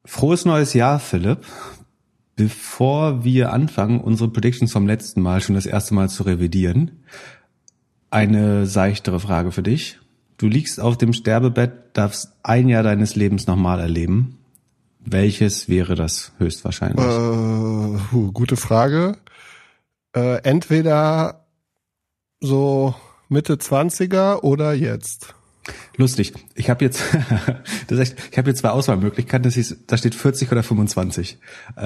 Frohes neues Jahr, Philipp. Bevor wir anfangen, unsere Predictions vom letzten Mal schon das erste Mal zu revidieren, eine seichtere Frage für dich. Du liegst auf dem Sterbebett, darfst ein Jahr deines Lebens nochmal erleben. Welches wäre das höchstwahrscheinlich? Gute Frage. Entweder so Mitte 20er oder jetzt. Lustig. Ich habe jetzt, ich habe jetzt zwei Auswahlmöglichkeiten. Da steht 40 oder 25.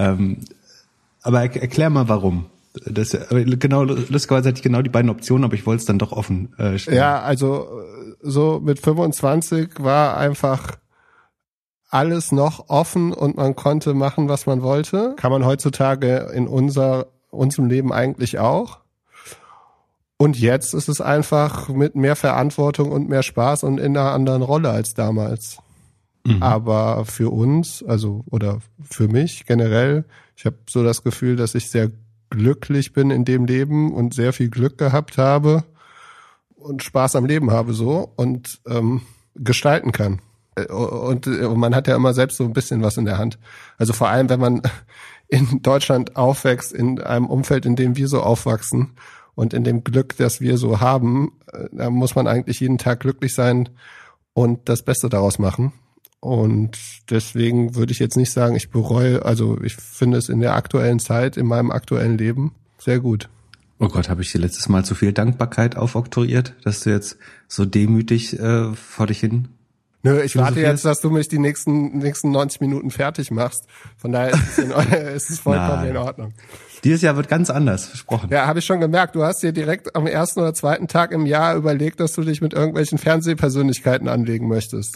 Aber erklär mal, warum. Lustigerweise hatte ich genau die beiden Optionen, aber ich wollte es dann doch offen stellen. Ja, also so mit 25 war einfach alles noch offen und man konnte machen, was man wollte. Kann man heutzutage in unserem Leben eigentlich auch. Und jetzt ist es einfach mit mehr Verantwortung und mehr Spaß und in einer anderen Rolle als damals. Mhm. Aber für uns, oder für mich generell, ich habe so das Gefühl, dass ich sehr glücklich bin in dem Leben und sehr viel Glück gehabt habe und Spaß am Leben habe so und gestalten kann. Und man hat ja immer selbst so ein bisschen was in der Hand. Also vor allem, wenn man in Deutschland aufwächst, in einem Umfeld, in dem wir so aufwachsen und in dem Glück, das wir so haben, da muss man eigentlich jeden Tag glücklich sein und das Beste daraus machen. Und deswegen würde ich jetzt nicht sagen, ich bereue, ich finde es in der aktuellen Zeit, in meinem aktuellen Leben sehr gut. Oh Gott, habe ich dir letztes Mal zu viel Dankbarkeit aufoktroyiert, dass du jetzt so demütig vor dich hin... Nö, ich warte jetzt, dass du mich die nächsten 90 Minuten fertig machst. Von daher ist es vollkommen in Ordnung. Dieses Jahr wird ganz anders, versprochen. Ja, habe ich schon gemerkt. Du hast dir direkt am ersten oder zweiten Tag im Jahr überlegt, dass du dich mit irgendwelchen Fernsehpersönlichkeiten anlegen möchtest.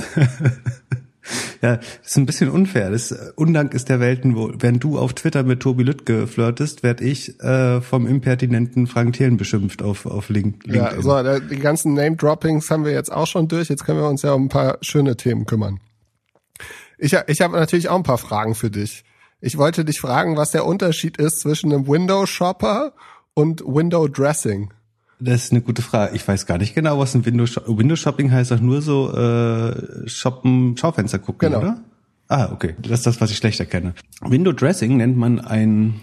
Ja, das ist ein bisschen unfair. Das Undank ist der Welten, wo, während du auf Twitter mit Tobi Lüttke flirtest, werd ich vom impertinenten Frank Thelen beschimpft auf LinkedIn. Ja, so, die ganzen Name-Droppings haben wir jetzt auch schon durch. Jetzt können wir uns ja um ein paar schöne Themen kümmern. Ich habe natürlich auch ein paar Fragen für dich. Ich wollte dich fragen, was der Unterschied ist zwischen einem Window-Shopper und Window-Dressing. Das ist eine gute Frage. Ich weiß gar nicht genau, was ein Window-Shopping heißt. Doch nur so shoppen, Schaufenster gucken, genau. Oder? Ah, okay. Das ist das, was ich schlechter kenne. Window-Dressing nennt man ein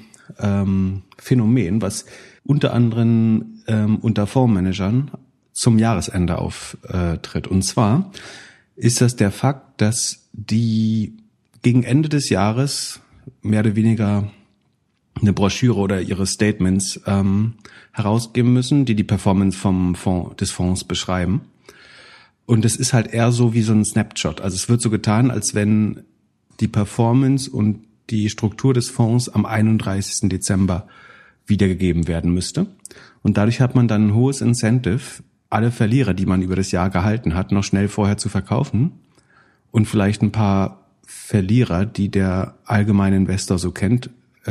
Phänomen, was unter anderem unter Fondsmanagern zum Jahresende auftritt. Und zwar ist das der Fakt, dass die gegen Ende des Jahres mehr oder weniger eine Broschüre oder ihre Statements herausgeben müssen, die Performance des Fonds beschreiben. Und es ist halt eher so wie so ein Snapshot. Also es wird so getan, als wenn die Performance und die Struktur des Fonds am 31. Dezember wiedergegeben werden müsste. Und dadurch hat man dann ein hohes Incentive, alle Verlierer, die man über das Jahr gehalten hat, noch schnell vorher zu verkaufen und vielleicht ein paar Verlierer, die der allgemeine Investor so kennt,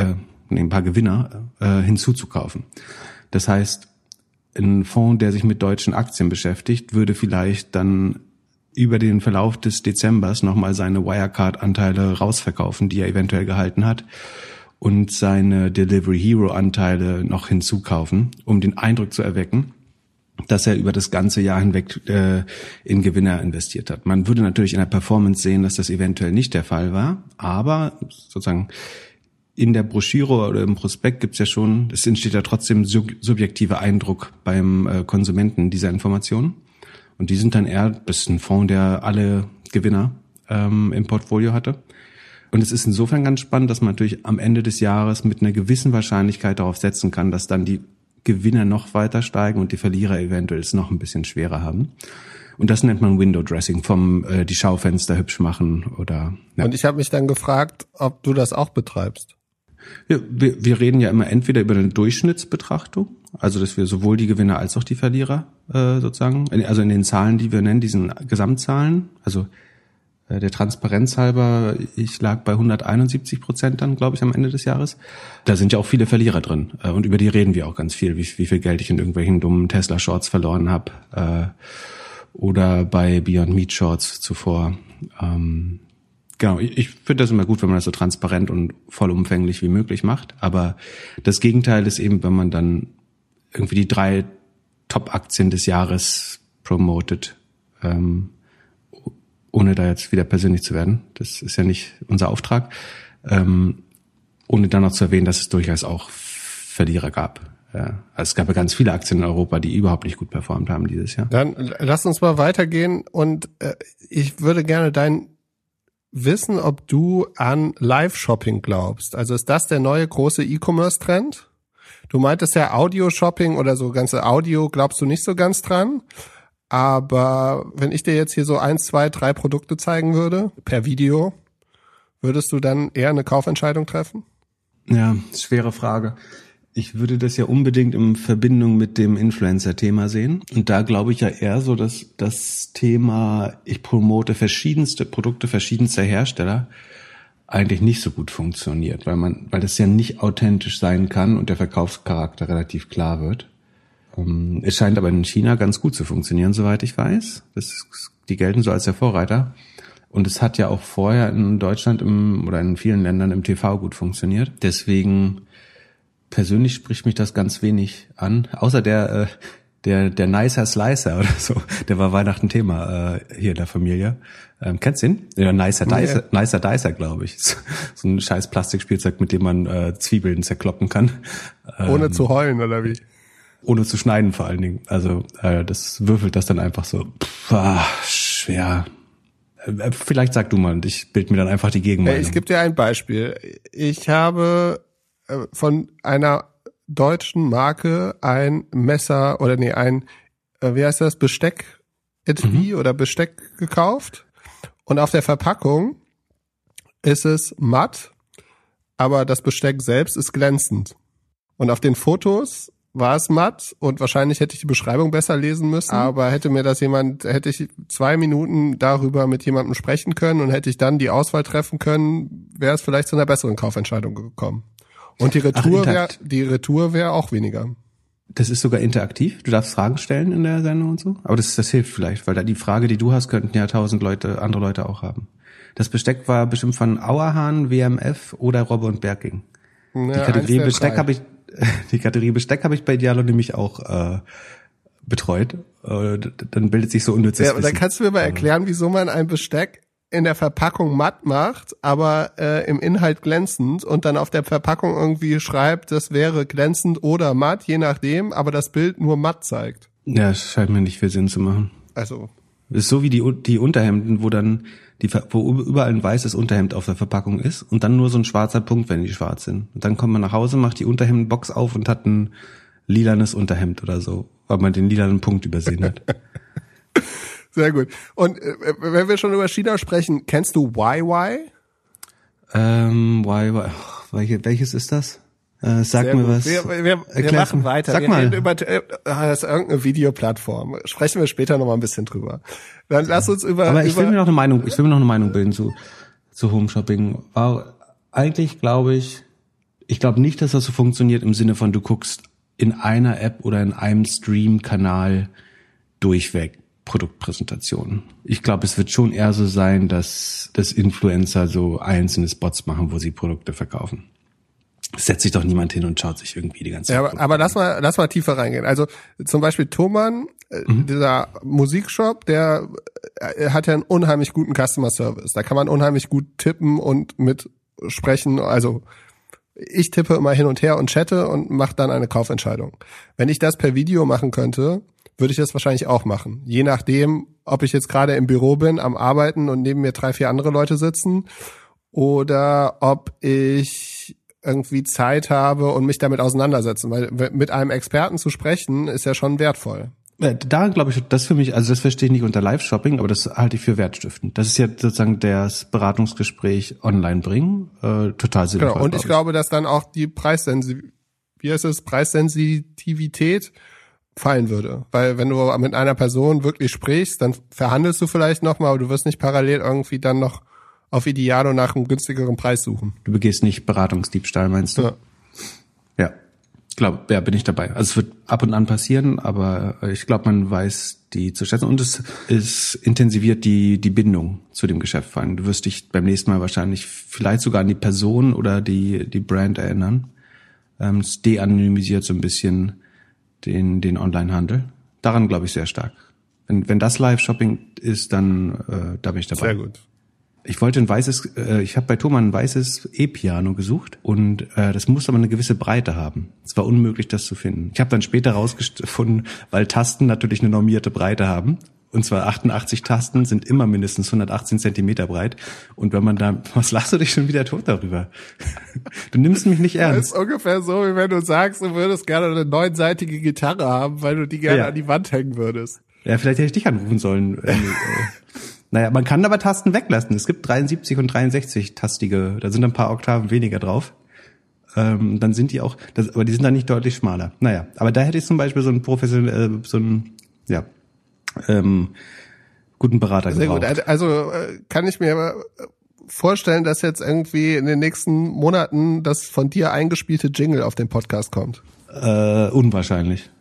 ein paar Gewinner hinzuzukaufen. Das heißt, ein Fonds, der sich mit deutschen Aktien beschäftigt, würde vielleicht dann über den Verlauf des Dezembers nochmal seine Wirecard-Anteile rausverkaufen, die er eventuell gehalten hat, und seine Delivery Hero-Anteile noch hinzukaufen, um den Eindruck zu erwecken, dass er über das ganze Jahr hinweg in Gewinner investiert hat. Man würde natürlich in der Performance sehen, dass das eventuell nicht der Fall war, aber sozusagen in der Broschüre oder im Prospekt gibt's ja schon, es entsteht ja trotzdem subjektiver Eindruck beim Konsumenten dieser Informationen. Und die sind dann das ist ein Fonds, der alle Gewinner im Portfolio hatte. Und es ist insofern ganz spannend, dass man natürlich am Ende des Jahres mit einer gewissen Wahrscheinlichkeit darauf setzen kann, dass dann die Gewinner noch weiter steigen und die Verlierer eventuell es noch ein bisschen schwerer haben. Und das nennt man Window Dressing, die Schaufenster hübsch machen oder. Ja. Und ich habe mich dann gefragt, ob du das auch betreibst. Ja, wir reden ja immer entweder über eine Durchschnittsbetrachtung, also dass wir sowohl die Gewinner als auch die Verlierer sozusagen, also in den Zahlen, die wir nennen, diesen Gesamtzahlen, also der Transparenz halber, ich lag bei 171% dann, glaube ich, am Ende des Jahres. Da sind ja auch viele Verlierer drin und über die reden wir auch ganz viel, wie viel Geld ich in irgendwelchen dummen Tesla-Shorts verloren habe oder bei Beyond Meat Shorts zuvor. Genau, ich finde das immer gut, wenn man das so transparent und vollumfänglich wie möglich macht. Aber das Gegenteil ist eben, wenn man dann irgendwie die 3 Top-Aktien des Jahres promotet ohne da jetzt wieder persönlich zu werden, das ist ja nicht unser Auftrag, ohne dann noch zu erwähnen, dass es durchaus auch Verlierer gab. Ja, also es gab ja ganz viele Aktien in Europa, die überhaupt nicht gut performt haben dieses Jahr. Dann lass uns mal weitergehen und ich würde gerne wissen, ob du an Live-Shopping glaubst. Also ist das der neue große E-Commerce-Trend? Du meintest ja Audio-Shopping oder so ganze Audio, glaubst du nicht so ganz dran? Aber wenn ich dir jetzt hier so 1, 2, 3 Produkte zeigen würde, per Video, würdest du dann eher eine Kaufentscheidung treffen? Ja, schwere Frage. Ich würde das ja unbedingt in Verbindung mit dem Influencer-Thema sehen. Und da glaube ich ja eher so, dass das Thema, ich promote verschiedenste Produkte verschiedenster Hersteller, eigentlich nicht so gut funktioniert, weil das ja nicht authentisch sein kann und der Verkaufscharakter relativ klar wird. Es scheint aber in China ganz gut zu funktionieren, soweit ich weiß. Die gelten so als der Vorreiter. Und es hat ja auch vorher in Deutschland oder in vielen Ländern im TV gut funktioniert. Deswegen persönlich spricht mich das ganz wenig an. Außer der Nicer Slicer oder so. Der war Weihnachten Thema hier in der Familie. Kennst du den? Ja, Nicer Dicer, glaube ich. So ein scheiß Plastikspielzeug, mit dem man Zwiebeln zerkloppen kann. Ohne zu heulen, oder wie? Ohne zu schneiden vor allen Dingen. Also das würfelt das dann einfach so. Schwer. Vielleicht sag du mal und ich bild mir dann einfach die Gegenmeinung. Ich gebe dir ein Beispiel. Ich habe von einer deutschen Marke ein Messer wie heißt das, Besteck oder Besteck gekauft und auf der Verpackung ist es matt, aber das Besteck selbst ist glänzend. Und auf den Fotos war es matt und wahrscheinlich hätte ich die Beschreibung besser lesen müssen, aber hätte ich 2 Minuten darüber mit jemandem sprechen können und hätte ich dann die Auswahl treffen können, wäre es vielleicht zu einer besseren Kaufentscheidung gekommen. Und die Retour wäre auch weniger. Das ist sogar interaktiv. Du darfst Fragen stellen in der Sendung und so. Aber das hilft vielleicht, weil da die Frage, die du hast, könnten ja 1000 andere Leute auch haben. Das Besteck war bestimmt von Auerhahn, WMF oder Robbe und Berking. Ja, die Kategorie Besteck habe ich bei Dialog nämlich auch betreut. Dann bildet sich so unnützes Wissen. Ja, aber dann kannst du mir mal erklären, wieso man ein Besteck in der Verpackung matt macht, aber im Inhalt glänzend und dann auf der Verpackung irgendwie schreibt, das wäre glänzend oder matt, je nachdem, aber das Bild nur matt zeigt. Ja, das scheint mir nicht viel Sinn zu machen. Also. Das ist so wie die Unterhemden, wo überall ein weißes Unterhemd auf der Verpackung ist und dann nur so ein schwarzer Punkt, wenn die schwarz sind. Und dann kommt man nach Hause, macht die Unterhemdenbox auf und hat ein lilanes Unterhemd oder so, weil man den lilanen Punkt übersehen hat. Sehr gut. Und wenn wir schon über China sprechen, kennst du YY? Welches ist das? Sag Sehr mir gut. was. Wir machen weiter. Sag mal. Das ist irgendeine Videoplattform. Sprechen wir später noch mal ein bisschen drüber. Dann lass uns über. Ich will mir noch eine Meinung bilden zu Home Shopping. Eigentlich glaube ich glaube nicht, dass das so funktioniert im Sinne von, du guckst in einer App oder in einem Stream-Kanal durchweg Produktpräsentationen. Ich glaube, es wird schon eher so sein, dass Influencer so einzelne Spots machen, wo sie Produkte verkaufen. Es setzt sich doch niemand hin und schaut sich irgendwie die ganze Zeit. Ja, aber lass mal tiefer reingehen. Also zum Beispiel Thomann, dieser Musikshop, der hat ja einen unheimlich guten Customer Service. Da kann man unheimlich gut tippen und mitsprechen. Also ich tippe immer hin und her und chatte und mache dann eine Kaufentscheidung. Wenn ich das per Video machen könnte, würde ich das wahrscheinlich auch machen. Je nachdem, ob ich jetzt gerade im Büro bin, am Arbeiten und neben mir 3, 4 andere Leute sitzen oder ob ich irgendwie Zeit habe und mich damit auseinandersetzen. Weil mit einem Experten zu sprechen, ist ja schon wertvoll. Da glaube ich, das für mich, also das verstehe ich nicht unter Live-Shopping, aber das halte ich für wertstiftend. Das ist ja sozusagen das Beratungsgespräch online bringen, total sinnvoll. Genau, und ich glaube, dass dann auch die Preissensitivität fallen würde. Weil wenn du mit einer Person wirklich sprichst, dann verhandelst du vielleicht nochmal, aber du wirst nicht parallel irgendwie dann noch auf Idealo nach einem günstigeren Preis suchen. Du begehst nicht Beratungsdiebstahl, meinst du? Ja. Bin ich dabei. Also es wird ab und an passieren, aber ich glaube, man weiß die zu schätzen und es intensiviert die Bindung zu dem Geschäft vor allem. Du wirst dich beim nächsten Mal wahrscheinlich vielleicht sogar an die Person oder die Brand erinnern. Es de-anonymisiert so ein bisschen den Onlinehandel. Daran glaube ich sehr stark. Wenn das Live-Shopping ist, dann da bin ich dabei. Sehr gut. Ich wollte ich habe bei Thomann ein weißes E-Piano gesucht und das muss aber eine gewisse Breite haben. Es war unmöglich, das zu finden. Ich habe dann später rausgefunden, weil Tasten natürlich eine normierte Breite haben. Und zwar 88 Tasten sind immer mindestens 118 Zentimeter breit. Und wenn man da, was lachst du dich schon wieder tot darüber? Du nimmst mich nicht ernst. Das ist ungefähr so, wie wenn du sagst, du würdest gerne eine 9-seitige Gitarre haben, weil du die gerne an die Wand hängen würdest. Ja, vielleicht hätte ich dich anrufen sollen. Naja, man kann aber Tasten weglassen. Es gibt 73 und 63-tastige, da sind ein paar Oktaven weniger drauf. Dann sind die auch, aber die sind dann nicht deutlich schmaler. Naja, aber da hätte ich zum Beispiel so einen guten Berater gebraucht. Sehr gut, also kann ich mir vorstellen, dass jetzt irgendwie in den nächsten Monaten das von dir eingespielte Jingle auf den Podcast kommt? Unwahrscheinlich.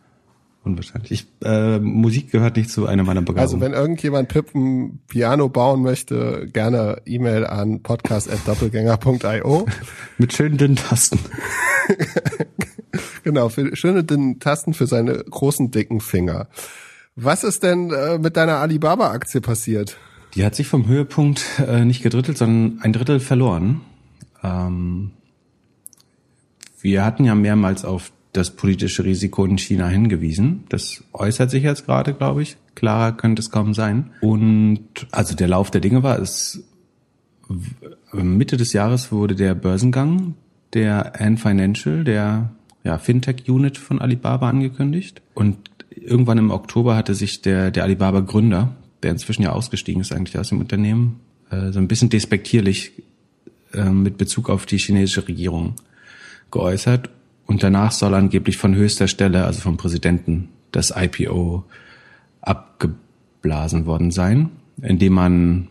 Musik gehört nicht zu einer meiner Begabungen. Also wenn irgendjemand Pip ein Piano bauen möchte, gerne E-Mail an podcast@doppelgänger.io. Mit schönen dünnen Tasten. Genau, für schöne dünnen Tasten für seine großen, dicken Finger. Was ist denn mit deiner Alibaba-Aktie passiert? Die hat sich vom Höhepunkt nicht gedrittelt, sondern ein Drittel verloren. Wir hatten ja mehrmals auf das politische Risiko in China hingewiesen. Das äußert sich jetzt gerade, glaube ich. Klarer könnte es kaum sein. Und also der Lauf der Dinge war, Mitte des Jahres wurde der Börsengang der Ant Financial, der Fintech-Unit von Alibaba angekündigt. Und irgendwann im Oktober hatte sich der Alibaba-Gründer, der inzwischen ja ausgestiegen ist eigentlich aus dem Unternehmen, so ein bisschen despektierlich mit Bezug auf die chinesische Regierung geäußert. Und danach soll angeblich von höchster Stelle, also vom Präsidenten, das IPO abgeblasen worden sein, indem man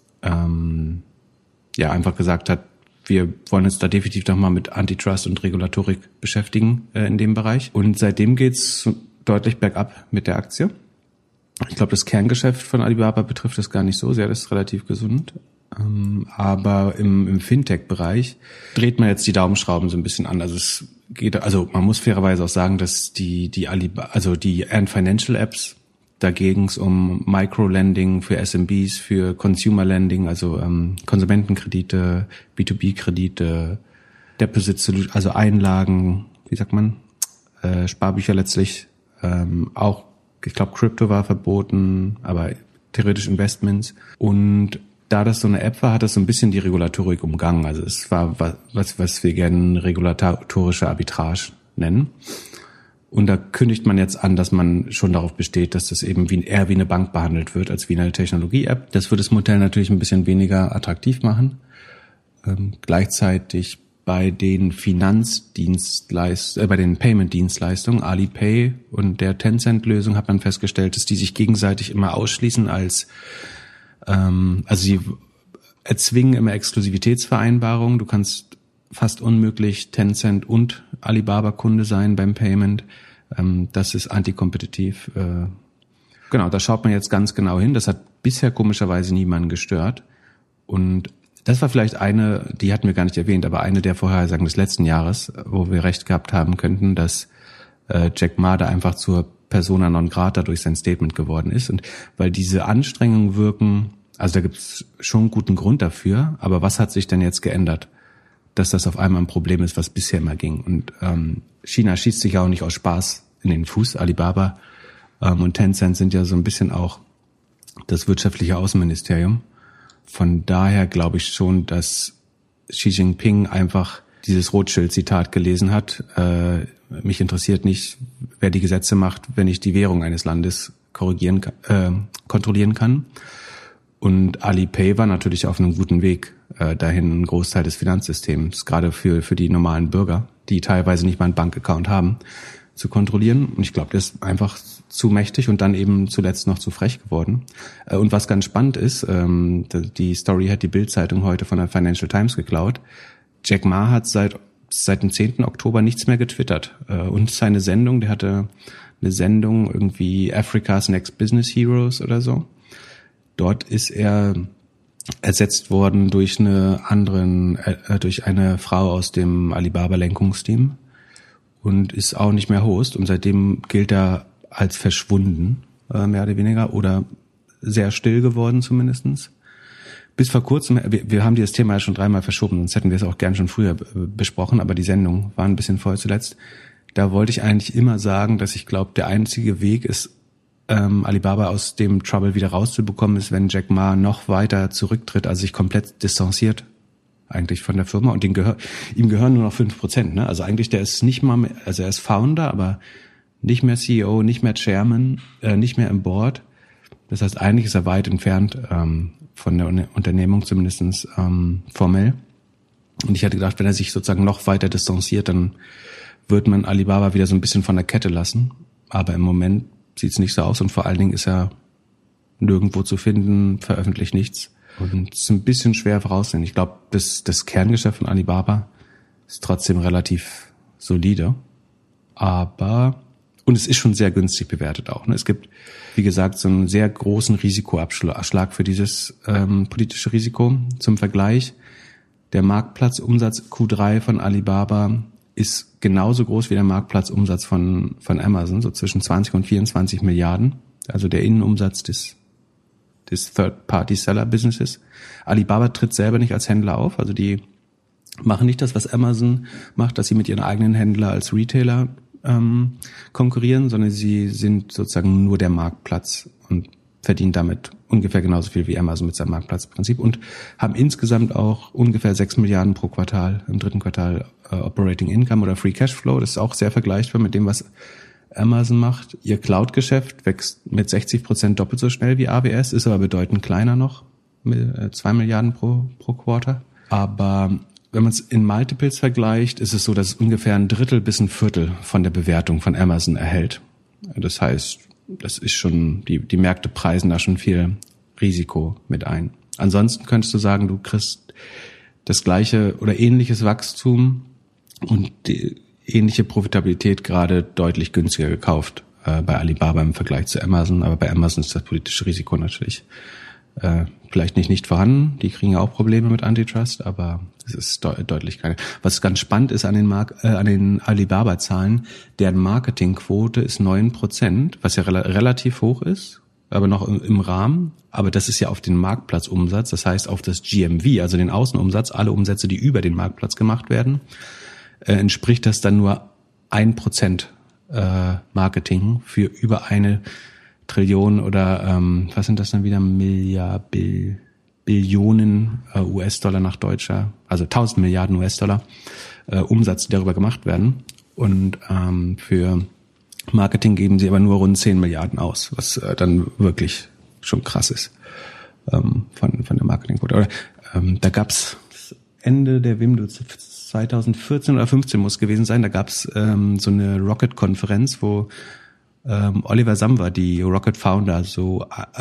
einfach gesagt hat, wir wollen uns da definitiv nochmal mit Antitrust und Regulatorik beschäftigen in dem Bereich. Und seitdem geht's deutlich bergab mit der Aktie. Ich glaube, das Kerngeschäft von Alibaba betrifft das gar nicht so sehr, das ist relativ gesund. Aber im Fintech-Bereich dreht man jetzt die Daumenschrauben so ein bisschen an. Also man muss fairerweise auch sagen, dass die Ant Financial Apps, da ging es um Micro-Lending für SMBs, für Consumer-Lending, also Konsumentenkredite, B2B-Kredite, Deposit, also Einlagen, Sparbücher letztlich, auch, ich glaube, Crypto war verboten, aber theoretisch Investments. Und da das so eine App war, hat das so ein bisschen die Regulatorik umgangen. Also es war was wir gerne regulatorische Arbitrage nennen. Und da kündigt man jetzt an, dass man schon darauf besteht, dass das eben eher wie eine Bank behandelt wird, als wie eine Technologie-App. Das wird das Modell natürlich ein bisschen weniger attraktiv machen. Gleichzeitig bei den bei den Payment-Dienstleistungen, Alipay und der Tencent-Lösung hat man festgestellt, dass die sich gegenseitig immer ausschließen sie erzwingen immer Exklusivitätsvereinbarungen. Du kannst fast unmöglich Tencent und Alibaba-Kunde sein beim Payment. Das ist antikompetitiv. Genau, da schaut man jetzt ganz genau hin. Das hat bisher komischerweise niemanden gestört. Und das war vielleicht die hatten wir gar nicht erwähnt, aber eine der Vorhersagen des letzten Jahres, wo wir recht gehabt haben könnten, dass Jack Ma da einfach zur Persona non grata durch sein Statement geworden ist. Und weil diese Anstrengungen wirken, also da gibt es schon einen guten Grund dafür, aber was hat sich denn jetzt geändert, dass das auf einmal ein Problem ist, was bisher immer ging? Und China schießt sich ja auch nicht aus Spaß in den Fuß. Alibaba und Tencent sind ja so ein bisschen auch das wirtschaftliche Außenministerium. Von daher glaube ich schon, dass Xi Jinping einfach dieses Rothschild-Zitat gelesen hat. Mich interessiert nicht, wer die Gesetze macht, wenn ich die Währung eines Landes kontrollieren kann. Und Alipay war natürlich auf einem guten Weg dahin, einen Großteil des Finanzsystems, gerade für die normalen Bürger, die teilweise nicht mal einen Bankaccount haben, zu kontrollieren. Und ich glaube, das ist einfach zu mächtig und dann eben zuletzt noch zu frech geworden. Und was ganz spannend ist, die Story hat die Bild-Zeitung heute von der Financial Times geklaut. Jack Ma hat seit dem 10. Oktober nichts mehr getwittert. Und seine Sendung, der hatte eine Sendung irgendwie Africa's Next Business Heroes oder so. Dort ist er ersetzt worden durch durch eine Frau aus dem Alibaba-Lenkungsteam und ist auch nicht mehr Host. Und seitdem gilt er als verschwunden. mehr oder weniger, oder sehr still geworden zumindestens. Bis vor kurzem, wir haben dieses Thema ja schon 3-mal verschoben, sonst hätten wir es auch gern schon früher besprochen, aber die Sendung war ein bisschen voll zuletzt. Da wollte ich eigentlich immer sagen, dass ich glaube, der einzige Weg ist, Alibaba aus dem Trouble wieder rauszubekommen, ist, wenn Jack Ma noch weiter zurücktritt, also sich komplett distanziert eigentlich von der Firma, und ihm gehören nur noch 5%. Ne? Also eigentlich, der ist nicht mal mehr, also er ist Founder, aber nicht mehr CEO, nicht mehr Chairman, nicht mehr im Board. Das heißt, eigentlich ist er weit entfernt von der Unternehmung, zumindest formell. Und ich hatte gedacht, wenn er sich sozusagen noch weiter distanziert, dann wird man Alibaba wieder so ein bisschen von der Kette lassen. Aber im Moment sieht es nicht so aus, und vor allen Dingen ist er nirgendwo zu finden, veröffentlicht nichts. Und es ist ein bisschen schwer voraussehen. Ich glaube, das Kerngeschäft von Alibaba ist trotzdem relativ solide. Und es ist schon sehr günstig bewertet auch. Ne? Es gibt, wie gesagt, so einen sehr großen Risikoabschlag für dieses politische Risiko. Zum Vergleich, der Marktplatzumsatz Q3 von Alibaba ist genauso groß wie der Marktplatzumsatz von Amazon, so zwischen 20 und 24 Milliarden. Also der Innenumsatz des Third-Party-Seller-Businesses. Alibaba tritt selber nicht als Händler auf, also die machen nicht das, was Amazon macht, dass sie mit ihren eigenen Händlern als Retailer konkurrieren, sondern sie sind sozusagen nur der Marktplatz und verdienen damit ungefähr genauso viel wie Amazon mit seinem Marktplatzprinzip und haben insgesamt auch ungefähr 6 Milliarden pro Quartal, im dritten Quartal Operating Income oder Free Cashflow. Das ist auch sehr vergleichbar mit dem, was Amazon macht. Ihr Cloud-Geschäft wächst mit 60% doppelt so schnell wie AWS, ist aber bedeutend kleiner noch, mit 2 Milliarden pro Quarter. Aber wenn man es in Multiples vergleicht, ist es so, dass es ungefähr ein Drittel bis ein Viertel von der Bewertung von Amazon erhält. Das heißt, das ist schon, die Märkte preisen da schon viel Risiko mit ein. Ansonsten könntest du sagen, du kriegst das gleiche oder ähnliches Wachstum und die ähnliche Profitabilität gerade deutlich günstiger gekauft bei Alibaba im Vergleich zu Amazon. Aber bei Amazon ist das politische Risiko natürlich vielleicht nicht vorhanden. Die kriegen ja auch Probleme mit Antitrust, aber es ist deutlich kleiner. Was ganz spannend ist an den Alibaba-Zahlen, deren Marketingquote ist 9%, was ja relativ hoch ist, aber noch im Rahmen. Aber das ist ja auf den Marktplatzumsatz, das heißt auf das GMV, also den Außenumsatz, alle Umsätze, die über den Marktplatz gemacht werden, entspricht das dann nur 1% Marketing für über 1 Trillion oder was sind das dann wieder, Billionen US-Dollar nach deutscher, also 1000 Milliarden US-Dollar Umsatz, die darüber gemacht werden. Und für Marketing geben sie aber nur rund 10 Milliarden aus, was dann wirklich schon krass ist von der Marketingquote. Oder da gab's Ende der WIM 2014 oder 15 muss gewesen sein, da gab's so eine Rocket-Konferenz, wo Oliver Samwer, die Rocket Founder, so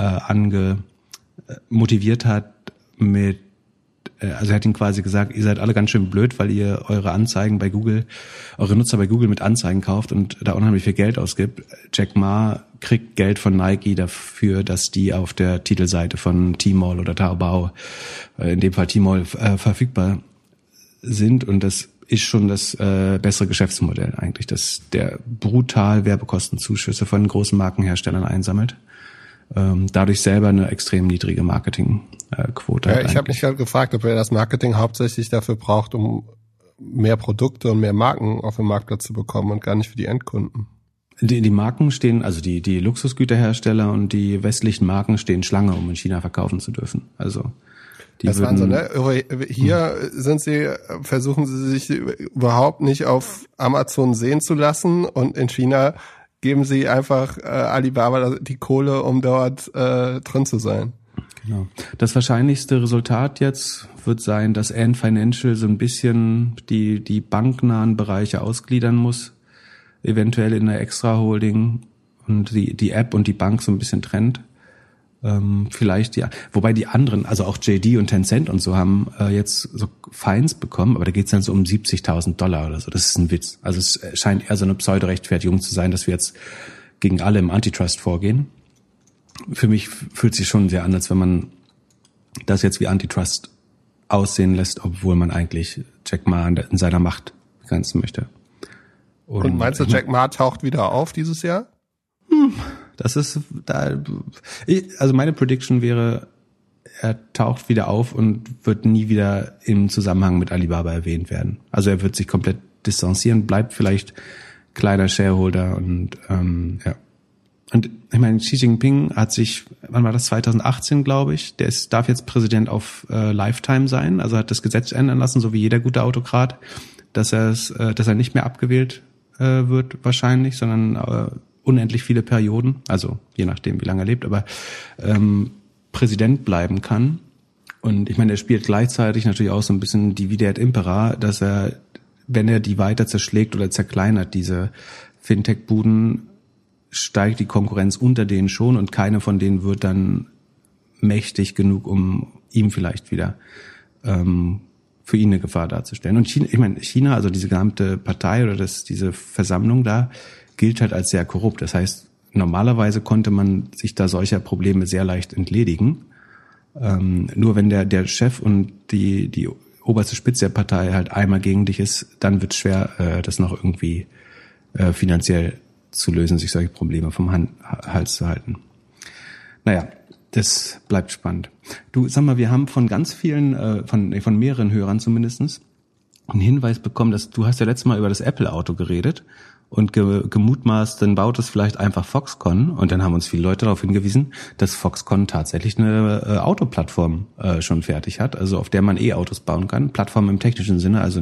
motiviert hat mit, also er hat ihnen quasi gesagt, ihr seid alle ganz schön blöd, weil ihr eure Anzeigen bei Google, eure Nutzer bei Google mit Anzeigen kauft und da unheimlich viel Geld ausgibt. Jack Ma kriegt Geld von Nike dafür, dass die auf der Titelseite von Tmall oder Taobao, in dem Fall Tmall, verfügbar sind, und das ist schon das bessere Geschäftsmodell eigentlich, dass der brutal Werbekostenzuschüsse von großen Markenherstellern einsammelt, dadurch selber eine extrem niedrige Marketingquote hat. Ich habe mich gerade gefragt, ob er das Marketing hauptsächlich dafür braucht, um mehr Produkte und mehr Marken auf dem Marktplatz zu bekommen und gar nicht für die Endkunden. Die Marken stehen, also die Luxusgüterhersteller und die westlichen Marken stehen Schlange, um in China verkaufen zu dürfen. Also das waren so, ne? Hier versuchen sie sich überhaupt nicht auf Amazon sehen zu lassen, und in China geben sie einfach Alibaba die Kohle, um dort drin zu sein. Genau. Das wahrscheinlichste Resultat jetzt wird sein, dass Ant Financial so ein bisschen die banknahen Bereiche ausgliedern muss, eventuell in der Extra-Holding, und die App und die Bank so ein bisschen trennt. Vielleicht ja, wobei die anderen, also auch JD und Tencent und so, haben jetzt so Fines bekommen, aber da geht's dann so um $70.000 oder so. Das ist ein Witz. Also es scheint eher so eine Pseudo-Rechtfertigung zu sein, dass wir jetzt gegen alle im Antitrust vorgehen. Für mich fühlt sich schon sehr an, als wenn man das jetzt wie Antitrust aussehen lässt, obwohl man eigentlich Jack Ma in seiner Macht begrenzen möchte. Und meinst du, Jack Ma taucht wieder auf dieses Jahr? Das ist da. Also meine Prediction wäre, er taucht wieder auf und wird nie wieder im Zusammenhang mit Alibaba erwähnt werden. Also er wird sich komplett distanzieren, bleibt vielleicht kleiner Shareholder und ja. Und ich meine, Xi Jinping hat sich, wann war das, 2018, glaube ich, darf jetzt Präsident auf Lifetime sein, also hat das Gesetz ändern lassen, so wie jeder gute Autokrat, dass er nicht mehr abgewählt wird wahrscheinlich, sondern unendlich viele Perioden, also je nachdem, wie lange er lebt, aber Präsident bleiben kann. Und ich meine, er spielt gleichzeitig natürlich auch so ein bisschen Divide et Impera, dass er, wenn er die weiter zerschlägt oder zerkleinert, diese Fintech-Buden, steigt die Konkurrenz unter denen schon und keine von denen wird dann mächtig genug, um ihm vielleicht wieder für ihn eine Gefahr darzustellen. Und China, also diese gesamte Partei oder diese Versammlung da, gilt halt als sehr korrupt. Das heißt, normalerweise konnte man sich da solcher Probleme sehr leicht entledigen. Nur wenn der Chef und die oberste Spitze der Partei halt einmal gegen dich ist, dann wird es schwer, das noch irgendwie finanziell zu lösen, sich solche Probleme vom Hals zu halten. Naja, das bleibt spannend. Du, sag mal, wir haben von ganz vielen, von mehreren Hörern zumindestens einen Hinweis bekommen, dass du hast ja letztes Mal über das Apple-Auto geredet und gemutmaßt, dann baut es vielleicht einfach Foxconn. Und dann haben uns viele Leute darauf hingewiesen, dass Foxconn tatsächlich eine Autoplattform schon fertig hat, also auf der man E-Autos bauen kann. Plattform im technischen Sinne, also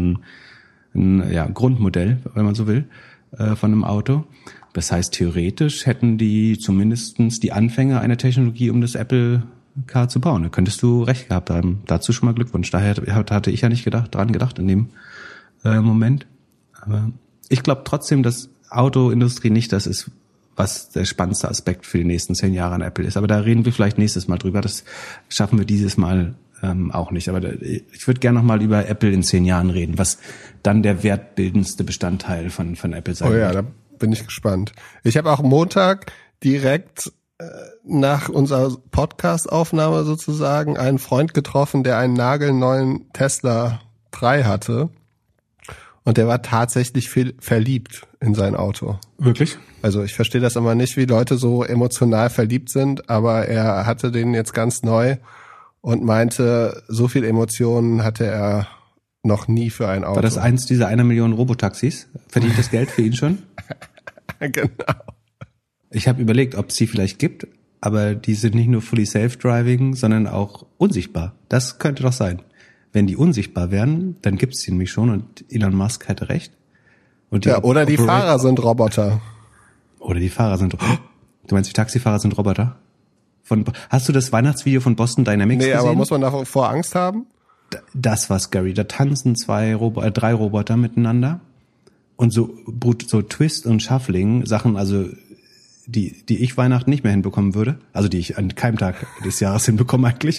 ein Grundmodell, wenn man so will, von einem Auto. Das heißt, theoretisch hätten die zumindestens die Anfänge einer Technologie, um das Apple Car zu bauen. Da könntest du recht gehabt haben. Dazu schon mal Glückwunsch. Daher hatte ich ja nicht dran gedacht in dem Moment. Aber ich glaube trotzdem, dass Autoindustrie nicht das ist, was der spannendste Aspekt für die nächsten 10 Jahre an Apple ist. Aber da reden wir vielleicht nächstes Mal drüber. Das schaffen wir dieses Mal auch nicht. Aber ich würde gerne noch mal über Apple in 10 Jahren reden, was dann der wertbildendste Bestandteil von Apple sein wird. Oh ja, da bin ich gespannt. Ich habe auch Montag direkt nach unserer Podcast-Aufnahme sozusagen einen Freund getroffen, der einen nagelneuen Tesla 3 hatte. Und der war tatsächlich verliebt in sein Auto. Wirklich? Also ich verstehe das immer nicht, wie Leute so emotional verliebt sind, aber er hatte den jetzt ganz neu und meinte, so viel Emotionen hatte er noch nie für ein Auto. War das eins dieser 1 Million Robotaxis? Verdient das Geld für ihn schon? Genau. Ich habe überlegt, ob es sie vielleicht gibt, aber die sind nicht nur fully self-driving, sondern auch unsichtbar. Das könnte doch sein. Wenn die unsichtbar wären, dann gibt's sie nämlich schon und Elon Musk hätte recht. Und oder die Fahrer sind Roboter. Oder die Fahrer sind Roboter. Du meinst, die Taxifahrer sind Roboter? Hast du das Weihnachtsvideo von Boston Dynamics gesehen? Nee, aber muss man davor Angst haben? Das war scary. Da tanzen 3 Roboter miteinander und so Twist und Shuffling, Sachen, also die ich Weihnachten nicht mehr hinbekommen würde, also die ich an keinem Tag des Jahres hinbekomme eigentlich,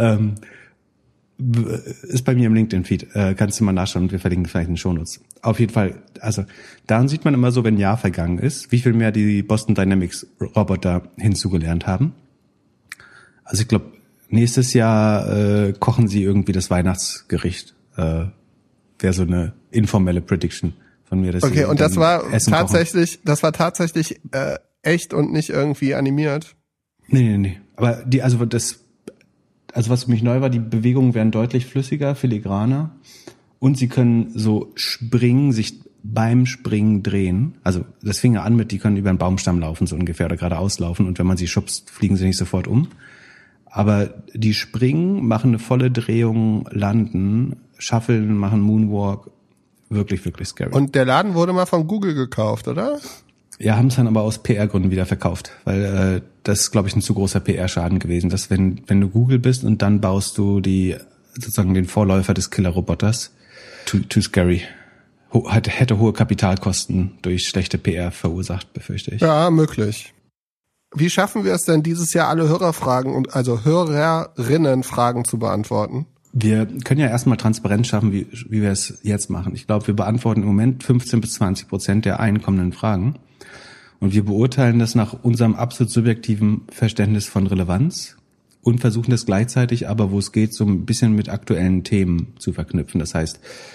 ist bei mir im LinkedIn-Feed. Kannst du mal nachschauen und wir verlinken vielleicht in den Shownotes. Auf jeden Fall, also daran sieht man immer so, wenn ein Jahr vergangen ist, wie viel mehr die Boston Dynamics Roboter hinzugelernt haben. Also ich glaube, nächstes Jahr kochen sie irgendwie das Weihnachtsgericht. Wäre so eine informelle Prediction von mir. Dass okay, und das war tatsächlich echt und nicht irgendwie animiert? Nee. Aber also was für mich neu war, die Bewegungen werden deutlich flüssiger, filigraner und sie können so springen, sich beim Springen drehen. Also das fing ja an mit, die können über einen Baumstamm laufen so ungefähr oder geradeaus laufen und wenn man sie schubst, fliegen sie nicht sofort um. Aber die springen, machen eine volle Drehung, landen, shuffeln, machen Moonwalk. Wirklich, wirklich scary. Und der Laden wurde mal von Google gekauft, oder? Ja, haben es dann aber aus PR-Gründen wieder verkauft, weil das ist, glaube ich, ein zu großer PR-Schaden gewesen, dass wenn du Google bist und dann baust du sozusagen den Vorläufer des Killer-Roboters, too scary. Hätte hohe Kapitalkosten durch schlechte PR verursacht, befürchte ich. Ja, möglich. Wie schaffen wir es denn dieses Jahr alle Hörerfragen also Hörerinnenfragen zu beantworten? Wir können ja erstmal Transparenz schaffen, wie wir es jetzt machen. Ich glaube, wir beantworten im Moment 15-20% der einkommenden Fragen. Und wir beurteilen das nach unserem absolut subjektiven Verständnis von Relevanz und versuchen das gleichzeitig aber, wo es geht, so ein bisschen mit aktuellen Themen zu verknüpfen. Das heißt,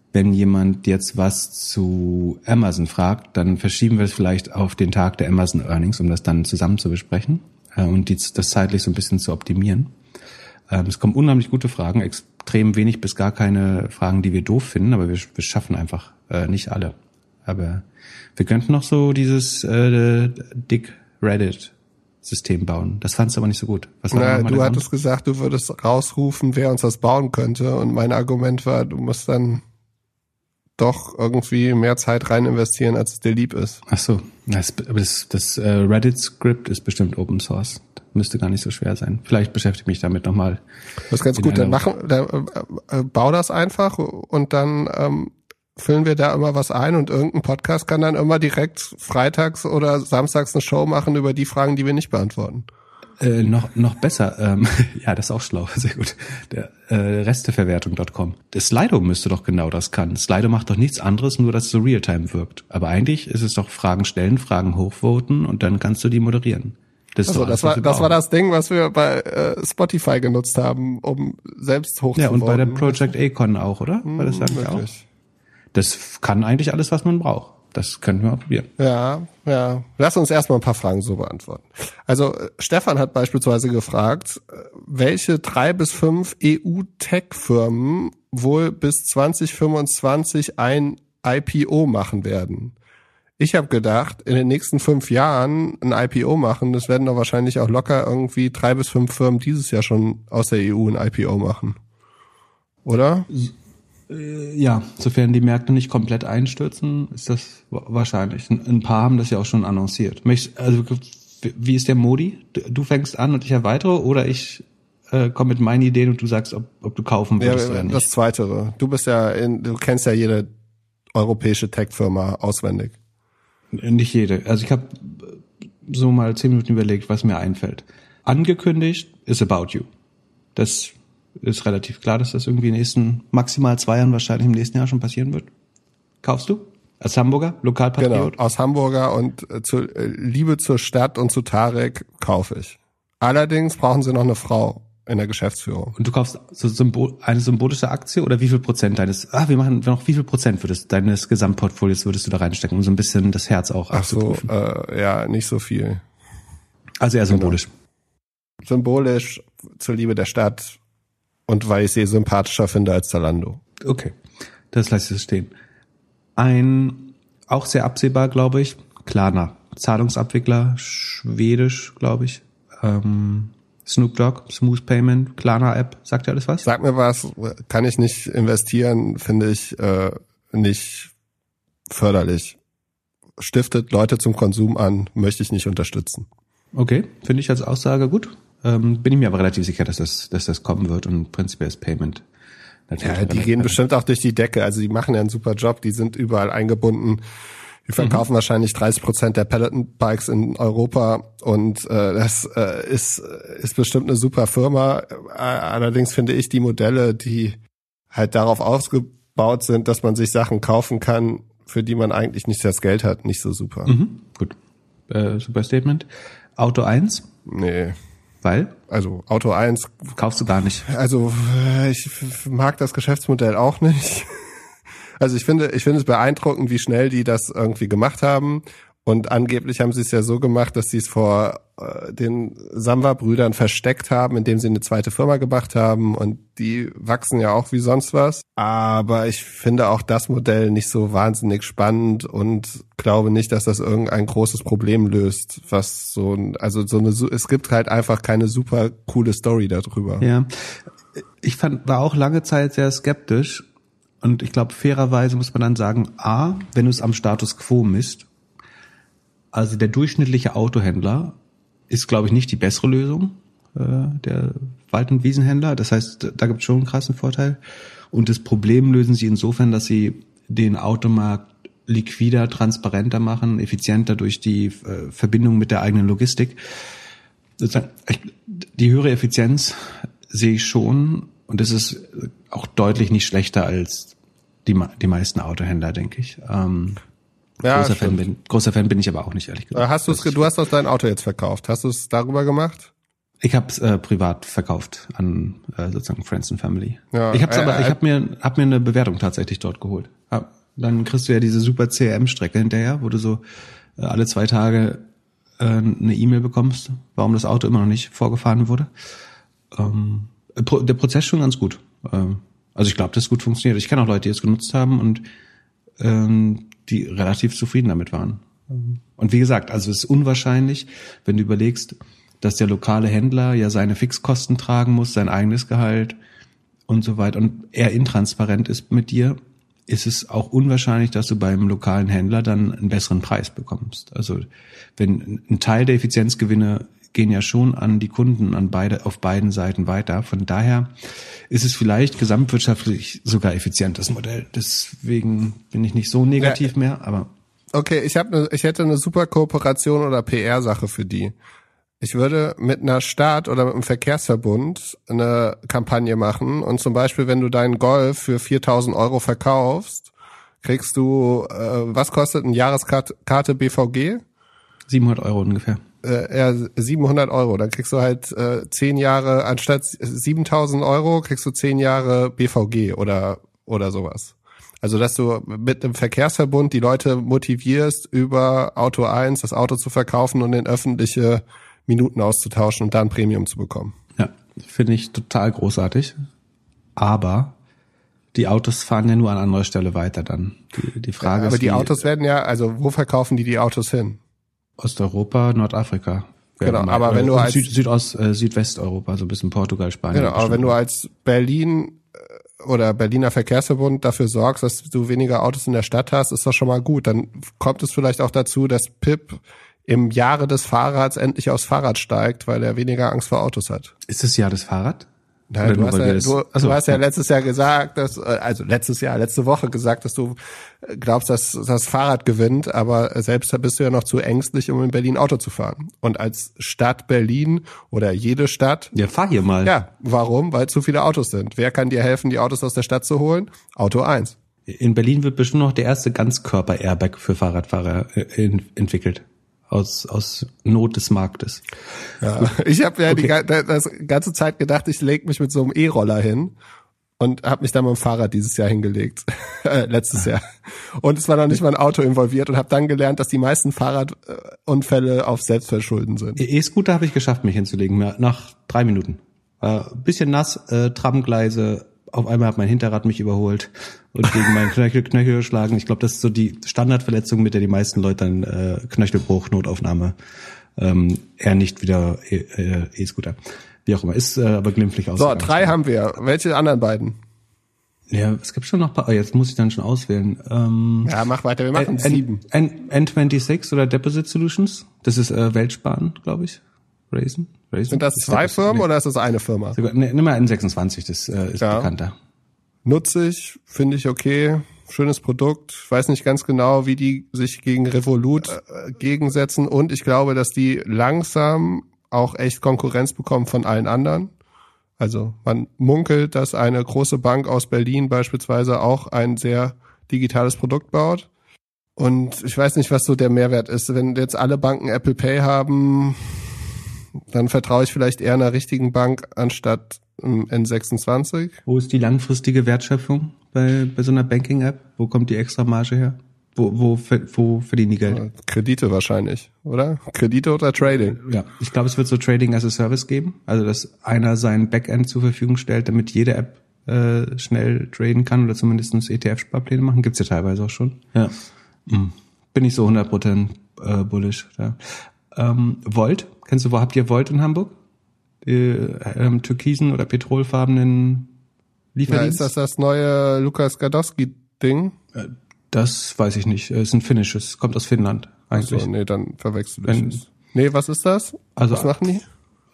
wenn jemand jetzt was zu Amazon fragt, dann verschieben wir es vielleicht auf den Tag der Amazon Earnings, um das dann zusammen zu besprechen und das zeitlich so ein bisschen zu optimieren. Es kommen unheimlich gute Fragen, extrem wenig bis gar keine Fragen, die wir doof finden, aber wir schaffen einfach nicht alle. Aber wir könnten noch so dieses Dick Reddit-System bauen. Das fandst du aber nicht so gut. Was war du hattest gesagt, du würdest rausrufen, wer uns das bauen könnte. Und mein Argument war, du musst dann doch irgendwie mehr Zeit rein investieren, als es dir lieb ist. Ach so, das Reddit-Skript ist bestimmt Open Source. Das müsste gar nicht so schwer sein. Vielleicht beschäftige ich mich damit nochmal. Das ist ganz gut. Dann bau das einfach und dann füllen wir da immer was ein und irgendein Podcast kann dann immer direkt freitags oder samstags eine Show machen über die Fragen, die wir nicht beantworten. Noch besser. Ja, das ist auch schlau. Sehr gut. Der Resteverwertung.com. Das Slido müsste doch genau das kann. Slido macht doch nichts anderes, nur dass es so Realtime wirkt. Aber eigentlich ist es doch Fragen stellen, Fragen hochvoten und dann kannst du die moderieren. Das war das Ding, was wir bei Spotify genutzt haben, um selbst hochzuvoten. Ja, und bei der Project Acon auch, oder? War das eigentlich auch? Das kann eigentlich alles, was man braucht. Das könnten wir mal probieren. Ja. Lass uns erstmal ein paar Fragen so beantworten. Also Stefan hat beispielsweise gefragt, welche 3 bis 5 EU-Tech-Firmen wohl bis 2025 ein IPO machen werden. Ich habe gedacht, in den nächsten 5 Jahren ein IPO machen, das werden doch wahrscheinlich auch locker irgendwie 3 bis 5 Firmen dieses Jahr schon aus der EU ein IPO machen. Oder? Ja, sofern die Märkte nicht komplett einstürzen, ist das wahrscheinlich. Ein paar haben das ja auch schon annonciert. Also, wie ist der Modi? Du fängst an und ich erweitere oder ich komme mit meinen Ideen und du sagst, ob du kaufen würdest oder nicht? Das Zweite. Du kennst ja jede europäische Tech-Firma auswendig. Nicht jede. Also ich habe so mal 10 Minuten überlegt, was mir einfällt. Angekündigt ist About You. Das ist relativ klar, dass das irgendwie in den nächsten maximal 2 Jahren, wahrscheinlich im nächsten Jahr schon passieren wird. Kaufst du? Als Hamburger? Lokalpatriot? Genau, aus Hamburger und zur Liebe zur Stadt und zu Tarek kaufe ich. Allerdings brauchen sie noch eine Frau in der Geschäftsführung. Und du kaufst eine symbolische Aktie oder wie viel Prozent wir machen noch wie viel Prozent deines Gesamtportfolios würdest du da reinstecken, um so ein bisschen das Herz auch abzuprüfen? Ach so, ja, nicht so viel. Also eher symbolisch. Genau. Symbolisch zur Liebe der Stadt und weil ich sie sympathischer finde als Zalando. Okay, das lasse ich so stehen. Auch sehr absehbar, glaube ich, Klarna, Zahlungsabwickler, schwedisch, glaube ich, Snoop Dogg, Smooth Payment, Klarna-App, sagt dir alles was? Sag mir was, kann ich nicht investieren, finde ich nicht förderlich. Stiftet Leute zum Konsum an, möchte ich nicht unterstützen. Okay, finde ich als Aussage gut. Bin ich mir aber relativ sicher, dass das kommen wird und prinzipiell ist Payment. Ja, die gehen bestimmt auch durch die Decke. Also die machen ja einen super Job, die sind überall eingebunden. Die verkaufen wahrscheinlich 30% der Peloton-Bikes in Europa und das ist bestimmt eine super Firma. Allerdings finde ich die Modelle, die halt darauf ausgebaut sind, dass man sich Sachen kaufen kann, für die man eigentlich nicht das Geld hat, nicht so super. Gut, super Statement. Auto 1? Nee. Weil? Also Auto 1 kaufst du gar nicht. Also ich mag das Geschäftsmodell auch nicht. Also ich finde es beeindruckend, wie schnell die das irgendwie gemacht haben. Und angeblich haben sie es ja so gemacht, dass sie es vor den Samwa-Brüdern versteckt haben, indem sie eine zweite Firma gemacht haben. Und die wachsen ja auch wie sonst was. Aber ich finde auch das Modell nicht so wahnsinnig spannend und glaube nicht, dass das irgendein großes Problem löst. Es gibt halt einfach keine super coole Story darüber. Ja, ich war auch lange Zeit sehr skeptisch. Und ich glaube, fairerweise muss man dann sagen, wenn du es am Status Quo misst, also der durchschnittliche Autohändler ist, glaube ich, nicht die bessere Lösung, der Wald- und Wiesenhändler. Das heißt, da gibt es schon einen krassen Vorteil. Und das Problem lösen sie insofern, dass sie den Automarkt liquider, transparenter machen, effizienter durch die Verbindung mit der eigenen Logistik. Die höhere Effizienz sehe ich schon. Und das ist auch deutlich nicht schlechter als die meisten Autohändler, denke ich. Ja, großer Fan bin ich aber auch nicht, ehrlich gesagt. Du hast doch dein Auto jetzt verkauft. Hast du es darüber gemacht? Ich habe es privat verkauft an sozusagen Friends and Family. Ja, ich hab mir eine Bewertung tatsächlich dort geholt. Dann kriegst du ja diese super CRM-Strecke hinterher, wo du so alle 2 Tage eine E-Mail bekommst, warum das Auto immer noch nicht vorgefahren wurde. Der Prozess schon ganz gut. Also ich glaube, das gut funktioniert. Ich kenne auch Leute, die es genutzt haben und die relativ zufrieden damit waren. Und wie gesagt, also es ist unwahrscheinlich, wenn du überlegst, dass der lokale Händler ja seine Fixkosten tragen muss, sein eigenes Gehalt und so weiter und er intransparent ist mit dir, ist es auch unwahrscheinlich, dass du beim lokalen Händler dann einen besseren Preis bekommst. Also wenn ein Teil der Effizienzgewinne gehen ja schon an die Kunden auf beiden Seiten weiter. Von daher ist es vielleicht gesamtwirtschaftlich sogar effizient, das Modell. Deswegen bin ich nicht so negativ mehr, aber okay, ich hätte eine super Kooperation oder PR-Sache für die. Ich würde mit einer Stadt oder mit einem Verkehrsverbund eine Kampagne machen und zum Beispiel, wenn du deinen Golf für 4.000 € verkaufst, kriegst du, was kostet eine Jahreskarte BVG? 700 € ungefähr. Ja, 700 €. Dann kriegst du halt 10 Jahre, anstatt 7.000 € kriegst du 10 Jahre BVG oder sowas. Also, dass du mit einem Verkehrsverbund die Leute motivierst, über Auto 1 das Auto zu verkaufen und in öffentliche Minuten auszutauschen und dann Premium zu bekommen. Ja, finde ich total großartig. Aber die Autos fahren ja nur an anderer Stelle weiter dann. Die Frage ist, aber die Autos werden ja, also wo verkaufen die Autos hin? Osteuropa, Nordafrika. Genau, aber wenn du als Südwesteuropa, so ein bisschen Portugal, Spanien. Genau, aber wenn du als Berlin oder Berliner Verkehrsverbund dafür sorgst, dass du weniger Autos in der Stadt hast, ist das schon mal gut. Dann kommt es vielleicht auch dazu, dass Pip im Jahre des Fahrrads endlich aufs Fahrrad steigt, weil er weniger Angst vor Autos hat. Ist das Jahr des Fahrrad? Nein, du hast ja letztes Jahr gesagt, letzte Woche gesagt, dass du glaubst, dass das Fahrrad gewinnt, aber selbst bist du ja noch zu ängstlich, um in Berlin Auto zu fahren. Und als Stadt Berlin oder jede Stadt. Ja, fahr hier mal. Ja, warum? Weil zu viele Autos sind. Wer kann dir helfen, die Autos aus der Stadt zu holen? Auto 1. In Berlin wird bestimmt noch der erste Ganzkörper-Airbag für Fahrradfahrer entwickelt. Aus Not des Marktes. Ja, ich habe ja das ganze Zeit gedacht, ich lege mich mit so einem E-Roller hin und habe mich dann mit dem Fahrrad dieses Jahr hingelegt, letztes Jahr. Und es war noch nicht mal ein Auto involviert und habe dann gelernt, dass die meisten Fahrradunfälle auf Selbstverschulden sind. E-Scooter habe ich geschafft, mich hinzulegen, nach 3 Minuten. Bisschen nass, Tramgleise, auf einmal hat mein Hinterrad mich überholt und gegen meinen Knöchel geschlagen. Ich glaube, das ist so die Standardverletzung, mit der die meisten Leute dann Knöchelbruch, Notaufnahme, eher nicht wieder E-Scooter. Wie auch immer, ist aber glimpflich aus. So, 3 haben wir. Welche anderen beiden? Ja, es gibt schon noch ein paar. Jetzt muss ich dann schon auswählen. Ja, mach weiter, wir machen 7. N26 oder Deposit Solutions. Das ist Weltsparen, glaube ich. Raisin. Sind das 2 Firmen oder ist das eine Firma? Nimm mal N26, das ist bekannter. Nutze ich, finde ich okay. Schönes Produkt. Ich weiß nicht ganz genau, wie die sich gegen Revolut gegensetzen. Und ich glaube, dass die langsam auch echt Konkurrenz bekommen von allen anderen. Also man munkelt, dass eine große Bank aus Berlin beispielsweise auch ein sehr digitales Produkt baut. Und ich weiß nicht, was so der Mehrwert ist. Wenn jetzt alle Banken Apple Pay haben, dann vertraue ich vielleicht eher einer richtigen Bank anstatt N26. Wo ist die langfristige Wertschöpfung bei so einer Banking-App? Wo kommt die extra Marge her? Wo verdienen die Geld? Kredite wahrscheinlich, oder? Kredite oder Trading? Ja, ich glaube, es wird so Trading as a Service geben. Also, dass einer sein Backend zur Verfügung stellt, damit jede App schnell traden kann oder zumindest ETF-Sparpläne machen. Gibt's ja teilweise auch schon. Ja. Bin ich so 100% bullish. Ja. Volt, habt ihr Volt in Hamburg? Die türkisen oder petrolfarbenen Lieferdienst? Ja, ist das neue Lukas Gadowski-Ding? Das weiß ich nicht. Es ist ein finnisches, kommt aus Finnland eigentlich. So, nee, dann verwechsel ich es. Nee, was ist das? Also, was machen die?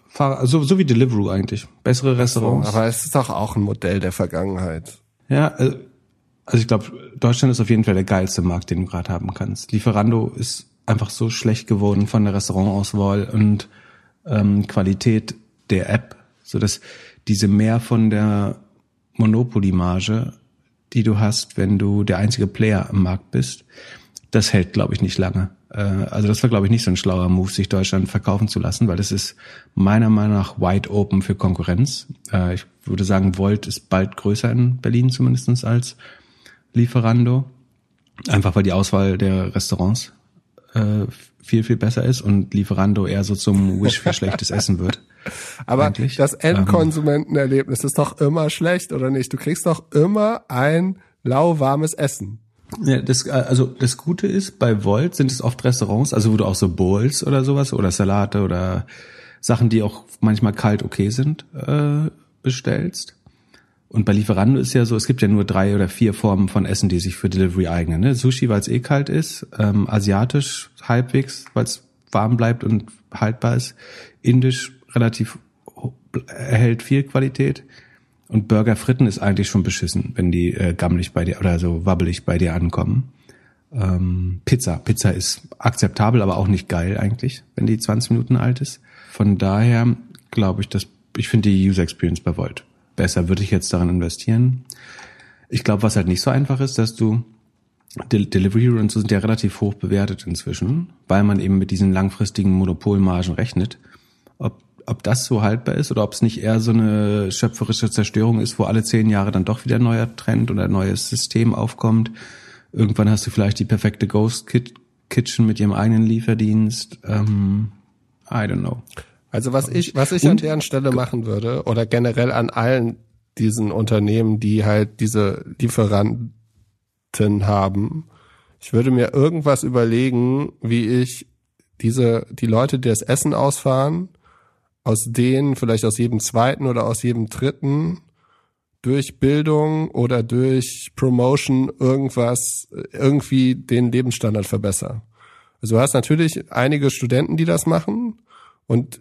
So wie Deliveroo eigentlich. Bessere Restaurants. Aber es ist doch auch ein Modell der Vergangenheit. Ja, also ich glaube, Deutschland ist auf jeden Fall der geilste Markt, den du gerade haben kannst. Lieferando ist einfach so schlecht geworden von der Restaurantauswahl und Qualität der App, so dass diese mehr von der Monopoly-Marge, die du hast, wenn du der einzige Player am Markt bist, das hält, glaube ich, nicht lange. Also das war, glaube ich, nicht so ein schlauer Move, sich Deutschland verkaufen zu lassen, weil das ist meiner Meinung nach wide open für Konkurrenz. Ich würde sagen, Volt ist bald größer in Berlin zumindest als Lieferando. Einfach weil die Auswahl der Restaurants viel, viel besser ist und Lieferando eher so zum Wish für schlechtes Essen wird. Aber eigentlich. Das Endkonsumentenerlebnis ist doch immer schlecht, oder nicht? Du kriegst doch immer ein lauwarmes Essen. Ja, das Gute ist, bei Volt sind es oft Restaurants, also wo du auch so Bowls oder sowas oder Salate oder Sachen, die auch manchmal kalt okay sind, bestellst. Und bei Lieferando ist ja so, es gibt ja nur 3 oder 4 Formen von Essen, die sich für Delivery eignen. Ne? Sushi, weil es kalt ist, asiatisch halbwegs, weil es warm bleibt und haltbar ist, indisch relativ erhält viel Qualität und Burger Fritten ist eigentlich schon beschissen, wenn die gammelig bei dir oder so wabbelig bei dir ankommen. Pizza ist akzeptabel, aber auch nicht geil eigentlich, wenn die 20 Minuten alt ist. Von daher glaube ich, ich finde die User Experience bei Volt besser, würde ich jetzt daran investieren. Ich glaube, was halt nicht so einfach ist, dass du Delivery und so sind ja relativ hoch bewertet inzwischen, weil man eben mit diesen langfristigen Monopolmargen rechnet. Ob das so haltbar ist oder ob es nicht eher so eine schöpferische Zerstörung ist, wo alle 10 Jahre dann doch wieder ein neuer Trend oder ein neues System aufkommt. Irgendwann hast du vielleicht die perfekte Ghost Kitchen mit ihrem eigenen Lieferdienst. I don't know. Also was ich an deren Stelle machen würde, oder generell an allen diesen Unternehmen, die halt diese Lieferanten haben, ich würde mir irgendwas überlegen, wie ich die Leute, die das Essen ausfahren, aus denen, vielleicht aus jedem zweiten oder aus jedem dritten, durch Bildung oder durch Promotion irgendwie den Lebensstandard verbessere. Also du hast natürlich einige Studenten, die das machen. Und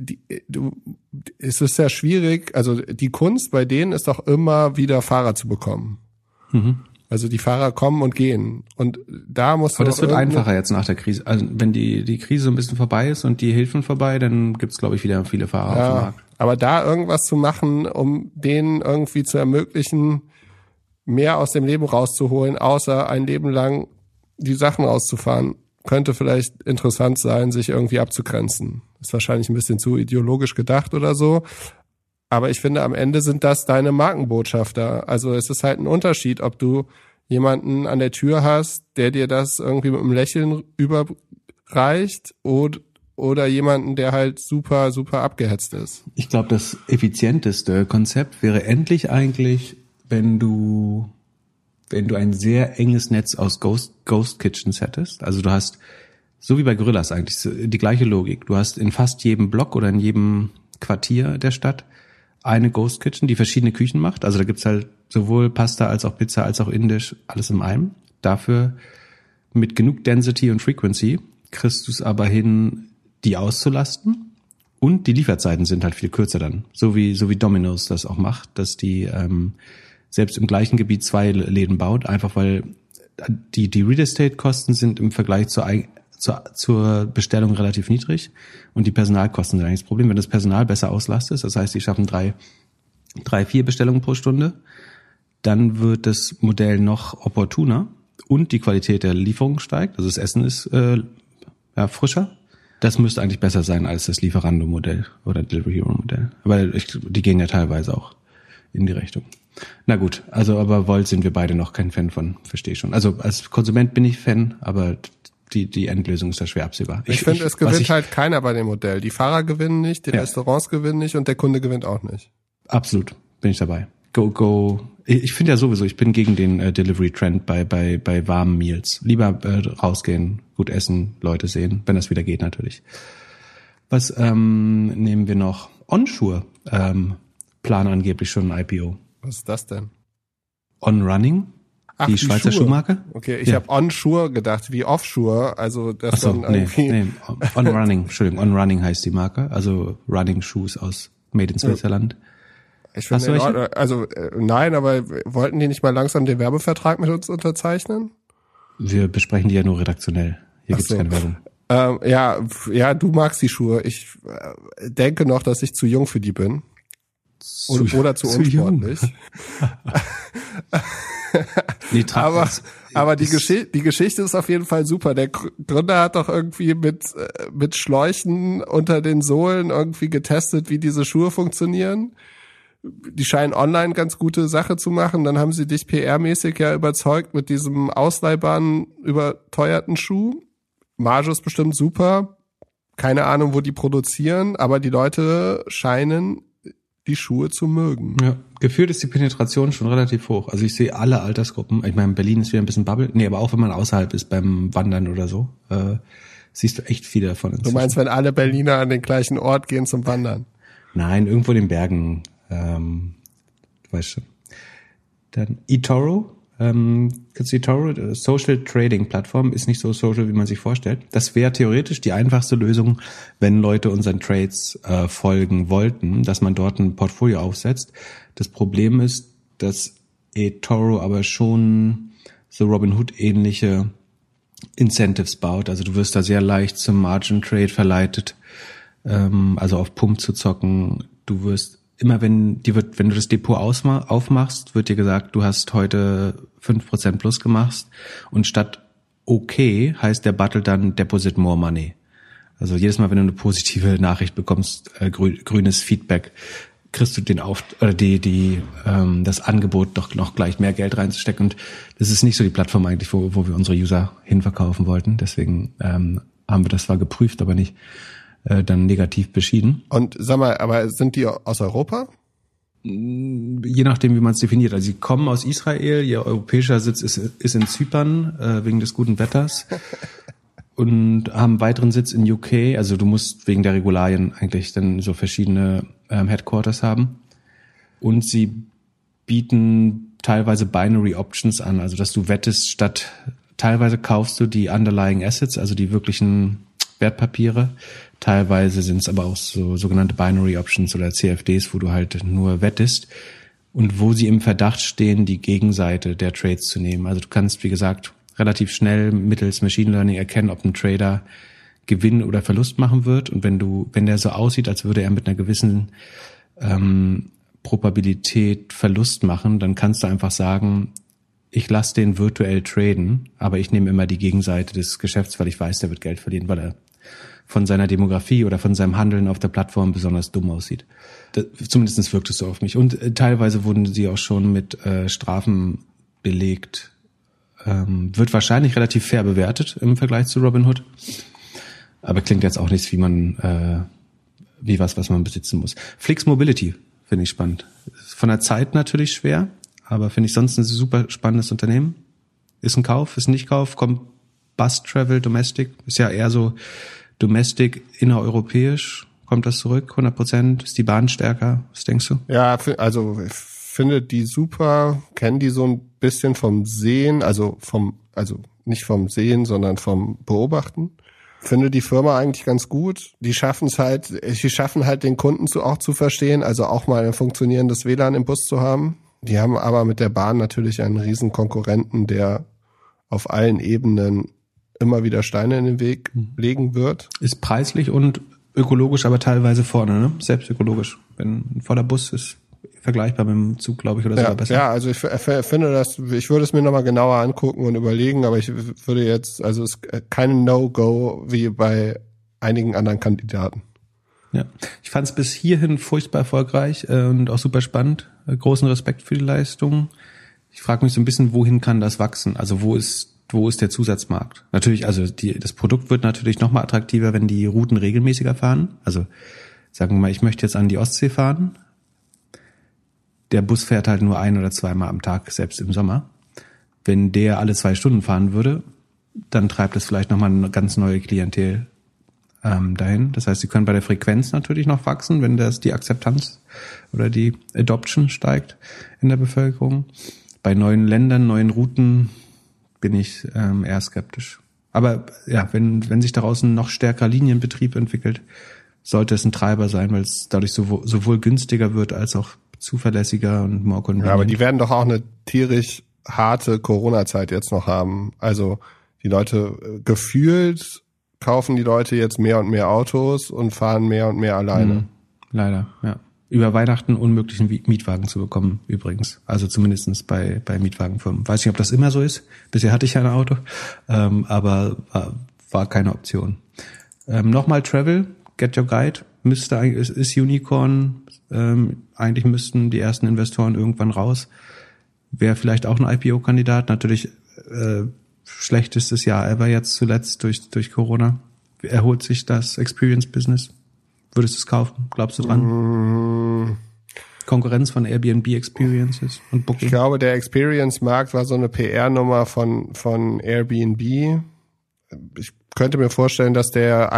es ist sehr schwierig, also die Kunst bei denen ist doch immer wieder Fahrer zu bekommen. Mhm. Also die Fahrer kommen und gehen. Und da muss. Aber das wird einfacher jetzt nach der Krise. Also wenn die Krise so ein bisschen vorbei ist und die Hilfen vorbei, dann gibt's, glaube ich, wieder viele Fahrer auf dem Markt. Aber da irgendwas zu machen, um denen irgendwie zu ermöglichen, mehr aus dem Leben rauszuholen, außer ein Leben lang die Sachen auszufahren, könnte vielleicht interessant sein, sich irgendwie abzugrenzen. Ist wahrscheinlich ein bisschen zu ideologisch gedacht oder so. Aber ich finde, am Ende sind das deine Markenbotschafter. Also es ist halt ein Unterschied, ob du jemanden an der Tür hast, der dir das irgendwie mit einem Lächeln überreicht oder jemanden, der halt super, super abgehetzt ist. Ich glaube, das effizienteste Konzept wäre endlich eigentlich, wenn du ein sehr enges Netz aus Ghost Kitchens hättest. Also du hast, so wie bei Gorillas eigentlich, die gleiche Logik. Du hast in fast jedem Block oder in jedem Quartier der Stadt eine Ghost Kitchen, die verschiedene Küchen macht. Also da gibt's halt sowohl Pasta als auch Pizza als auch Indisch, alles in einem. Dafür mit genug Density und Frequency kriegst du es aber hin, die auszulasten. Und die Lieferzeiten sind halt viel kürzer dann. So wie Domino's das auch macht, dass die selbst im gleichen Gebiet 2 Läden baut, einfach weil die Real Estate Kosten sind im Vergleich zur Bestellung relativ niedrig und die Personalkosten sind eigentlich das Problem. Wenn das Personal besser auslastet, das heißt, sie schaffen 3-4 Bestellungen pro Stunde, dann wird das Modell noch opportuner und die Qualität der Lieferung steigt, also das Essen ist frischer. Das müsste eigentlich besser sein als das Lieferando-Modell oder Delivery Hero-Modell. Aber die gehen ja teilweise auch in die Richtung. Na gut, also aber Volt sind wir beide noch kein Fan von, verstehe ich schon. Also als Konsument bin ich Fan, aber die Endlösung ist da schwer absehbar. Ich finde, es gewinnt halt keiner bei dem Modell. Die Fahrer gewinnen nicht, die Restaurants gewinnen nicht und der Kunde gewinnt auch nicht. Absolut, bin ich dabei. Go. Ich finde ja sowieso, ich bin gegen den Delivery-Trend bei warmen Meals. Lieber rausgehen, gut essen, Leute sehen, wenn das wieder geht natürlich. Was nehmen wir noch? Onshore planen angeblich schon ein IPO. Was ist das denn? On Running, die Schweizer Schuhmarke. Okay, ich habe Onshore gedacht, wie Offshore, also das dann irgendwie. Nee, On Running, Entschuldigung, On Running heißt die Marke, also Running Shoes aus Made in Switzerland. Ich finde, nein, aber wollten die nicht mal langsam den Werbevertrag mit uns unterzeichnen? Wir besprechen die ja nur redaktionell. Hier gibt's keine Werbung. Ja, du magst die Schuhe. Ich denke noch, dass ich zu jung für die bin. Oder zu unsportlich. Nee, aber die Geschichte ist auf jeden Fall super. Der Gründer hat doch irgendwie mit Schläuchen unter den Sohlen irgendwie getestet, wie diese Schuhe funktionieren. Die scheinen online ganz gute Sache zu machen. Dann haben sie dich PR-mäßig ja überzeugt mit diesem ausleihbaren, überteuerten Schuh. Marge ist bestimmt super. Keine Ahnung, wo die produzieren, aber die Leute scheinen die Schuhe zu mögen. Ja, gefühlt ist die Penetration schon relativ hoch. Also ich sehe alle Altersgruppen. Ich meine, Berlin ist wieder ein bisschen Bubble. Nee, aber auch wenn man außerhalb ist beim Wandern oder so, siehst du echt viele davon inzwischen. Du meinst, wenn alle Berliner an den gleichen Ort gehen zum Wandern? Nein, irgendwo in den Bergen. Du weißt schon. Dann eToro. eToro, Social Trading Plattform, ist nicht so social, wie man sich vorstellt. Das wäre theoretisch die einfachste Lösung, wenn Leute unseren Trades folgen wollten, dass man dort ein Portfolio aufsetzt. Das Problem ist, dass eToro aber schon so Robinhood-ähnliche Incentives baut. Also du wirst da sehr leicht zum Margin Trade verleitet, also auf Pump zu zocken. Du wirst immer, wenn du das Depot aufmachst, wird dir gesagt, du hast heute 5% plus gemacht und statt okay heißt der Button dann Deposit More Money. Also jedes Mal, wenn du eine positive Nachricht bekommst, grünes Feedback, kriegst du das Angebot doch noch gleich mehr Geld reinzustecken. Und das ist nicht so die Plattform eigentlich, wo wir unsere User hinverkaufen wollten. Deswegen haben wir das zwar geprüft, aber nicht dann negativ beschieden. Und sag mal, aber sind die aus Europa? Je nachdem, wie man es definiert. Also sie kommen aus Israel, ihr europäischer Sitz ist in Zypern wegen des guten Wetters und haben weiteren Sitz in UK. Also du musst wegen der Regularien eigentlich dann so verschiedene Headquarters haben. Und sie bieten teilweise Binary Options an, also dass du wettest teilweise kaufst du die Underlying Assets, also die wirklichen Wertpapiere. Teilweise sind es aber auch so sogenannte Binary Options oder CFDs, wo du halt nur wettest und wo sie im Verdacht stehen, die Gegenseite der Trades zu nehmen. Also du kannst, wie gesagt, relativ schnell mittels Machine Learning erkennen, ob ein Trader Gewinn oder Verlust machen wird. Und wenn der so aussieht, als würde er mit einer gewissen Probabilität Verlust machen, dann kannst du einfach sagen, ich lasse den virtuell traden, aber ich nehme immer die Gegenseite des Geschäfts, weil ich weiß, der wird Geld verlieren, weil er von seiner Demografie oder von seinem Handeln auf der Plattform besonders dumm aussieht. Zumindest wirkt es so auf mich. Und teilweise wurden sie auch schon mit Strafen belegt. Wird wahrscheinlich relativ fair bewertet im Vergleich zu Robinhood. Aber klingt jetzt auch nichts, was man besitzen muss. Flix Mobility finde ich spannend. Von der Zeit natürlich schwer, aber finde ich sonst ein super spannendes Unternehmen. Ist ein Kauf, ist ein Nicht-Kauf, kommt Bus Travel Domestic, ist ja eher so Domestic, innereuropäisch, kommt das zurück, 100%, ist die Bahn stärker, was denkst du? Ja, also ich finde die super, kenne die so ein bisschen vom Sehen, also nicht vom Sehen, sondern vom Beobachten. Finde die Firma eigentlich ganz gut. Die schaffen halt den Kunden auch zu verstehen, also auch mal ein funktionierendes WLAN im Bus zu haben. Die haben aber mit der Bahn natürlich einen riesen Konkurrenten, der auf allen Ebenen immer wieder Steine in den Weg legen wird. Ist preislich und ökologisch, aber teilweise vorne, ne? Selbst ökologisch. Wenn ein voller Bus ist vergleichbar mit dem Zug, glaube ich, oder sogar besser. Ja, also ich finde ich würde es mir nochmal genauer angucken und überlegen, aber ich würde jetzt, also es ist kein No-Go wie bei einigen anderen Kandidaten. Ja, ich fand es bis hierhin furchtbar erfolgreich und auch super spannend. Großen Respekt für die Leistung. Ich frage mich so ein bisschen, wohin kann das wachsen? Also wo ist der Zusatzmarkt? Natürlich, also das Produkt wird natürlich nochmal attraktiver, wenn die Routen regelmäßiger fahren. Also sagen wir mal, ich möchte jetzt an die Ostsee fahren. Der Bus fährt halt nur 1 oder 2 Mal am Tag, selbst im Sommer. Wenn der alle 2 Stunden fahren würde, dann treibt es vielleicht nochmal eine ganz neue Klientel dahin. Das heißt, sie können bei der Frequenz natürlich noch wachsen, wenn die Akzeptanz oder die Adoption steigt in der Bevölkerung. Bei neuen Ländern, neuen Routen bin ich eher skeptisch. Aber ja, wenn sich daraus ein noch stärkerer Linienbetrieb entwickelt, sollte es ein Treiber sein, weil es dadurch sowohl günstiger wird als auch zuverlässiger und more convenient. Ja, aber die werden doch auch eine tierisch harte Corona-Zeit jetzt noch haben. Also die Leute gefühlt kaufen die Leute jetzt mehr und mehr Autos und fahren mehr und mehr alleine. Leider, ja. über Weihnachten unmöglichen Mietwagen zu bekommen, übrigens. Also zumindestens bei Mietwagenfirmen. Weiß nicht, ob das immer so ist. Bisher hatte ich ja ein Auto, aber war keine Option. Nochmal Travel, Get Your Guide, ist Unicorn, eigentlich müssten die ersten Investoren irgendwann raus. Wäre vielleicht auch ein IPO-Kandidat. Natürlich schlechtestes Jahr ever jetzt zuletzt durch Corona. Erholt sich das Experience-Business? Würdest du es kaufen? Glaubst du dran? Konkurrenz von Airbnb Experiences und Booking? Ich glaube, der Experience-Markt war so eine PR-Nummer von Airbnb. Ich könnte mir vorstellen, dass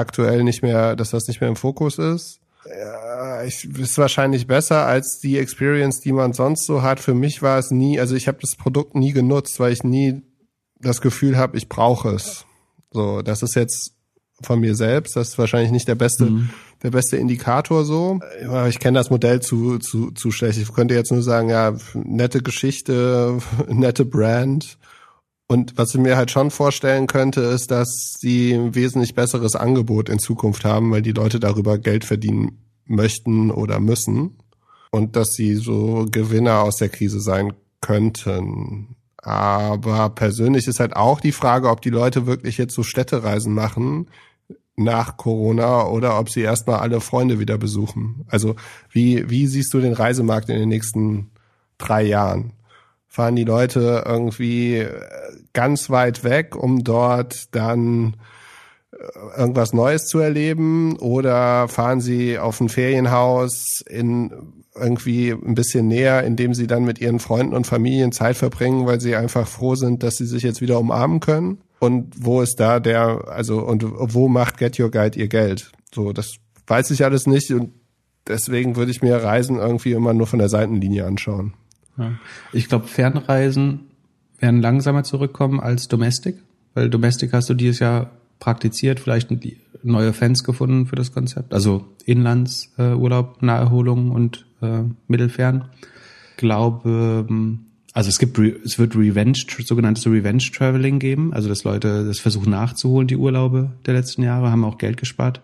dass das nicht mehr im Fokus ist. Ja, ist wahrscheinlich besser als die Experience, die man sonst so hat. Für mich war es nie, also ich habe das Produkt nie genutzt, weil ich nie das Gefühl habe, ich brauche es. So, das ist jetzt von mir selbst, das ist wahrscheinlich nicht der beste Indikator so. Ich kenne das Modell zu schlecht. Ich könnte jetzt nur sagen, ja, nette Geschichte, nette Brand. Und was ich mir halt schon vorstellen könnte, ist, dass sie ein wesentlich besseres Angebot in Zukunft haben, weil die Leute darüber Geld verdienen möchten oder müssen. Und dass sie so Gewinner aus der Krise sein könnten. Aber persönlich ist halt auch die Frage, ob die Leute wirklich jetzt so Städtereisen machen nach Corona oder ob sie erstmal alle Freunde wieder besuchen. Also wie siehst du den Reisemarkt in den nächsten 3 Jahren? Fahren die Leute irgendwie ganz weit weg, um dort dann irgendwas Neues zu erleben? Oder fahren sie auf ein Ferienhaus in irgendwie ein bisschen näher, indem sie dann mit ihren Freunden und Familien Zeit verbringen, weil sie einfach froh sind, dass sie sich jetzt wieder umarmen können? Und wo ist da und wo macht Get Your Guide ihr Geld? So, das weiß ich alles nicht und deswegen würde ich mir Reisen irgendwie immer nur von der Seitenlinie anschauen. Ja. Ich glaube, Fernreisen werden langsamer zurückkommen als Domestic, weil Domestic hast du dieses Jahr praktiziert, vielleicht neue Fans gefunden für das Konzept, also Inlandsurlaub, Naherholung und Mittelfern. Ich glaube, also es wird sogenanntes Revenge Traveling geben, also dass Leute das versuchen nachzuholen, die Urlaube der letzten Jahre, haben auch Geld gespart.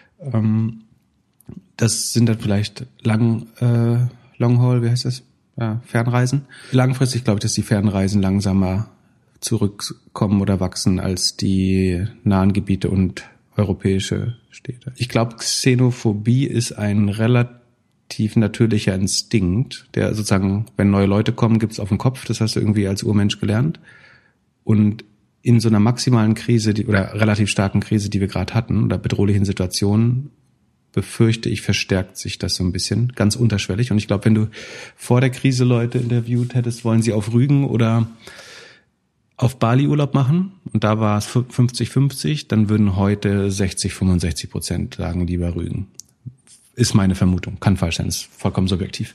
Das sind dann vielleicht Long-Haul, wie heißt das? Ja, Fernreisen. Langfristig glaube ich, dass die Fernreisen langsamer zurückkommen oder wachsen als die nahen Gebiete und europäische Städte. Ich glaube, Xenophobie ist ein relativ natürlicher Instinkt, der sozusagen, wenn neue Leute kommen, gibt's auf den Kopf. Das hast du irgendwie als Urmensch gelernt. Und in so einer maximalen Krise oder relativ starken Krise, die wir gerade hatten, oder bedrohlichen Situationen, befürchte ich, verstärkt sich das so ein bisschen, ganz unterschwellig. Und ich glaube, wenn du vor der Krise Leute interviewt hättest, wollen sie auf Rügen oder auf Bali Urlaub machen, und da war es 50-50, dann würden heute 60-65% sagen, lieber Rügen. Ist meine Vermutung. Kann falsch sein, ist vollkommen subjektiv.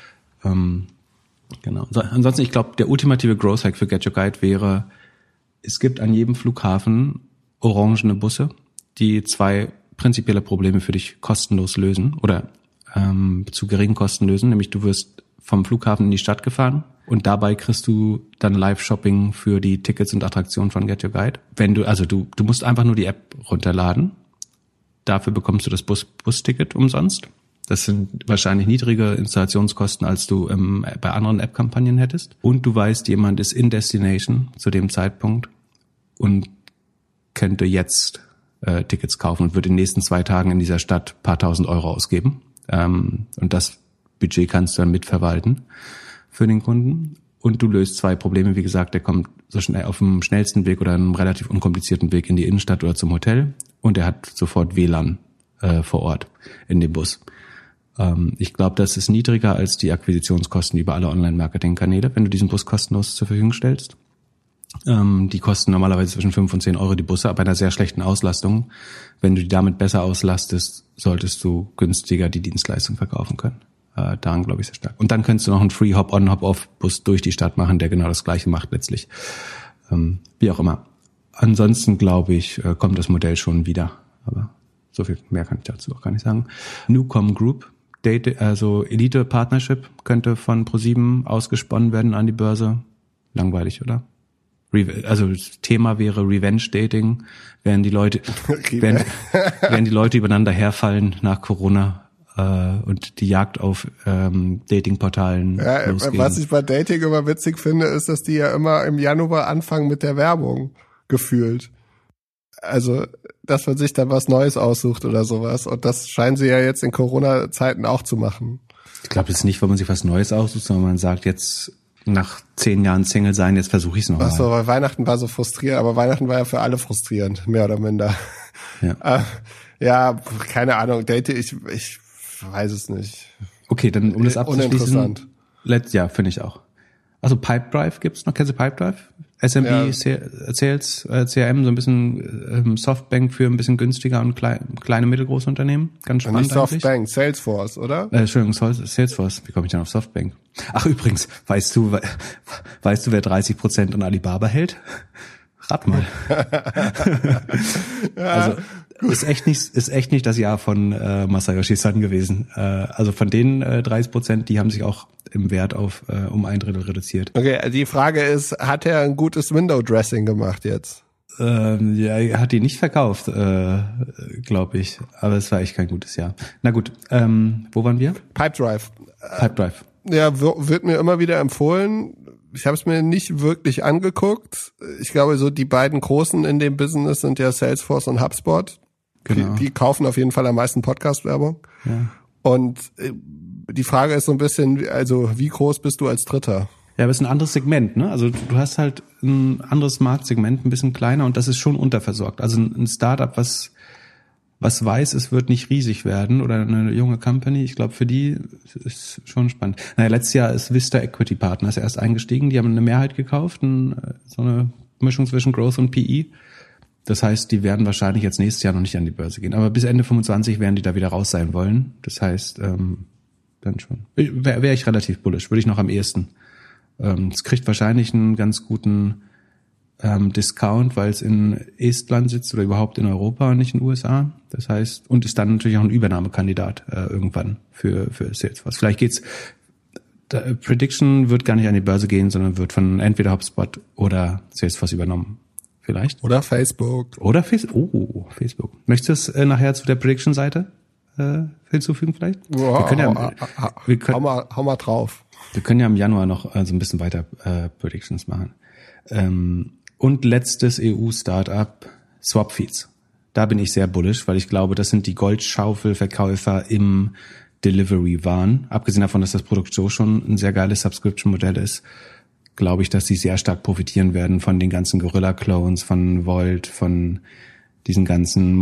Genau. Ansonsten, ich glaube, der ultimative Growth Hack für Get Your Guide wäre, es gibt an jedem Flughafen orangene Busse, die 2 prinzipielle Probleme für dich kostenlos lösen oder zu geringen Kosten lösen. Nämlich du wirst vom Flughafen in die Stadt gefahren und dabei kriegst du dann Live-Shopping für die Tickets und Attraktionen von Get Your Guide. Du musst einfach nur die App runterladen. Dafür bekommst du das Busticket umsonst. Das sind wahrscheinlich niedrige Installationskosten, als du bei anderen App-Kampagnen hättest. Und du weißt, jemand ist in Destination zu dem Zeitpunkt und könnte jetzt Tickets kaufen und wird in den nächsten 2 Tagen in dieser Stadt ein paar tausend Euro ausgeben. Und das Budget kannst du dann mitverwalten für den Kunden. Und du löst 2 Probleme. Wie gesagt, der kommt so schnell auf dem schnellsten Weg oder einem relativ unkomplizierten Weg in die Innenstadt oder zum Hotel. Und er hat sofort WLAN vor Ort in dem Bus. Ich glaube, das ist niedriger als die Akquisitionskosten über alle Online-Marketing-Kanäle, wenn du diesen Bus kostenlos zur Verfügung stellst. Die kosten normalerweise zwischen 5 und 10 Euro die Busse, aber bei einer sehr schlechten Auslastung. Wenn du die damit besser auslastest, solltest du günstiger die Dienstleistung verkaufen können. Daran glaube ich sehr stark. Und dann könntest du noch einen Free Hop-on, Hop-off-Bus durch die Stadt machen, der genau das Gleiche macht letztlich. Wie auch immer. Ansonsten glaube ich, kommt das Modell schon wieder. Aber so viel mehr kann ich dazu auch gar nicht sagen. Newcom Group, also Elite Partnership, könnte von ProSieben ausgesponnen werden an die Börse. Langweilig, oder? Also das Thema wäre Revenge Dating, während die Leute übereinander herfallen nach Corona. und die Jagd auf Datingportalen losgehen. Was ich bei Dating immer witzig finde, ist, dass die ja immer im Januar anfangen mit der Werbung, gefühlt. Also, dass man sich dann was Neues aussucht oder sowas. Und das scheinen sie ja jetzt in Corona-Zeiten auch zu machen. Ich glaube, das ist nicht, weil man sich was Neues aussucht, sondern man sagt jetzt nach 10 Jahren Single sein, jetzt versuche ich es nochmal. Achso, weil Weihnachten war so frustrierend, aber Weihnachten war ja für alle frustrierend, mehr oder minder. Ja, ja, keine Ahnung, Date, ich weiß es nicht. Okay, dann um das abzuschließen. Uninteressant. Ja, finde ich auch. Also Pipedrive gibt's noch, kennst du Pipedrive? SMB, ja. Sales, CRM, so ein bisschen Softbank für ein bisschen günstiger und kleine, mittelgroße Unternehmen. Ganz spannend. Nicht Softbank, eigentlich. Salesforce, oder? Entschuldigung, Salesforce. Wie komme ich denn auf Softbank? Ach, übrigens, weißt du, wer 30% an Alibaba hält? Rat mal. Ja, also, ist echt nicht das Jahr von Masayoshi Son gewesen. Also von den 30%, die haben sich auch im Wert auf um 1/3 reduziert. Okay, die Frage ist, hat er ein gutes Window-Dressing gemacht jetzt? Ja, er hat die nicht verkauft, glaube ich. Aber es war echt kein gutes Jahr. Na gut, wo waren wir? Pipedrive. Pipedrive. Ja, wird mir immer wieder empfohlen. Ich habe es mir nicht wirklich angeguckt. Ich glaube, so die beiden Großen in dem Business sind ja Salesforce und HubSpot. Genau. Die kaufen auf jeden Fall am meisten Podcast-Werbung. Ja. Und die Frage ist so ein bisschen, also wie groß bist du als Dritter? Ja, aber es ist ein anderes Segment, ne? Also du hast halt ein anderes Marktsegment, ein bisschen kleiner und das ist schon unterversorgt. Also ein Startup, was weiß, es wird nicht riesig werden oder eine junge Company, ich glaube, für die ist schon spannend. Naja, letztes Jahr ist Vista Equity Partners erst eingestiegen, die haben eine Mehrheit gekauft, so eine Mischung zwischen Growth und PE. Das heißt, die werden wahrscheinlich jetzt nächstes Jahr noch nicht an die Börse gehen. Aber bis Ende 25 werden die da wieder raus sein wollen. Das heißt, dann schon. Wäre ich relativ bullish, würde ich noch am ehesten. Es kriegt wahrscheinlich einen ganz guten Discount, weil es in Estland sitzt oder überhaupt in Europa und nicht in den USA. Das heißt, und ist dann natürlich auch ein Übernahmekandidat irgendwann für Salesforce. Vielleicht geht's. Prediction wird gar nicht an die Börse gehen, sondern wird von entweder HubSpot oder Salesforce übernommen. Vielleicht. Oder Facebook. Facebook. Möchtest du es nachher zu der Prediction-Seite hinzufügen vielleicht? Wow, hau mal drauf. Wir können ja im Januar noch so ein bisschen weiter Predictions machen. Und letztes EU-Startup, Swapfeeds. Da bin ich sehr bullish, weil ich glaube, das sind die Goldschaufelverkäufer im Delivery-Wahn. Abgesehen davon, dass das Produkt so schon ein sehr geiles Subscription-Modell ist, glaube ich, dass sie sehr stark profitieren werden von den ganzen Gorilla-Clones, von Volt, von diesen ganzen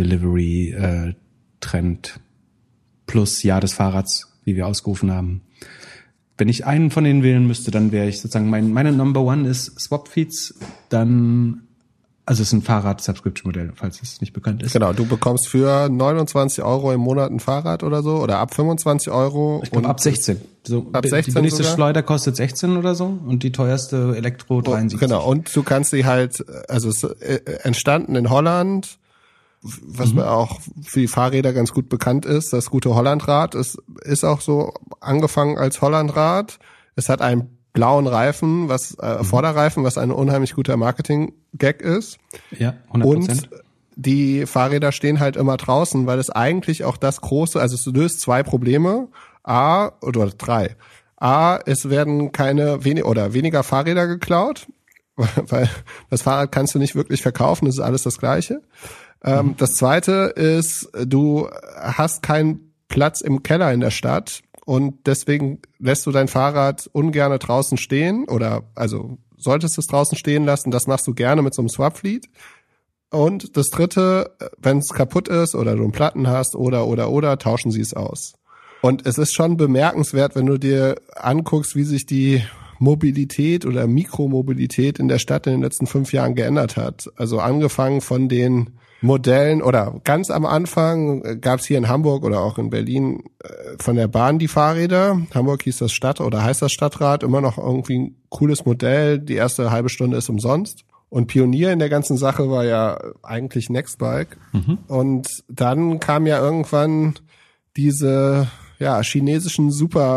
Micro-Delivery-Trend plus Jahr des Fahrrads, wie wir ausgerufen haben. Wenn ich einen von denen wählen müsste, dann wäre ich sozusagen, meine Number One ist Swapfeeds, dann, also es ist ein Fahrrad-Subscription-Modell, falls es nicht bekannt ist. Genau, du bekommst für 29 € im Monat ein Fahrrad oder so, oder ab 25 €. Ich glaube ab 16. So, ab 16 die billigste sogar? Schleuder kostet 16 oder so und die teuerste Elektro 73. Genau, und du kannst die halt, also es ist entstanden in Holland, was mir auch für die Fahrräder ganz gut bekannt ist, das gute Hollandrad. Es ist auch so angefangen als Hollandrad. Es hat einen blauen Reifen, Vorderreifen, was ein unheimlich guter Marketing-Gag ist. Ja, 100%. Und die Fahrräder stehen halt immer draußen, weil es eigentlich auch das große, also es löst 2 Probleme. Oder 3. Es werden weniger Fahrräder geklaut, weil das Fahrrad kannst du nicht wirklich verkaufen, das ist alles das Gleiche. Das Zweite ist, du hast keinen Platz im Keller in der Stadt und deswegen lässt du dein Fahrrad ungerne draußen stehen also solltest es draußen stehen lassen, das machst du gerne mit so einem Swapfleet. Und das Dritte, wenn es kaputt ist oder du einen Platten hast oder, tauschen sie es aus. Und es ist schon bemerkenswert, wenn du dir anguckst, wie sich die Mobilität oder Mikromobilität in der Stadt in den letzten 5 Jahren geändert hat. Also angefangen von den Modellen oder ganz am Anfang gab es hier in Hamburg oder auch in Berlin von der Bahn die Fahrräder. Hamburg hieß das heißt das Stadtrad, immer noch irgendwie ein cooles Modell. Die erste halbe Stunde ist umsonst. Und Pionier in der ganzen Sache war ja eigentlich Nextbike. Und dann kam ja irgendwann diese chinesischen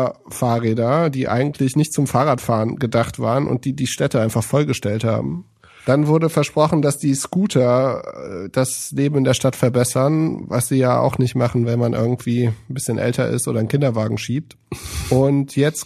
Superfahrräder, die eigentlich nicht zum Fahrradfahren gedacht waren und die Städte einfach vollgestellt haben. Dann wurde versprochen, dass die Scooter das Leben in der Stadt verbessern, was sie ja auch nicht machen, wenn man irgendwie ein bisschen älter ist oder einen Kinderwagen schiebt. Und jetzt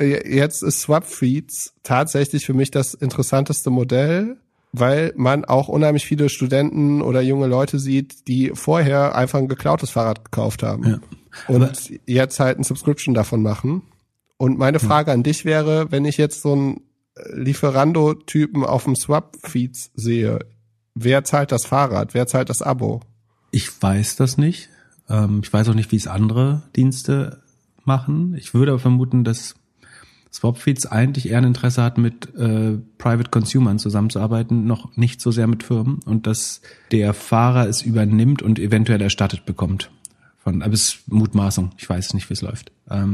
ist Swapfeeds tatsächlich für mich das interessanteste Modell, weil man auch unheimlich viele Studenten oder junge Leute sieht, die vorher einfach ein geklautes Fahrrad gekauft haben. Ja. Und jetzt halt ein Subscription davon machen. Und meine Frage an dich wäre, wenn ich jetzt so einen Lieferando-Typen auf dem Swapfeeds sehe, wer zahlt das Fahrrad? Wer zahlt das Abo? Ich weiß das nicht. Ich weiß auch nicht, wie es andere Dienste machen. Ich würde aber vermuten, dass Swapfeeds eigentlich eher ein Interesse hat, mit Private Consumern zusammenzuarbeiten, noch nicht so sehr mit Firmen, und dass der Fahrer es übernimmt und eventuell erstattet bekommt. Aber es ist Mutmaßung. Ich weiß nicht, wie es läuft.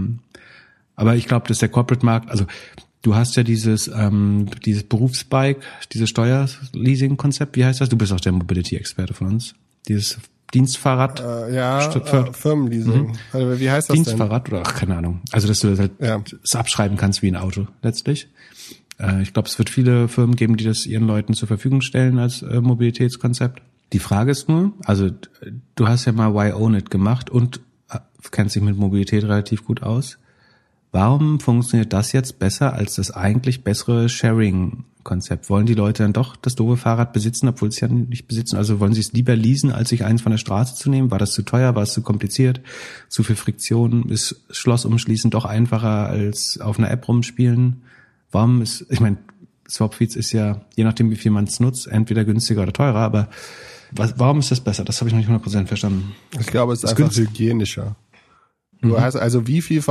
Aber ich glaube, dass der Corporate-Markt, also du hast ja dieses Berufsbike, dieses Steuerleasing-Konzept, wie heißt das? Du bist auch der Mobility-Experte von uns. Dieses Dienstfahrrad. Firmenleasing. Also, wie heißt das Dienstfahrrad denn? Oder keine Ahnung. Also, dass du das halt das abschreiben kannst wie ein Auto letztlich. Ich glaube, es wird viele Firmen geben, die das ihren Leuten zur Verfügung stellen als Mobilitätskonzept. Die Frage ist nur, also du hast ja mal Why Own It gemacht und kennst dich mit Mobilität relativ gut aus. Warum funktioniert das jetzt besser als das eigentlich bessere Sharing-Konzept? Wollen die Leute dann doch das doofe Fahrrad besitzen, obwohl sie es ja nicht besitzen? Also wollen sie es lieber leasen, als sich eins von der Straße zu nehmen? War das zu teuer? War es zu kompliziert? Zu viel Friktion? Ist Schloss umschließen doch einfacher als auf einer App rumspielen? Ich meine, Swapfeeds ist ja, je nachdem wie viel man es nutzt, entweder günstiger oder teurer, aber warum ist das besser? Das habe ich noch nicht 100% verstanden. Ich glaube, es ist einfach hygienischer. Du hast also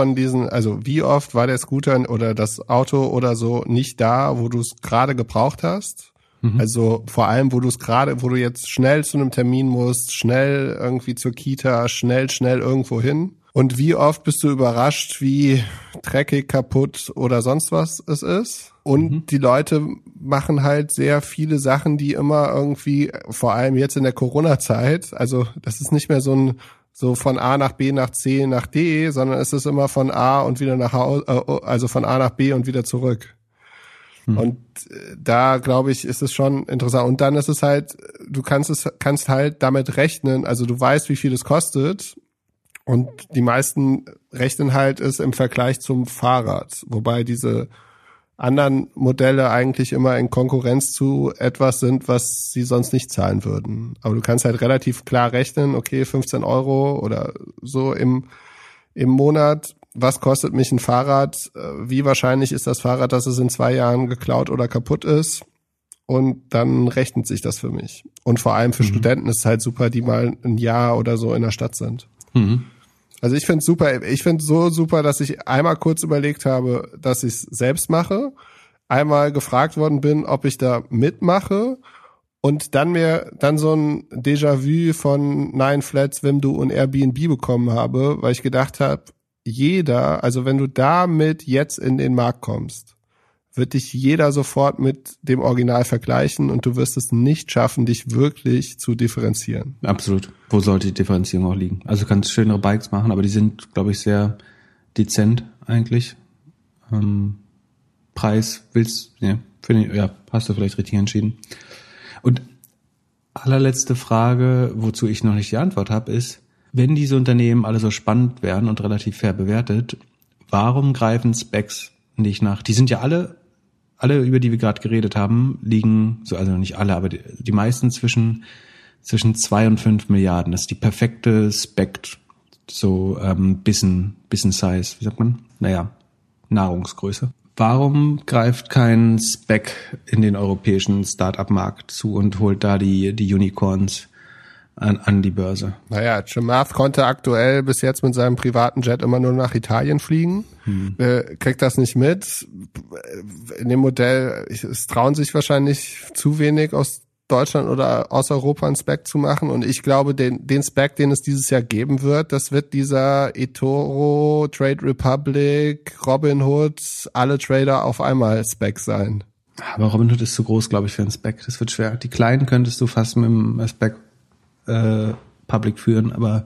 wie oft war der Scooter oder das Auto oder so nicht da, wo du es gerade gebraucht hast? Also vor allem, wo du jetzt schnell zu einem Termin musst, schnell irgendwie zur Kita, schnell irgendwo hin. Und wie oft bist du überrascht, wie dreckig, kaputt oder sonst was es ist? Und die Leute machen halt sehr viele Sachen, die immer irgendwie, vor allem jetzt in der Corona-Zeit, also das ist nicht mehr so von A nach B nach C nach D, sondern es ist immer von A und wieder nach Hause, also von A nach B und wieder zurück. Und da, glaube ich, ist es schon interessant. Und dann ist es halt, du kannst halt damit rechnen, also du weißt, wie viel es kostet. Und die meisten rechnen halt es im Vergleich zum Fahrrad. Wobei diese anderen Modelle eigentlich immer in Konkurrenz zu etwas sind, was sie sonst nicht zahlen würden. Aber du kannst halt relativ klar rechnen, okay, 15 € oder so im Monat. Was kostet mich ein Fahrrad? Wie wahrscheinlich ist das Fahrrad, dass es in 2 Jahren geklaut oder kaputt ist? Und dann rechnet sich das für mich. Und vor allem für Studenten ist es halt super, die mal ein Jahr oder so in der Stadt sind. Also ich finde es super. Ich finde so super, dass ich einmal kurz überlegt habe, dass ich es selbst mache. Einmal gefragt worden bin, ob ich da mitmache. Und dann so ein Déjà-vu von 9 Flats, Wimdu und Airbnb bekommen habe, weil ich gedacht habe, also wenn du damit jetzt in den Markt kommst, wird dich jeder sofort mit dem Original vergleichen und du wirst es nicht schaffen, dich wirklich zu differenzieren. Absolut. Wo sollte die Differenzierung auch liegen? Also du kannst schönere Bikes machen, aber die sind, glaube ich, sehr dezent eigentlich. Preis hast du vielleicht richtig entschieden. Und allerletzte Frage, wozu ich noch nicht die Antwort habe, ist, wenn diese Unternehmen alle so spannend werden und relativ fair bewertet, warum greifen Specs nicht nach? Die sind ja alle, über die wir gerade geredet haben, liegen, so, also nicht alle, aber die meisten zwischen 2 und 5 Milliarden. Das ist die perfekte Spec, so Bissen Size, wie sagt man? Nahrungsgröße. Warum greift kein Spec in den europäischen Start-up-Markt zu und holt da die Unicorns an die Börse? Naja, Chamath konnte aktuell bis jetzt mit seinem privaten Jet immer nur nach Italien fliegen. Kriegt das nicht mit. In dem Modell, es trauen sich wahrscheinlich zu wenig aus Deutschland oder aus Europa einen Spec zu machen. Und ich glaube, den Spec, den es dieses Jahr geben wird, das wird dieser eToro, Trade Republic, Robinhood, alle Trader auf einmal Spec sein. Aber Robinhood ist zu groß, glaube ich, für einen Spec. Das wird schwer. Die kleinen könntest du fast mit dem Spec Public führen, aber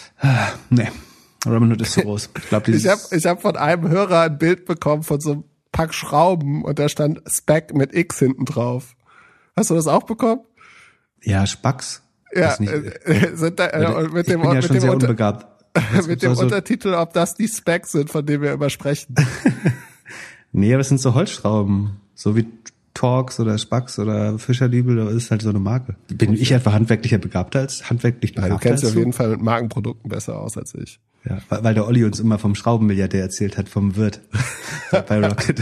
nee, Robinhood ist zu groß. Ich glaube, ich hab von einem Hörer ein Bild bekommen von so einem Pack Schrauben und da stand Spec mit X hinten drauf. Hast du das auch bekommen? Ja, Spacks. Ja, mit dem, ich bin ja schon sehr unbegabt. Mit dem Untertitel, ob das die Specs sind, von denen wir immer sprechen. Nee, aber es sind so Holzschrauben. So wie Torx oder Spacks oder Fischerdübel, das ist halt so eine Marke. Bin ich einfach handwerklicher Begabter als handwerklich Begabter? Du kennst dich auf jeden Fall mit Markenprodukten besser aus als ich. Ja, weil der Olli uns immer vom Schraubenmilliardär erzählt hat, vom Wirt bei Rocket.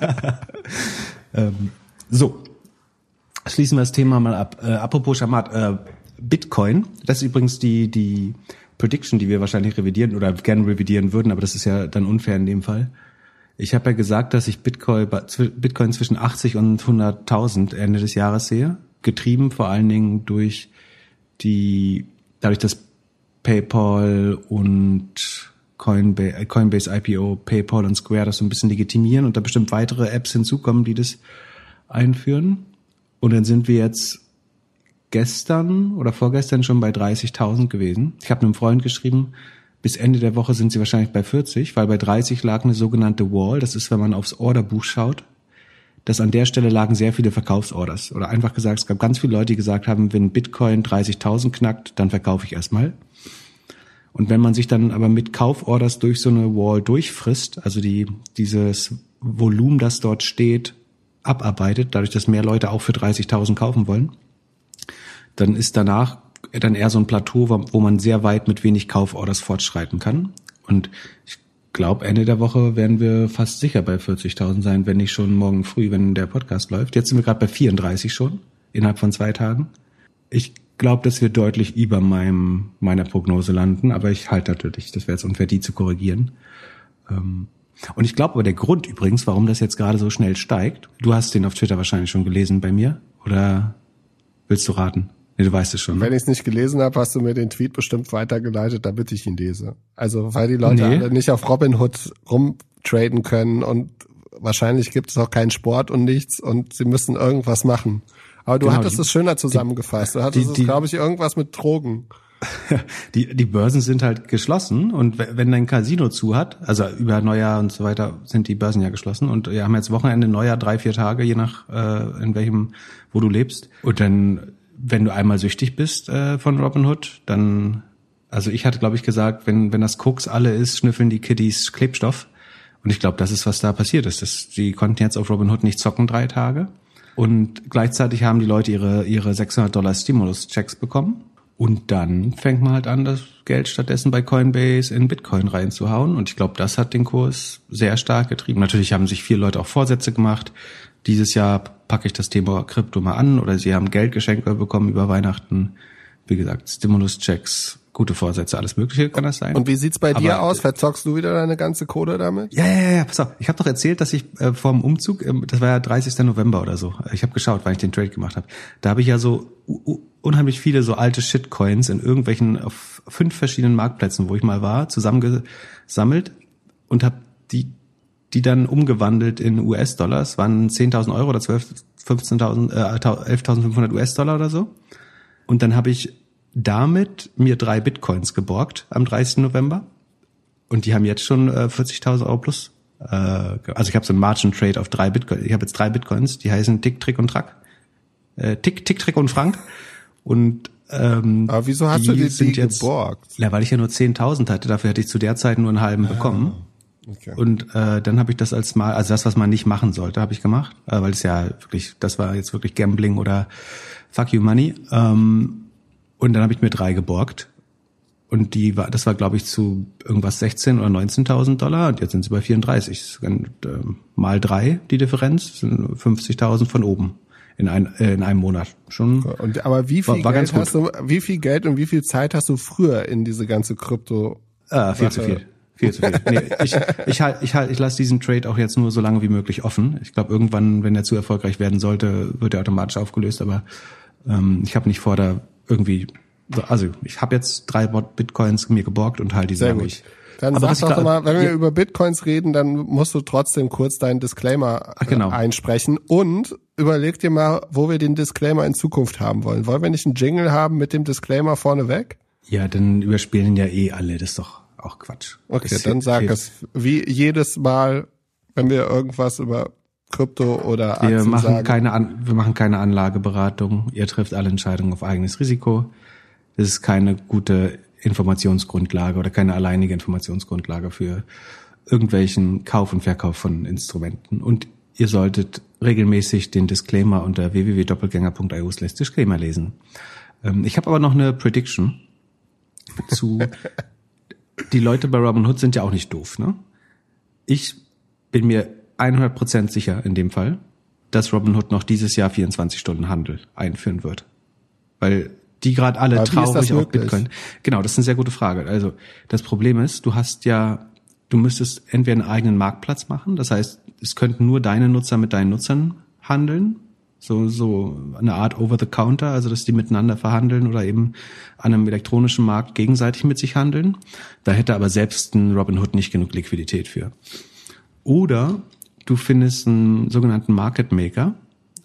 So, schließen wir das Thema mal ab. Apropos Schamat, Bitcoin, das ist übrigens die Prediction, die wir wahrscheinlich revidieren oder gerne revidieren würden, aber das ist ja dann unfair in dem Fall. Ich habe ja gesagt, dass ich Bitcoin zwischen 80 und 100.000 Ende des Jahres sehe, getrieben vor allen Dingen dadurch, dass PayPal und Coinbase IPO, PayPal und Square das so ein bisschen legitimieren und da bestimmt weitere Apps hinzukommen, die das einführen. Und dann sind wir jetzt gestern oder vorgestern schon bei 30.000 gewesen. Ich habe einem Freund geschrieben, bis Ende der Woche sind sie wahrscheinlich bei 40, weil bei 30 lag eine sogenannte Wall. Das ist, wenn man aufs Orderbuch schaut, dass an der Stelle lagen sehr viele Verkaufsorders. Oder einfach gesagt, es gab ganz viele Leute, die gesagt haben, wenn Bitcoin 30.000 knackt, dann verkaufe ich erstmal. Und wenn man sich dann aber mit Kauforders durch so eine Wall durchfrisst, also dieses Volumen, das dort steht, abarbeitet, dadurch, dass mehr Leute auch für 30.000 kaufen wollen, dann ist danach dann eher so ein Plateau, wo man sehr weit mit wenig Kauforders fortschreiten kann. Und ich glaube, Ende der Woche werden wir fast sicher bei 40.000 sein, wenn nicht schon morgen früh, wenn der Podcast läuft. Jetzt sind wir gerade bei 34 schon, innerhalb von 2 Tagen. Ich glaube, dass wir deutlich über meiner Prognose landen, aber ich halte natürlich, das wäre jetzt unfair, die zu korrigieren. Und ich glaube aber, der Grund übrigens, warum das jetzt gerade so schnell steigt, du hast den auf Twitter wahrscheinlich schon gelesen bei mir, oder willst du raten? Nee, du weißt es schon. Wenn ich es nicht gelesen habe, hast du mir den Tweet bestimmt weitergeleitet, damit ich ihn lese. Also weil die Leute alle nicht auf Robinhood rumtraden können und wahrscheinlich gibt es auch keinen Sport und nichts und sie müssen irgendwas machen. Aber du hattest es schöner zusammengefasst. Du hattest es, glaube ich, irgendwas mit Drogen. Die Börsen sind halt geschlossen und wenn dein Casino zu hat, also über Neujahr und so weiter sind die Börsen ja geschlossen und wir haben jetzt Wochenende, Neujahr, 3-4 Tage, je nach in welchem, wo du lebst. Und dann, wenn du einmal süchtig bist von Robinhood, dann, also ich hatte, glaube ich, gesagt, wenn das Koks alle ist, schnüffeln die Kiddies Klebstoff. Und ich glaube, das ist, was da passiert ist. Die konnten jetzt auf Robinhood nicht zocken 3 Tage. Und gleichzeitig haben die Leute ihre $600 Stimulus-Checks bekommen. Und dann fängt man halt an, das Geld stattdessen bei Coinbase in Bitcoin reinzuhauen. Und ich glaube, das hat den Kurs sehr stark getrieben. Natürlich haben sich viele Leute auch Vorsätze gemacht. Dieses Jahr packe ich das Thema Krypto mal an. Oder sie haben Geld geschenkt bekommen über Weihnachten. Wie gesagt, Stimulus-Checks, gute Vorsätze, alles Mögliche kann das sein. Und wie sieht's bei dir aus? Verzockst du wieder deine ganze Kohle damit? Ja, pass auf. Ich habe doch erzählt, dass ich vorm Umzug, das war ja 30. November oder so, ich habe geschaut, wann ich den Trade gemacht habe. Da habe ich ja so unheimlich viele so alte Shitcoins in irgendwelchen, auf 5 verschiedenen Marktplätzen, wo ich mal war, zusammengesammelt und habe die dann umgewandelt in US-Dollars, waren 10.000 Euro oder 11.500 US-Dollar oder so. Und dann habe ich damit mir 3 Bitcoins geborgt am 30. November. Und die haben jetzt schon 40.000 Euro plus. Also ich habe so einen Margin Trade auf 3 Bitcoins. Ich habe jetzt 3 Bitcoins, die heißen Tick, Trick und Track. Tick, Trick und Frank. Und aber wieso hast du die geborgt? Ja, weil ich ja nur 10.000 hatte. Dafür hätte ich zu der Zeit nur einen halben bekommen. Okay. Und dann habe ich das also das, was man nicht machen sollte, habe ich gemacht. Weil es ja wirklich, das war jetzt wirklich Gambling oder Fuck you Money. Und dann habe ich mir 3 geborgt. Und das war, glaube ich, zu irgendwas 16.000 oder 19.000 Dollar. Und jetzt sind sie bei 34. Und, mal 3, die Differenz, sind 50.000 von oben in einem Monat. Schon. Aber wie viel Geld und wie viel Zeit hast du früher in diese ganze Krypto? Viel zu viel. Nee, ich lasse diesen Trade auch jetzt nur so lange wie möglich offen. Ich glaube, irgendwann, wenn er zu erfolgreich werden sollte, wird er automatisch aufgelöst. Aber ich habe nicht vor, da irgendwie, also ich habe jetzt 3 Bitcoins mir geborgt und halte die sehr gut. Dann sag doch mal, wenn wir über Bitcoins reden, dann musst du trotzdem kurz deinen Disclaimer einsprechen und überleg dir mal, wo wir den Disclaimer in Zukunft haben wollen. Wollen wir nicht einen Jingle haben mit dem Disclaimer vorneweg? Ja, dann überspielen ja alle, das ist doch auch Quatsch. Okay, dann sag es wie jedes Mal wenn wir irgendwas über Krypto oder Aktien sagen? Wir machen keine Anlageberatung. Ihr trifft alle Entscheidungen auf eigenes Risiko. Das ist keine gute Informationsgrundlage oder keine alleinige Informationsgrundlage für irgendwelchen Kauf und Verkauf von Instrumenten. Und ihr solltet regelmäßig den Disclaimer unter www.doppelgänger.io/Disclaimer lesen. Ich habe aber noch eine Prediction zu, die Leute bei Robinhood sind ja auch nicht doof, ne? Ich bin mir 100% sicher in dem Fall, dass Robinhood noch dieses Jahr 24-Stunden-Handel einführen wird. Weil die gerade alle aber traurig auf Bitcoin. Genau, das ist eine sehr gute Frage. Also das Problem ist, du müsstest entweder einen eigenen Marktplatz machen, das heißt, es könnten nur deine Nutzer mit deinen Nutzern handeln, so eine Art Over-the-Counter, also dass die miteinander verhandeln oder eben an einem elektronischen Markt gegenseitig mit sich handeln. Da hätte aber selbst ein Robinhood nicht genug Liquidität für. Oder du findest einen sogenannten Market Maker,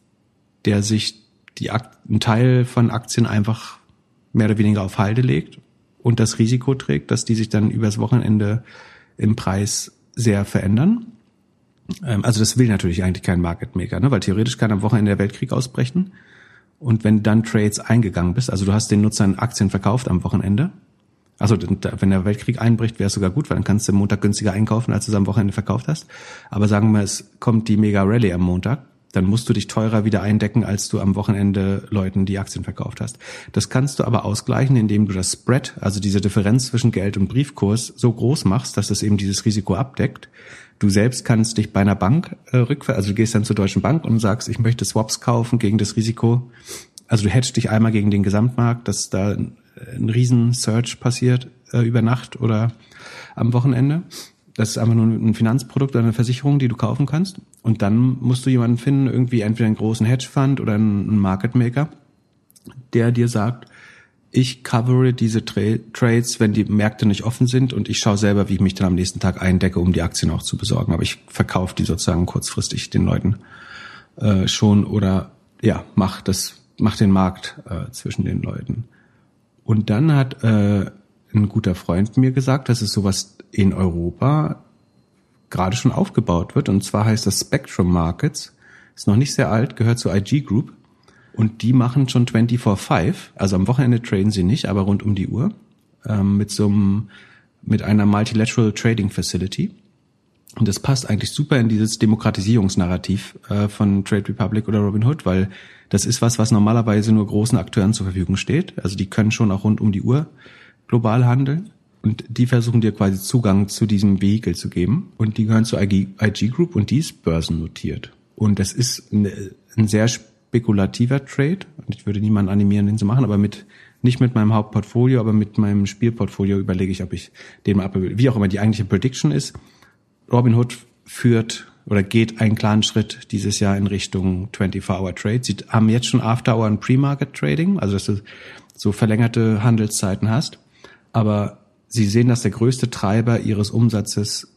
der sich einen Teil von Aktien einfach mehr oder weniger auf Halde legt und das Risiko trägt, dass die sich dann übers Wochenende im Preis sehr verändern. Also das will natürlich eigentlich kein Market Maker, ne? Weil theoretisch kann am Wochenende der Weltkrieg ausbrechen. Und wenn du dann Trades eingegangen bist, also du hast den Nutzern Aktien verkauft am Wochenende. Also wenn der Weltkrieg einbricht, wäre es sogar gut, weil dann kannst du am Montag günstiger einkaufen, als du es am Wochenende verkauft hast. Aber sagen wir, es kommt die Mega Rallye am Montag, dann musst du dich teurer wieder eindecken, als du am Wochenende Leuten die Aktien verkauft hast. Das kannst du aber ausgleichen, indem du das Spread, also diese Differenz zwischen Geld und Briefkurs, so groß machst, dass das eben dieses Risiko abdeckt. Du selbst kannst dich bei einer Bank also du gehst dann zur Deutschen Bank und sagst, ich möchte Swaps kaufen gegen das Risiko. Also du hedgst dich einmal gegen den Gesamtmarkt, dass da ein riesen Surge passiert über Nacht oder am Wochenende. Das ist einfach nur ein Finanzprodukt oder eine Versicherung, die du kaufen kannst. Und dann musst du jemanden finden, irgendwie entweder einen großen Hedgefund oder einen Market Maker, der dir sagt, ich covere diese Trades, wenn die Märkte nicht offen sind und ich schaue selber, wie ich mich dann am nächsten Tag eindecke, um die Aktien auch zu besorgen. Aber ich verkaufe die sozusagen kurzfristig den Leuten schon oder ja, mach den Markt zwischen den Leuten. Und dann hat ein guter Freund mir gesagt, dass es sowas in Europa gerade schon aufgebaut wird. Und zwar heißt das Spectrum Markets. Ist noch nicht sehr alt, gehört zur IG Group. Und die machen schon 24/5. Also am Wochenende traden sie nicht, aber rund um die Uhr. Mit einer Multilateral Trading Facility. Und das passt eigentlich super in dieses Demokratisierungsnarrativ von Trade Republic oder Robinhood, weil das ist was normalerweise nur großen Akteuren zur Verfügung steht. Also die können schon auch rund um die Uhr global handeln. Und die versuchen dir quasi Zugang zu diesem Vehikel zu geben. Und die gehören zur IG Group und die ist börsennotiert. Und das ist ein sehr spekulativer Trade. Und ich würde niemanden animieren, den zu machen, aber nicht mit meinem Hauptportfolio, aber mit meinem Spielportfolio überlege ich, ob ich den mal abbilde. Wie auch immer die eigentliche Prediction ist. Robinhood führt oder geht einen kleinen Schritt dieses Jahr in Richtung 24-Hour-Trade. Sie haben jetzt schon After-Hour und Pre-Market-Trading, also dass du so verlängerte Handelszeiten hast. Aber sie sehen, dass der größte Treiber ihres Umsatzes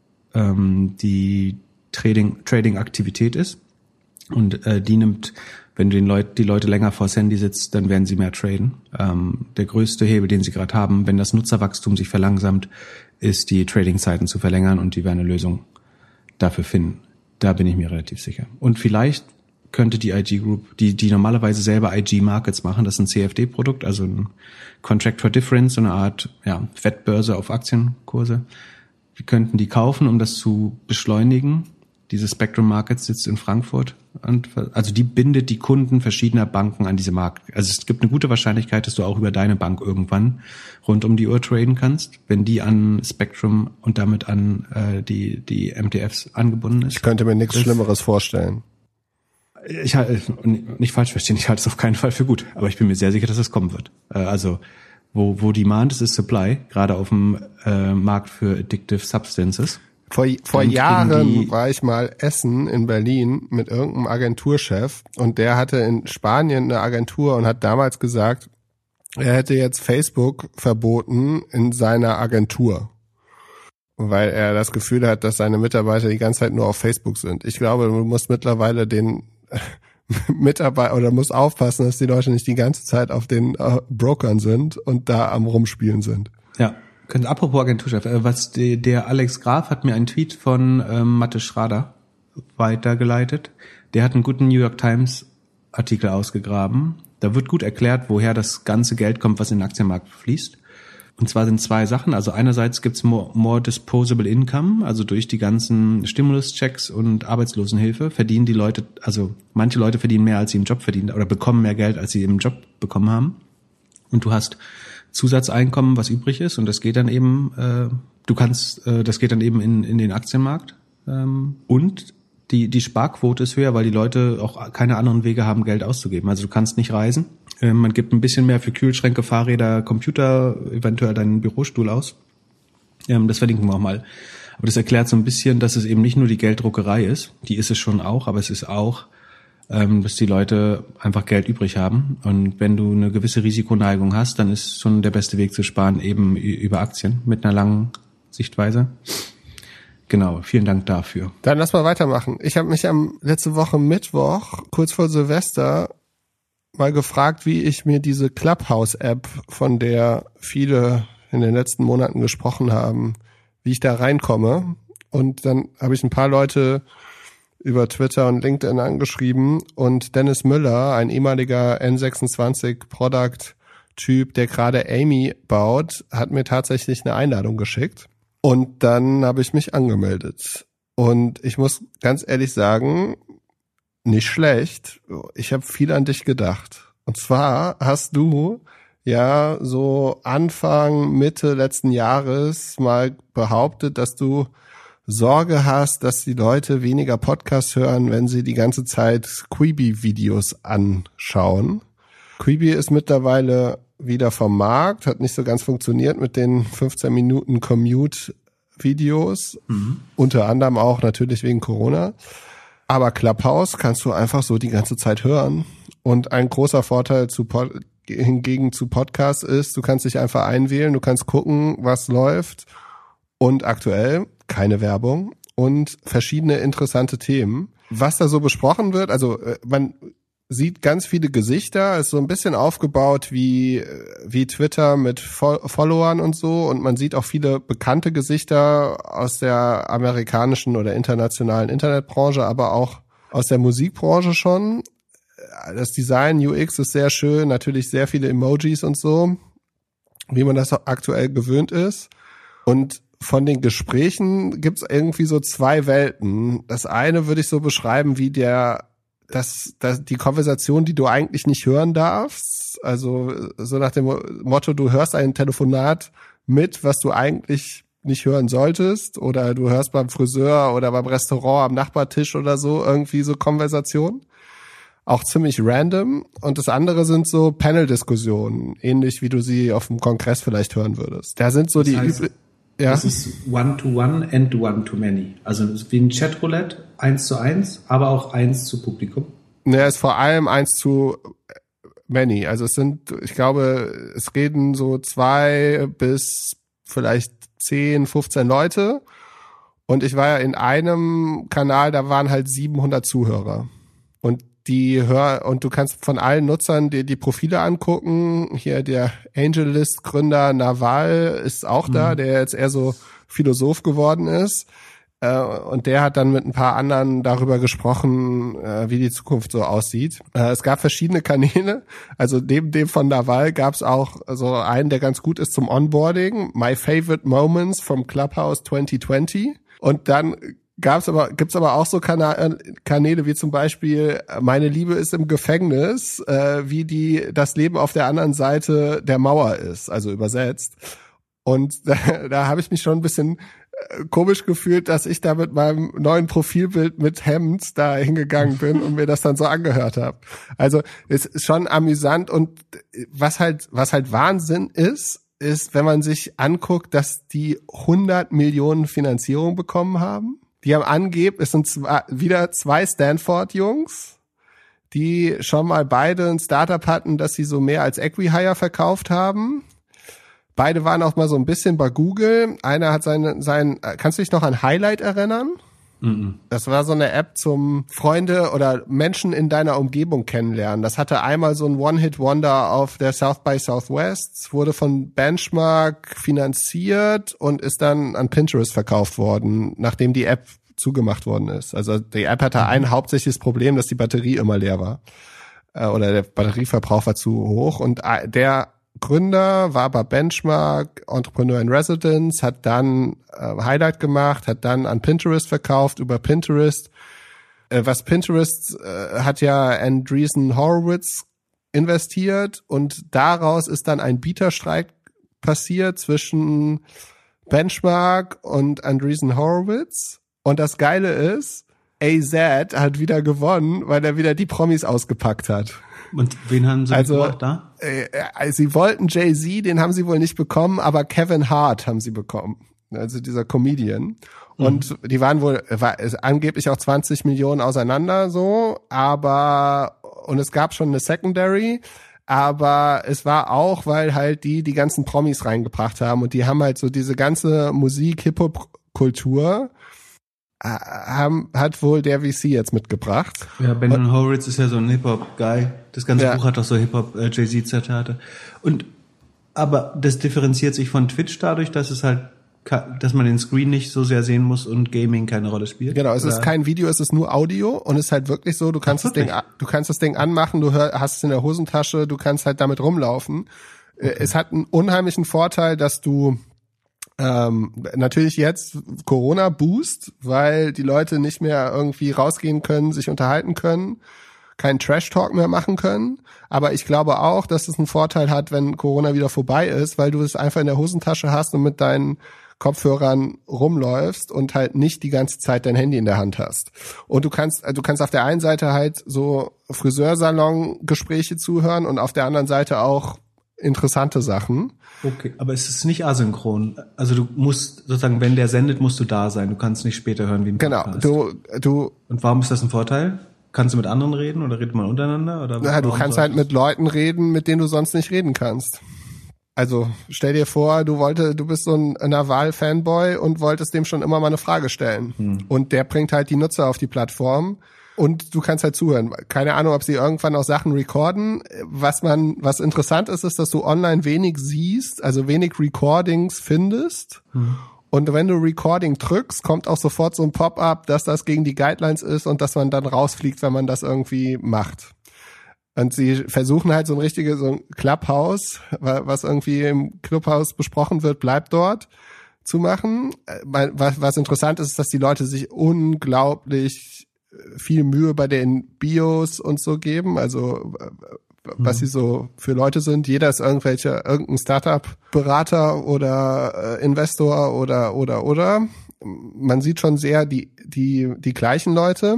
die Trading-Aktivität ist. Und die nimmt, wenn du die Leute länger vors Handy sitzt, dann werden sie mehr traden. Der größte Hebel, den sie gerade haben, wenn das Nutzerwachstum sich verlangsamt, ist die Trading-Zeiten zu verlängern und die werden eine Lösung dafür finden. Da bin ich mir relativ sicher. Und vielleicht könnte die IG Group, die normalerweise selber IG Markets machen, das ist ein CFD-Produkt, also ein Contract for Difference, so eine Art Wettbörse auf Aktienkurse. Wir könnten die kaufen, um das zu beschleunigen. Diese Spectrum Markets sitzt in Frankfurt. Also die bindet die Kunden verschiedener Banken an diese Markt. Also es gibt eine gute Wahrscheinlichkeit, dass du auch über deine Bank irgendwann rund um die Uhr traden kannst, wenn die an Spectrum und damit an die MTFs angebunden ist. Ich könnte mir nichts Schlimmeres vorstellen. Ich halte, nicht falsch verstehen, ich halte es auf keinen Fall für gut, aber ich bin mir sehr sicher, dass es kommen wird. Also wo Demand ist Supply, gerade auf dem Markt für Addictive Substances. Vor Jahren war ich mal essen in Berlin mit irgendeinem Agenturchef und der hatte in Spanien eine Agentur und hat damals gesagt, er hätte jetzt Facebook verboten in seiner Agentur, weil er das Gefühl hat, dass seine Mitarbeiter die ganze Zeit nur auf Facebook sind. Ich glaube, du musst mittlerweile den Mitarbeiter oder musst aufpassen, dass die Leute nicht die ganze Zeit auf den Brokern sind und da am Rumspielen sind. Ja, Apropos Agenturchef, der Alex Graf hat mir einen Tweet von Matte Schrader weitergeleitet. Der hat einen guten New York Times Artikel ausgegraben. Da wird gut erklärt, woher das ganze Geld kommt, was in den Aktienmarkt fließt. Und zwar sind zwei Sachen. Also einerseits gibt's more disposable income, also durch die ganzen Stimulus-Checks und Arbeitslosenhilfe verdienen die Leute, also manche Leute verdienen mehr, als sie im Job verdienen oder bekommen mehr Geld, als sie im Job bekommen haben. Und du hast Zusatzeinkommen, was übrig ist, und das geht dann eben, das geht dann eben in den Aktienmarkt. Und die Sparquote ist höher, weil die Leute auch keine anderen Wege haben, Geld auszugeben. Also du kannst nicht reisen. Man gibt ein bisschen mehr für Kühlschränke, Fahrräder, Computer, eventuell deinen Bürostuhl aus. Das verlinken wir auch mal. Aber das erklärt so ein bisschen, dass es eben nicht nur die Gelddruckerei ist. Die ist es schon auch, aber es ist auch, dass die Leute einfach Geld übrig haben. Und wenn du eine gewisse Risikoneigung hast, dann ist schon der beste Weg zu sparen eben über Aktien mit einer langen Sichtweise. Genau, vielen Dank dafür. Dann lass mal weitermachen. Ich habe mich letzte Woche Mittwoch, kurz vor Silvester, mal gefragt, wie ich mir diese Clubhouse-App, von der viele in den letzten Monaten gesprochen haben, wie ich da reinkomme. Und dann habe ich ein paar Leute über Twitter und LinkedIn angeschrieben, und Dennis Müller, ein ehemaliger N26-Product-Typ, der gerade Amy baut, hat mir tatsächlich eine Einladung geschickt. Und dann habe ich mich angemeldet. Und ich muss ganz ehrlich sagen, nicht schlecht. Ich habe viel an dich gedacht. Und zwar hast du ja so Anfang, Mitte letzten Jahres mal behauptet, dass du Sorge hast, dass die Leute weniger Podcasts hören, wenn sie die ganze Zeit Quibi-Videos anschauen. Quibi ist mittlerweile wieder vom Markt, hat nicht so ganz funktioniert mit den 15 Minuten Commute-Videos, unter anderem auch natürlich wegen Corona. Aber Clubhouse kannst du einfach so die ganze Zeit hören. Und ein großer Vorteil hingegen zu Podcasts ist, du kannst dich einfach einwählen, du kannst gucken, was läuft, und aktuell keine Werbung und verschiedene interessante Themen. Was da so besprochen wird, also man sieht ganz viele Gesichter, ist so ein bisschen aufgebaut wie Twitter mit Followern und so, und man sieht auch viele bekannte Gesichter aus der amerikanischen oder internationalen Internetbranche, aber auch aus der Musikbranche schon. Das Design, UX ist sehr schön, natürlich sehr viele Emojis und so, wie man das aktuell gewöhnt ist. Und von den Gesprächen gibt's irgendwie so zwei Welten. Das eine würde ich so beschreiben wie die Konversation, die du eigentlich nicht hören darfst. Also so nach dem Motto, du hörst ein Telefonat mit, was du eigentlich nicht hören solltest, oder du hörst beim Friseur oder beim Restaurant am Nachbartisch oder so irgendwie so Konversationen. Auch ziemlich random. Und das andere sind so Panel-Diskussionen, ähnlich wie du sie auf dem Kongress vielleicht hören würdest. Da sind so Das ist One-to-One and One-to-Many. Also wie ein Chatroulette, 1:1, aber auch 1 zu Publikum. Ja, ist vor allem 1 zu Many. Also ich glaube, es reden so 2 bis vielleicht 10, 15 Leute. Und ich war ja in einem Kanal, da waren halt 700 Zuhörer. Und du kannst von allen Nutzern dir die Profile angucken. Hier der AngelList-Gründer Naval ist auch da, der jetzt eher so Philosoph geworden ist. Und der hat dann mit ein paar anderen darüber gesprochen, wie die Zukunft so aussieht. Es gab verschiedene Kanäle. Also neben dem von Naval gab es auch so einen, der ganz gut ist zum Onboarding. My Favorite Moments from Clubhouse 2020. Und dann gibt's aber auch so Kanäle wie zum Beispiel Meine Liebe ist im Gefängnis, wie das Leben auf der anderen Seite der Mauer ist, also übersetzt. Und da habe ich mich schon ein bisschen komisch gefühlt, dass ich da mit meinem neuen Profilbild mit Hemd da hingegangen bin und mir das dann so angehört habe. Also es ist schon amüsant, und was halt Wahnsinn ist, wenn man sich anguckt, dass die 100 Millionen Finanzierung bekommen haben. Die haben es sind wieder 2 Stanford-Jungs, die schon mal beide ein Startup hatten, das sie so mehr als Acquihire verkauft haben. Beide waren auch mal so ein bisschen bei Google. Einer hat kannst du dich noch an Highlight erinnern? Das war so eine App zum Freunde oder Menschen in deiner Umgebung kennenlernen. Das hatte einmal so ein One-Hit-Wonder auf der South by Southwest, wurde von Benchmark finanziert und ist dann an Pinterest verkauft worden, nachdem die App zugemacht worden ist. Also die App hatte ein hauptsächliches Problem, dass die Batterie immer leer war. Oder der Batterieverbrauch war zu hoch. Und der Gründer war bei Benchmark, Entrepreneur in Residence, hat dann Highlight gemacht, hat dann an Pinterest verkauft über Pinterest. Was Pinterest hat ja Andreessen Horowitz investiert und daraus ist dann ein Bieterstreit passiert zwischen Benchmark und Andreessen Horowitz. Und das Geile ist, AZ hat wieder gewonnen, weil er wieder die Promis ausgepackt hat. Und wen haben sie gebracht da? Sie wollten Jay-Z, den haben sie wohl nicht bekommen, aber Kevin Hart haben sie bekommen. Also dieser Comedian. Und die waren angeblich auch 20 Millionen auseinander so, und es gab schon eine Secondary, aber es war auch, weil halt die ganzen Promis reingebracht haben und die haben halt so diese ganze Musik-Hip-Hop-Kultur hat wohl der VC jetzt mitgebracht. Ja, Ben Horowitz ist ja so ein Hip-Hop-Guy. Das ganze Buch hat doch so Hip-Hop-Jay-Z-Zitate. Aber das differenziert sich von Twitch dadurch, dass es halt, dass man den Screen nicht so sehr sehen muss und Gaming keine Rolle spielt. Genau, es ist kein Video, es ist nur Audio und es ist halt wirklich so, du kannst das Ding anmachen, hast es in der Hosentasche, du kannst halt damit rumlaufen. Okay. Es hat einen unheimlichen Vorteil, dass du natürlich jetzt Corona-Boost, weil die Leute nicht mehr irgendwie rausgehen können, sich unterhalten können, keinen Trash-Talk mehr machen können. Aber ich glaube auch, dass es einen Vorteil hat, wenn Corona wieder vorbei ist, weil du es einfach in der Hosentasche hast und mit deinen Kopfhörern rumläufst und halt nicht die ganze Zeit dein Handy in der Hand hast. Und du kannst auf der einen Seite halt so Friseursalon-Gespräche zuhören und auf der anderen Seite auch interessante Sachen. Okay, aber es ist nicht asynchron. Also du musst sozusagen, wenn der sendet, musst du da sein. Du kannst nicht später hören, wie ein Podcast. Genau, du. Und warum ist das ein Vorteil? Kannst du mit anderen reden oder redet man untereinander? Oder ja, du kannst halt mit Leuten reden, mit denen du sonst nicht reden kannst. Also stell dir vor, du bist so ein Naval-Fanboy und wolltest dem schon immer mal eine Frage stellen. Und der bringt halt die Nutzer auf die Plattform. Und du kannst halt zuhören. Keine Ahnung, ob sie irgendwann auch Sachen recorden. Was interessant ist, dass du online wenig siehst, also wenig Recordings findest. Und wenn du Recording drückst, kommt auch sofort so ein Pop-up, dass das gegen die Guidelines ist und dass man dann rausfliegt, wenn man das irgendwie macht. Und sie versuchen halt so ein Clubhouse, was irgendwie im Clubhouse besprochen wird, bleibt dort zu machen. Was interessant ist, dass die Leute sich unglaublich viel Mühe bei den Bios und so geben, also was sie so für Leute sind. Jeder ist irgendein Startup-Berater oder Investor oder. Man sieht schon sehr die gleichen Leute.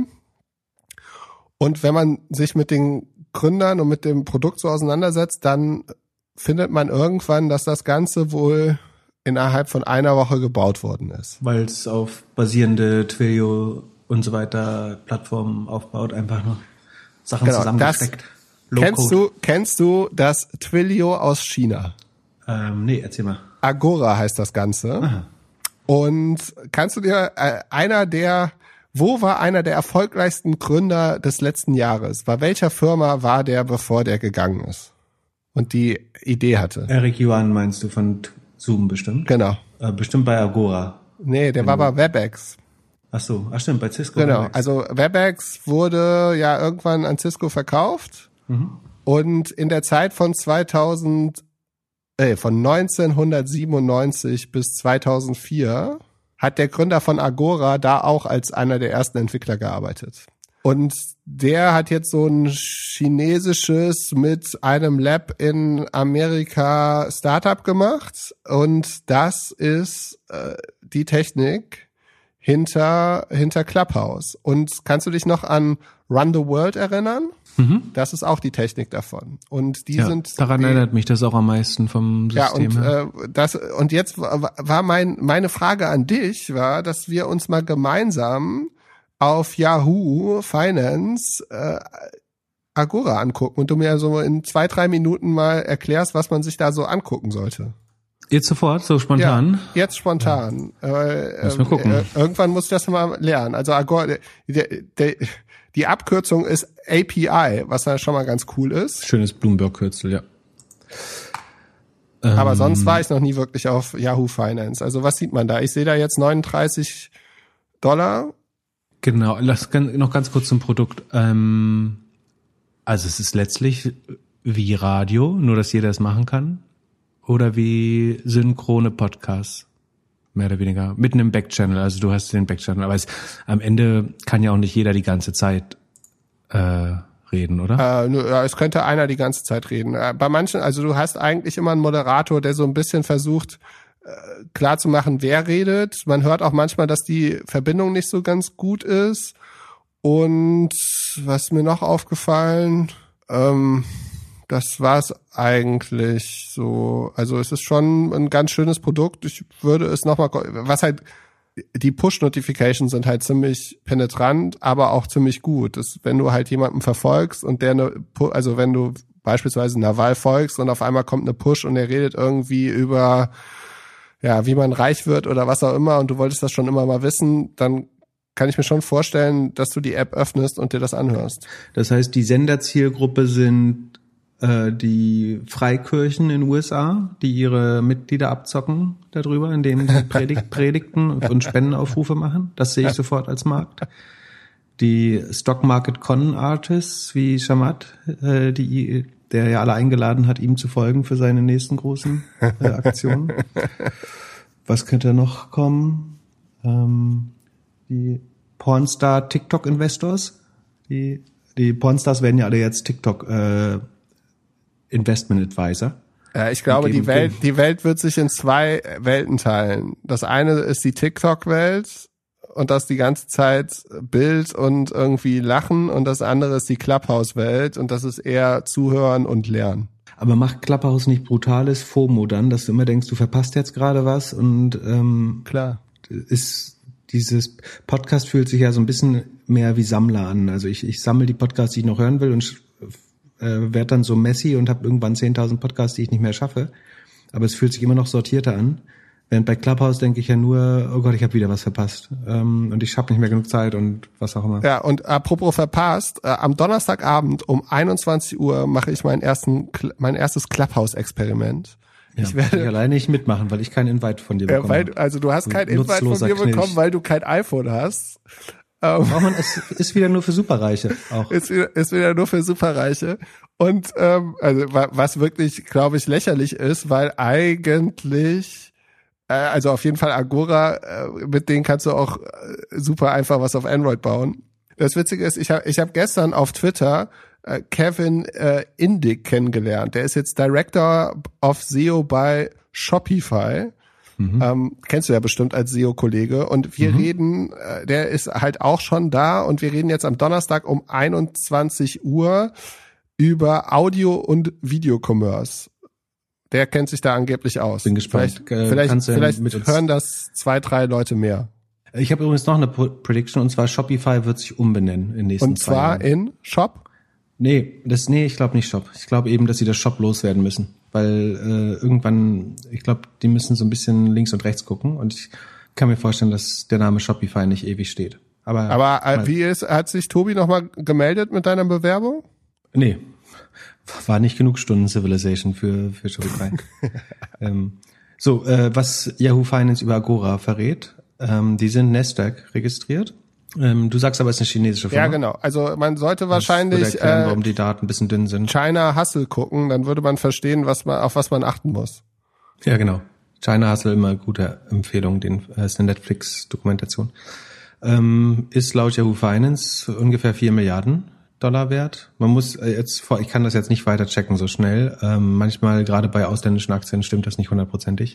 Und wenn man sich mit den Gründern und mit dem Produkt so auseinandersetzt, dann findet man irgendwann, dass das Ganze wohl innerhalb von einer Woche gebaut worden ist. Weil es auf basierende Twilio und so weiter Plattformen aufbaut, einfach nur Sachen zusammengesteckt. Kennst du das Twilio aus China? Nee, erzähl mal. Agora heißt das Ganze. Aha. Und kannst du dir wo war einer der erfolgreichsten Gründer des letzten Jahres? Bei welcher Firma war der, bevor der gegangen ist und die Idee hatte? Eric Yuan meinst du von Zoom bestimmt? Genau. Bestimmt bei Agora. Nee, der war bei WebEx. Ach stimmt, bei Cisco. Genau, WebEx. also WebEx wurde ja irgendwann an Cisco verkauft und in der Zeit von 1997 bis 2004 hat der Gründer von Agora da auch als einer der ersten Entwickler gearbeitet. Und der hat jetzt so ein chinesisches mit einem Lab in Amerika Startup gemacht und das ist die Technik hinter Clubhouse. Und kannst du dich noch an Run the World erinnern? Das ist auch die Technik davon. Und daran erinnert mich das auch am meisten vom System. Ja, und jetzt war meine Frage an dich, dass wir uns mal gemeinsam auf Yahoo Finance Agora angucken und du mir so in 2-3 Minuten mal erklärst, was man sich da so angucken sollte. Jetzt sofort, so spontan? Ja, jetzt spontan. Müssen wir gucken. Irgendwann muss ich das mal lernen. Also Agora, die Abkürzung ist API, was da schon mal ganz cool ist. Schönes Bloomberg-Kürzel, ja. Aber sonst war ich noch nie wirklich auf Yahoo Finance. Also was sieht man da? Ich sehe da jetzt $39. Genau, noch ganz kurz zum Produkt. Also es ist letztlich wie Radio, nur dass jeder es machen kann. Oder wie synchrone Podcasts. Mehr oder weniger. Mitten im Backchannel. Also du hast den Backchannel. Aber am Ende kann ja auch nicht jeder die ganze Zeit reden, oder? Ja, es könnte einer die ganze Zeit reden. Bei manchen, also du hast eigentlich immer einen Moderator, der so ein bisschen versucht, klar zu machen, wer redet. Man hört auch manchmal, dass die Verbindung nicht so ganz gut ist. Und was ist mir noch aufgefallen? Das war's eigentlich so. Also es ist schon ein ganz schönes Produkt. Ich würde es nochmal, was halt, die Push-Notifications sind halt ziemlich penetrant, aber auch ziemlich gut. Wenn du halt jemanden verfolgst und also wenn du beispielsweise Nawal folgst und auf einmal kommt eine Push und der redet irgendwie über, ja, wie man reich wird oder was auch immer und du wolltest das schon immer mal wissen, dann kann ich mir schon vorstellen, dass du die App öffnest und dir das anhörst. Das heißt, die Senderzielgruppe sind die Freikirchen in den USA, die ihre Mitglieder abzocken darüber, indem sie Predigten und Spendenaufrufe machen. Das sehe ich sofort als Markt. Die Stock Market Con Artists wie Shamat, der ja alle eingeladen hat, ihm zu folgen für seine nächsten großen Aktionen. Was könnte noch kommen? Die Pornstar TikTok Investors. Die Pornstars werden ja alle jetzt TikTok Investment Advisor. Ich glaube, die Welt wird sich in zwei Welten teilen. Das eine ist die TikTok-Welt und das die ganze Zeit Bild und irgendwie Lachen und das andere ist die Clubhouse-Welt und das ist eher Zuhören und Lernen. Aber macht Clubhouse nicht brutales FOMO dann, dass du immer denkst, du verpasst jetzt gerade was und klar. Dieses Podcast fühlt sich ja so ein bisschen mehr wie Sammler an. Also ich sammle die Podcasts, die ich noch hören will und werde dann so messy und habe irgendwann 10.000 Podcasts, die ich nicht mehr schaffe. Aber es fühlt sich immer noch sortierter an. Während bei Clubhouse denke ich ja nur, oh Gott, ich habe wieder was verpasst. Und ich habe nicht mehr genug Zeit und was auch immer. Ja, und apropos verpasst, am Donnerstagabend um 21 Uhr mache ich mein erstes Clubhouse-Experiment. Ja, ich werde alleine nicht mitmachen, weil ich keinen Invite von dir bekomme. Also du hast keinen Invite von mir bekommen, weil du kein iPhone hast. Es ist wieder nur für Superreiche auch. Ist wieder nur für Superreiche. Und also was wirklich, glaube ich, lächerlich ist, weil eigentlich, also auf jeden Fall Agora, mit denen kannst du auch super einfach was auf Android bauen. Das Witzige ist, ich hab gestern auf Twitter Kevin Indig kennengelernt. Der ist jetzt Director of SEO bei Shopify. Kennst du ja bestimmt als SEO-Kollege. Und wir reden, der ist halt auch schon da und wir reden jetzt am Donnerstag um 21 Uhr über Audio- und Video-Commerce. Der kennt sich da angeblich aus. Bin gespannt. Vielleicht hören das 2-3 Leute mehr. Ich habe übrigens noch eine Prediction und zwar Shopify wird sich umbenennen in den nächsten 2 Jahren. Und zwar in Shop? Nee, ich glaube nicht Shop. Ich glaube eben, dass sie das Shop loswerden müssen. Weil irgendwann, ich glaube, die müssen so ein bisschen links und rechts gucken und ich kann mir vorstellen, dass der Name Shopify nicht ewig steht. Aber hat sich Tobi nochmal gemeldet mit deiner Bewerbung? Nee, war nicht genug Stunden Civilization für Shopify. Was Yahoo Finance über Agora verrät, die sind Nasdaq registriert. Du sagst aber, es ist eine chinesische Firma. Ja, genau. Also man sollte wahrscheinlich das würde erklären, warum die Daten ein bisschen dünn sind. China Hustle gucken, dann würde man verstehen, auf was man achten muss. Ja, genau. China Hustle immer gute Empfehlung, ist eine Netflix-Dokumentation. Ist laut Yahoo Finance ungefähr $4 Milliarden wert. Man muss ich kann das jetzt nicht weiter checken so schnell. Manchmal gerade bei ausländischen Aktien stimmt das nicht 100%.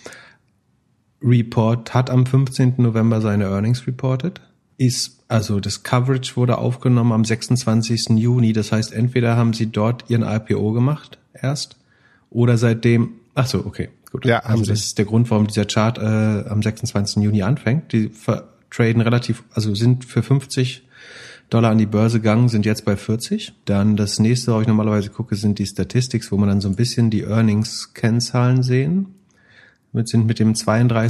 Report hat am 15. November seine Earnings reported. Also das Coverage wurde aufgenommen am 26. Juni. Das heißt, entweder haben sie dort ihren IPO gemacht erst oder seitdem. Ach so, okay, gut. Ja, also das ist der Grund, warum dieser Chart am 26. Juni anfängt. Die traden sind für $50 an die Börse gegangen, sind jetzt bei 40. Dann das nächste, worauf ich normalerweise gucke, sind die Statistics, wo man dann so ein bisschen die Earnings-Kennzahlen sehen. sind mit dem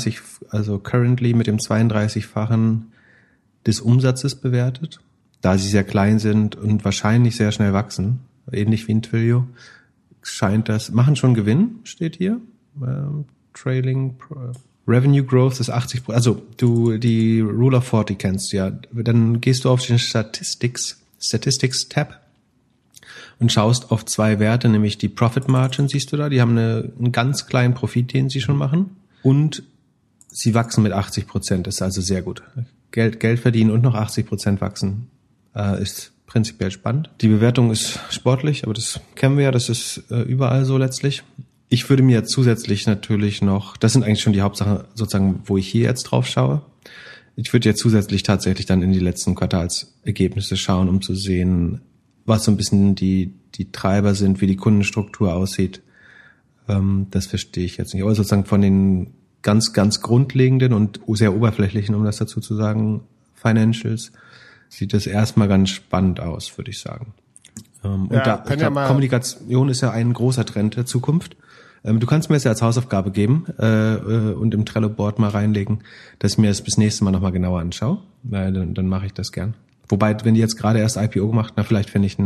32-fachen des Umsatzes bewertet, da sie sehr klein sind und wahrscheinlich sehr schnell wachsen, ähnlich wie ein Twilio, machen schon Gewinn, steht hier. Trailing Revenue Growth ist 80%, also du die Rule of 40 kennst ja, dann gehst du auf den Statistics Tab und schaust auf zwei Werte, nämlich die Profit Margin siehst du da, die haben einen ganz kleinen Profit, den sie schon machen, und sie wachsen mit 80%, das ist also sehr gut. Geld verdienen und noch 80% wachsen, ist prinzipiell spannend. Die Bewertung ist sportlich, aber das kennen wir ja, das ist überall so letztlich. Ich würde mir zusätzlich natürlich noch, das sind eigentlich schon die Hauptsachen sozusagen, wo ich hier jetzt drauf schaue. Ich würde ja zusätzlich tatsächlich dann in die letzten Quartalsergebnisse schauen, um zu sehen, was so ein bisschen die Treiber sind, wie die Kundenstruktur aussieht. Das verstehe ich jetzt nicht. Aber sozusagen von den ganz, ganz grundlegenden und sehr oberflächlichen, um das dazu zu sagen, Financials, sieht das erstmal ganz spannend aus, würde ich sagen. Und Kommunikation ist ja ein großer Trend der Zukunft. Du kannst mir das ja als Hausaufgabe geben und im Trello-Board mal reinlegen, dass ich mir das bis nächstes Mal nochmal genauer anschaue. Dann mache ich das gern. Wobei, wenn die jetzt gerade erst IPO gemacht, vielleicht finde ich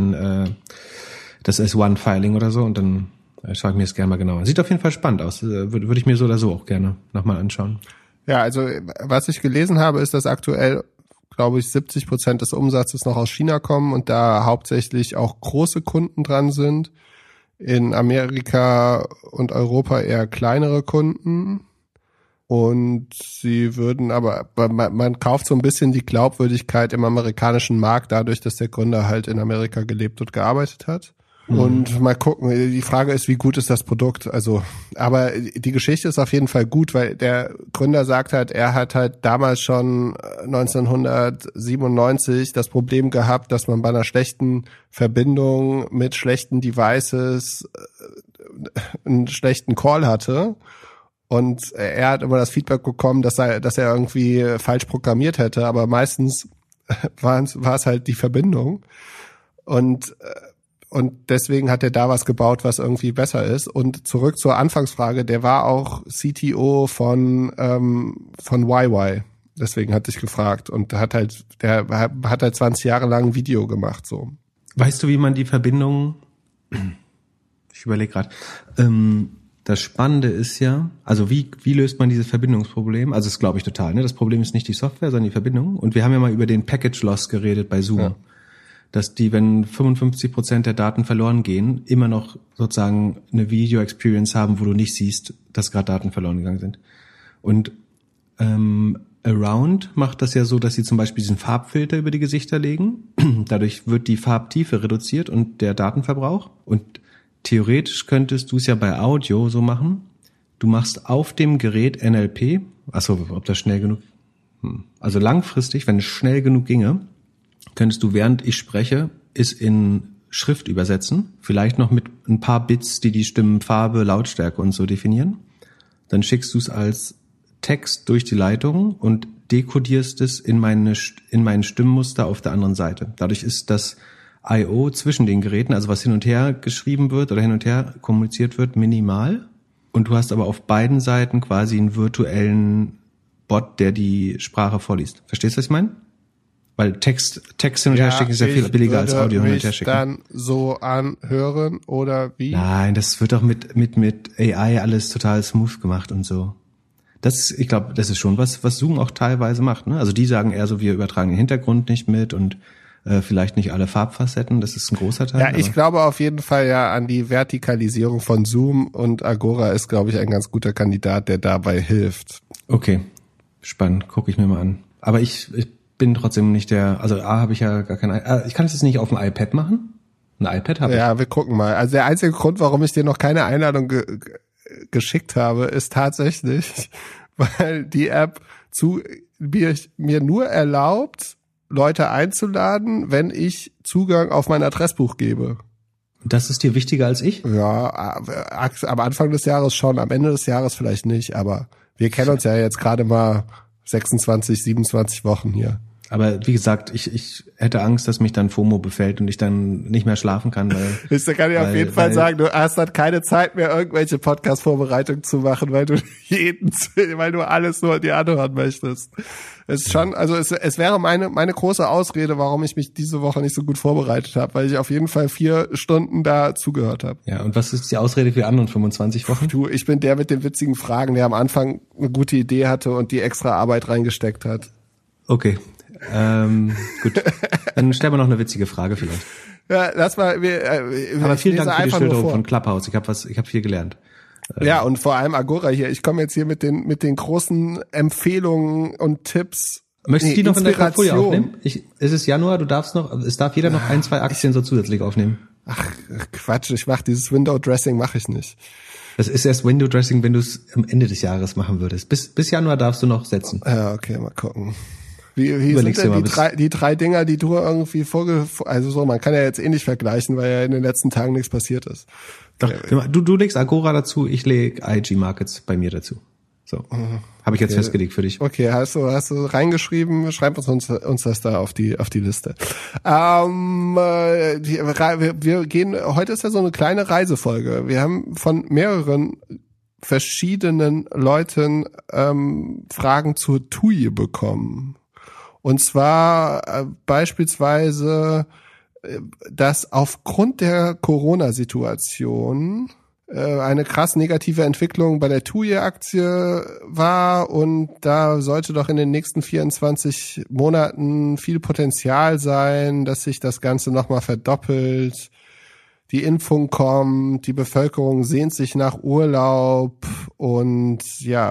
das S1-Filing oder so und dann schaue ich mir das gerne mal genauer an. Sieht auf jeden Fall spannend aus. Würde ich mir so oder so auch gerne nochmal anschauen. Ja, also was ich gelesen habe, ist, dass aktuell, glaube ich, 70% des Umsatzes noch aus China kommen und da hauptsächlich auch große Kunden dran sind. In Amerika und Europa eher kleinere Kunden. Und sie würden aber, man kauft so ein bisschen die Glaubwürdigkeit im amerikanischen Markt dadurch, dass der Gründer halt in Amerika gelebt und gearbeitet hat. Und mal gucken, die Frage ist, wie gut ist das Produkt? Also, aber die Geschichte ist auf jeden Fall gut, weil der Gründer sagt halt, er hat halt damals schon 1997 das Problem gehabt, dass man bei einer schlechten Verbindung mit schlechten Devices einen schlechten Call hatte. Und er hat immer das Feedback bekommen, dass er irgendwie falsch programmiert hätte, aber meistens war es halt die Verbindung. Und deswegen hat er da was gebaut, was irgendwie besser ist. Und zurück zur Anfangsfrage, der war auch CTO von YY. Deswegen hatte ich gefragt. Und der hat halt 20 Jahre lang ein Video gemacht, so. Weißt du, wie man die Verbindung, ich überlege gerade, das Spannende ist ja, also wie löst man dieses Verbindungsproblem? Also das glaube ich total, ne? Das Problem ist nicht die Software, sondern die Verbindung. Und wir haben ja mal über den Package Loss geredet bei Zoom. Ja. Dass die, wenn 55% der Daten verloren gehen, immer noch sozusagen eine Video-Experience haben, wo du nicht siehst, dass gerade Daten verloren gegangen sind. Und Around macht das ja so, dass sie zum Beispiel diesen Farbfilter über die Gesichter legen. Dadurch wird die Farbtiefe reduziert und der Datenverbrauch. Und theoretisch könntest du es ja bei Audio so machen. Du machst auf dem Gerät NLP. Achso, ob das schnell genug... Also langfristig, wenn es schnell genug ginge, könntest du, während ich spreche, es in Schrift übersetzen, vielleicht noch mit ein paar Bits, die Stimmenfarbe, Lautstärke und so definieren. Dann schickst du es als Text durch die Leitung und dekodierst es in meinen Stimmmuster auf der anderen Seite. Dadurch ist das I/O zwischen den Geräten, also was hin und her geschrieben wird oder hin und her kommuniziert wird, minimal. Und du hast aber auf beiden Seiten quasi einen virtuellen Bot, der die Sprache vorliest. Verstehst du, was ich meine? Weil Text hin und her schicken ist ja viel billiger als Audio hin und her schicken. Dann so anhören oder wie? Nein, das wird doch mit AI alles total smooth gemacht und so. Ich glaube, das ist schon was Zoom auch teilweise macht, ne? Also die sagen eher so, wir übertragen den Hintergrund nicht mit und vielleicht nicht alle Farbfacetten, das ist ein großer Teil. Ja, ich glaube auf jeden Fall ja an die Vertikalisierung von Zoom und Agora ist, glaube ich, ein ganz guter Kandidat, der dabei hilft. Okay, spannend, gucke ich mir mal an. Aber ich bin trotzdem nicht also habe ich ja gar kein, ich kann es jetzt nicht auf dem iPad machen. Ein iPad habe ich. Ja, wir gucken mal. Also der einzige Grund, warum ich dir noch keine Einladung geschickt habe, ist tatsächlich, weil die App mir nur erlaubt, Leute einzuladen, wenn ich Zugang auf mein Adressbuch gebe. Das ist dir wichtiger als ich? Ja, am Anfang des Jahres schon, am Ende des Jahres vielleicht nicht, aber wir kennen uns ja jetzt gerade mal 26, 27 Wochen hier. Aber wie gesagt, ich hätte Angst, dass mich dann FOMO befällt und ich dann nicht mehr schlafen kann. Ich kann dir auf jeden Fall sagen, du hast dann keine Zeit mehr, irgendwelche Podcast-Vorbereitungen zu machen, weil du alles nur dir anhören möchtest. Es ist schon, also es wäre meine große Ausrede, warum ich mich diese Woche nicht so gut vorbereitet habe, weil ich auf jeden Fall 4 Stunden da zugehört habe. Ja, und was ist die Ausrede für die anderen 25 Wochen? Du, ich bin der mit den witzigen Fragen, der am Anfang eine gute Idee hatte und die extra Arbeit reingesteckt hat. Okay. Gut. Dann stellen wir noch eine witzige Frage vielleicht. Ja, lass mal. Aber vielen Dank für die Schilderung von Clubhouse. Ich habe viel gelernt. Ja, und vor allem Agora hier. Ich komme jetzt hier mit den großen Empfehlungen und Tipps. Möchtest du die noch in der Portfolio aufnehmen? Es ist Januar, es darf jeder noch 1, 2 Aktien so zusätzlich aufnehmen. Ach, Quatsch, dieses Window-Dressing mache ich nicht. Das ist erst Window-Dressing, wenn du es am Ende des Jahres machen würdest. Bis Januar darfst du noch setzen. Ja, okay, mal gucken. Wie sind denn die drei Dinger, die du irgendwie also so, man kann ja jetzt nicht vergleichen, weil ja in den letzten Tagen nichts passiert ist. Doch, du legst Agora dazu, ich lege IG Markets bei mir dazu. So. Habe ich jetzt festgelegt für dich. Okay, hast du reingeschrieben, schreib uns das da auf die Liste. Wir gehen, heute ist ja so eine kleine Reisefolge. Wir haben von mehreren verschiedenen Leuten Fragen zur TUI bekommen. Und zwar beispielsweise, dass aufgrund der Corona-Situation eine krass negative Entwicklung bei der TUI-Aktie war und da sollte doch in den nächsten 24 Monaten viel Potenzial sein, dass sich das Ganze nochmal verdoppelt. Die Impfung kommt, die Bevölkerung sehnt sich nach Urlaub und ja,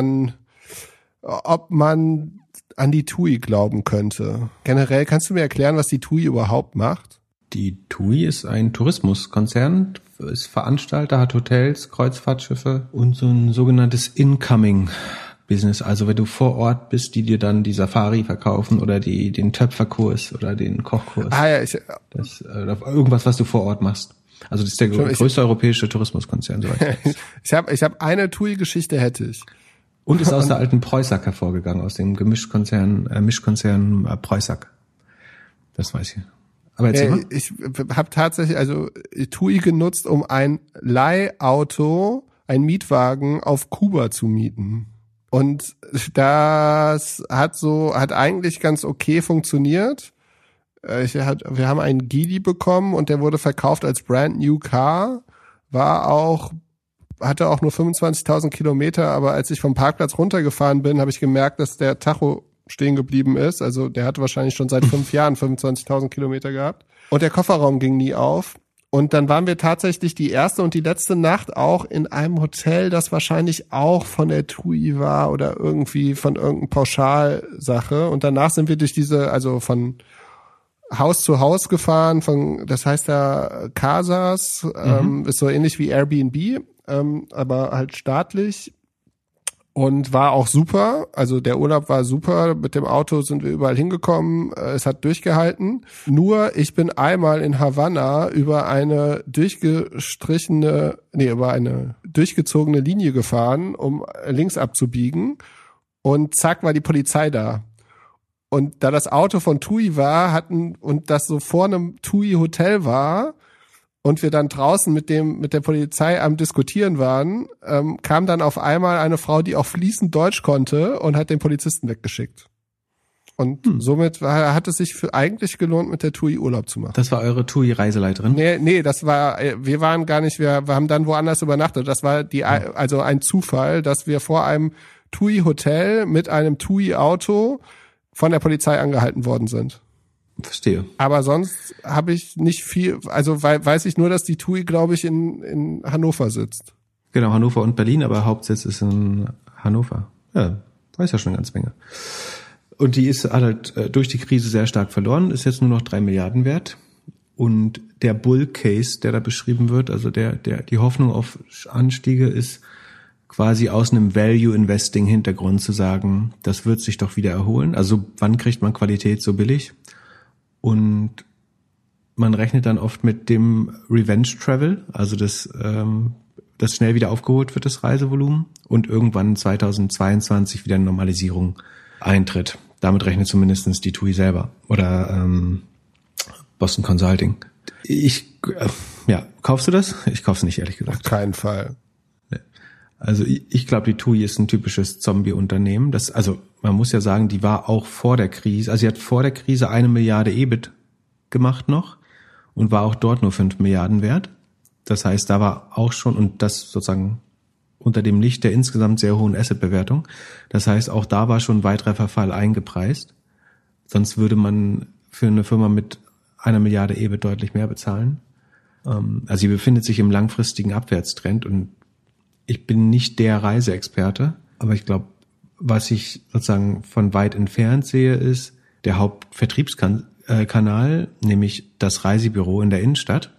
ob man an die TUI glauben könnte. Generell, kannst du mir erklären, was die TUI überhaupt macht? Die TUI ist ein Tourismuskonzern, ist Veranstalter, hat Hotels, Kreuzfahrtschiffe und so ein sogenanntes Incoming-Business. Also wenn du vor Ort bist, die dir dann die Safari verkaufen oder den Töpferkurs oder den Kochkurs. Irgendwas, was du vor Ort machst. Also das ist der größte europäische Tourismuskonzern. Ich hab eine TUI-Geschichte hätte ich. Und ist aus der alten Preußack hervorgegangen, aus dem Mischkonzern Preußack. Das weiß ich. Aber erzähl mal. Ich habe tatsächlich TUI genutzt, um ein Leihauto, ein Mietwagen auf Kuba zu mieten. Und das hat eigentlich ganz okay funktioniert. Wir haben einen Geely bekommen und der wurde verkauft als brand new car, hatte auch nur 25.000 Kilometer, aber als ich vom Parkplatz runtergefahren bin, habe ich gemerkt, dass der Tacho stehen geblieben ist. Also der hatte wahrscheinlich schon seit 5 Jahren 25.000 Kilometer gehabt. Und der Kofferraum ging nie auf. Und dann waren wir tatsächlich die erste und die letzte Nacht auch in einem Hotel, das wahrscheinlich auch von der TUI war oder irgendwie von irgendeiner Pauschalsache. Und danach sind wir durch von Haus zu Haus gefahren, das heißt ja Casas, ist so ähnlich wie Airbnb, aber halt staatlich und war auch super. Also der Urlaub war super, mit dem Auto sind wir überall hingekommen, es hat durchgehalten. Nur ich bin einmal in Havanna über eine durchgezogene Linie gefahren, um links abzubiegen und zack war die Polizei da. Und da das Auto von TUI war, und das so vor einem TUI-Hotel war und wir dann draußen mit der Polizei am Diskutieren waren, kam dann auf einmal eine Frau, die auch fließend Deutsch konnte und hat den Polizisten weggeschickt. Und somit hat es sich eigentlich gelohnt, mit der TUI Urlaub zu machen. Das war eure TUI-Reiseleiterin? Nee, wir waren gar nicht, wir haben dann woanders übernachtet. Das war also ein Zufall, dass wir vor einem TUI-Hotel mit einem TUI-Auto von der Polizei angehalten worden sind. Verstehe. Aber sonst habe ich nicht viel, also weiß ich nur, dass die TUI, glaube ich, in Hannover sitzt. Genau, Hannover und Berlin, aber Hauptsitz ist in Hannover. Ja, weiß ja schon eine ganze Menge. Und die ist halt durch die Krise sehr stark verloren, ist jetzt nur noch 3 Milliarden wert. Und der Bull-Case, der da beschrieben wird, also die Hoffnung auf Anstiege ist quasi aus einem Value-Investing-Hintergrund zu sagen, das wird sich doch wieder erholen. Also wann kriegt man Qualität so billig? Und man rechnet dann oft mit dem Revenge-Travel, also das schnell wieder aufgeholt wird, das Reisevolumen, und irgendwann 2022 wieder eine Normalisierung eintritt. Damit rechnet zumindest die TUI selber oder Boston Consulting. Kaufst du das? Ich kauf's nicht, ehrlich gesagt. Auf keinen Fall. Also ich glaube, die TUI ist ein typisches Zombie-Unternehmen. Also man muss ja sagen, die war auch vor der Krise, also sie hat vor der Krise 1 Milliarde EBIT gemacht noch und war auch dort nur 5 Milliarden wert. Das heißt, da war auch schon, und das sozusagen unter dem Licht der insgesamt sehr hohen Asset-Bewertung. Das heißt, auch da war schon ein weiterer Verfall eingepreist. Sonst würde man für eine Firma mit 1 Milliarde EBIT deutlich mehr bezahlen. Also sie befindet sich im langfristigen Abwärtstrend und ich bin nicht der Reiseexperte, aber ich glaube, was ich sozusagen von weit entfernt sehe, ist der Hauptvertriebskanal, nämlich das Reisebüro in der Innenstadt.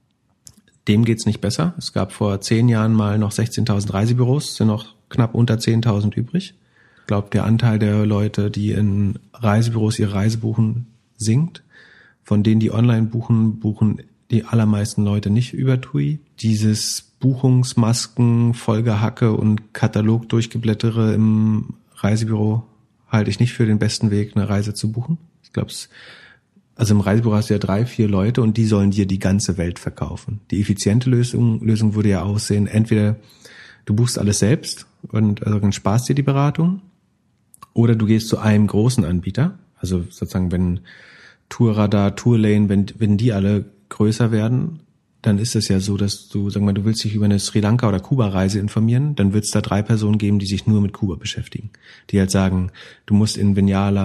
Dem geht's nicht besser. Es gab vor 10 Jahren mal noch 16.000 Reisebüros, sind noch knapp unter 10.000 übrig. Ich glaube, der Anteil der Leute, die in Reisebüros ihre Reise buchen, sinkt. Von denen, die online buchen die allermeisten Leute nicht über TUI. Dieses Buchungsmasken, Vollgehacke und Katalog durchgeblättere im Reisebüro halte ich nicht für den besten Weg, eine Reise zu buchen. Ich glaube, also im Reisebüro hast du ja 3, 4 Leute und die sollen dir die ganze Welt verkaufen. Die effiziente Lösung würde ja aussehen, entweder du buchst alles selbst und also dann sparst dir die Beratung, oder du gehst zu einem großen Anbieter, also sozusagen wenn Tourradar, Tourlane, wenn die alle größer werden, dann ist es ja so, dass du, sagen wir mal, du willst dich über eine Sri Lanka oder Kuba-Reise informieren, dann wird es da 3 Personen geben, die sich nur mit Kuba beschäftigen. Die halt sagen, du musst in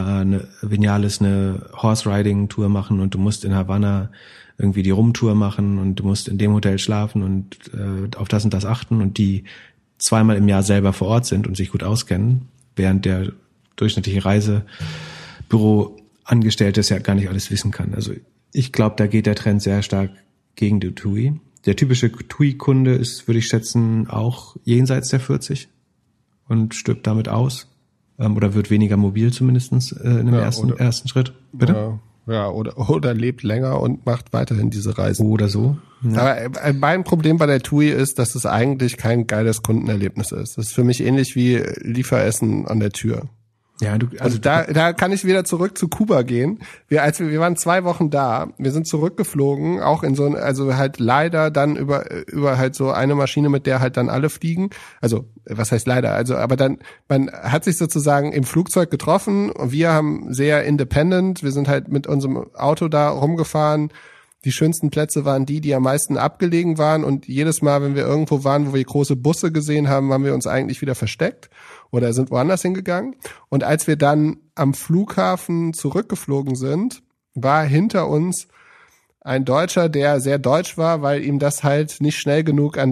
Vinales eine Horse-Riding-Tour machen und du musst in Havanna irgendwie die Rum-Tour machen und du musst in dem Hotel schlafen und auf das und das achten, und die 2-mal im Jahr selber vor Ort sind und sich gut auskennen, während der durchschnittliche Reisebüro-Angestellte es ja gar nicht alles wissen kann. Also ich glaube, da geht der Trend sehr stark gegen die TUI. Der typische TUI-Kunde ist, würde ich schätzen, auch jenseits der 40 und stirbt damit aus. Oder wird weniger mobil zumindest in dem ersten Schritt. Bitte? Ja, oder lebt länger und macht weiterhin diese Reisen. Oder so. Ja. Aber mein Problem bei der TUI ist, dass es eigentlich kein geiles Kundenerlebnis ist. Das ist für mich ähnlich wie Lieferessen an der Tür. Ja, da kann ich wieder zurück zu Kuba gehen. Wir waren 2 Wochen da. Wir sind zurückgeflogen, auch in also halt leider dann über halt so eine Maschine, mit der halt dann alle fliegen. Also, was heißt leider? Also, aber dann, man hat sich sozusagen im Flugzeug getroffen und wir haben sehr independent. Wir sind halt mit unserem Auto da rumgefahren. Die schönsten Plätze waren die am meisten abgelegen waren, und jedes Mal, wenn wir irgendwo waren, wo wir große Busse gesehen haben, haben wir uns eigentlich wieder versteckt oder sind woanders hingegangen. Und als wir dann am Flughafen zurückgeflogen sind, war hinter uns ein Deutscher, der sehr deutsch war, weil ihm das halt nicht schnell genug am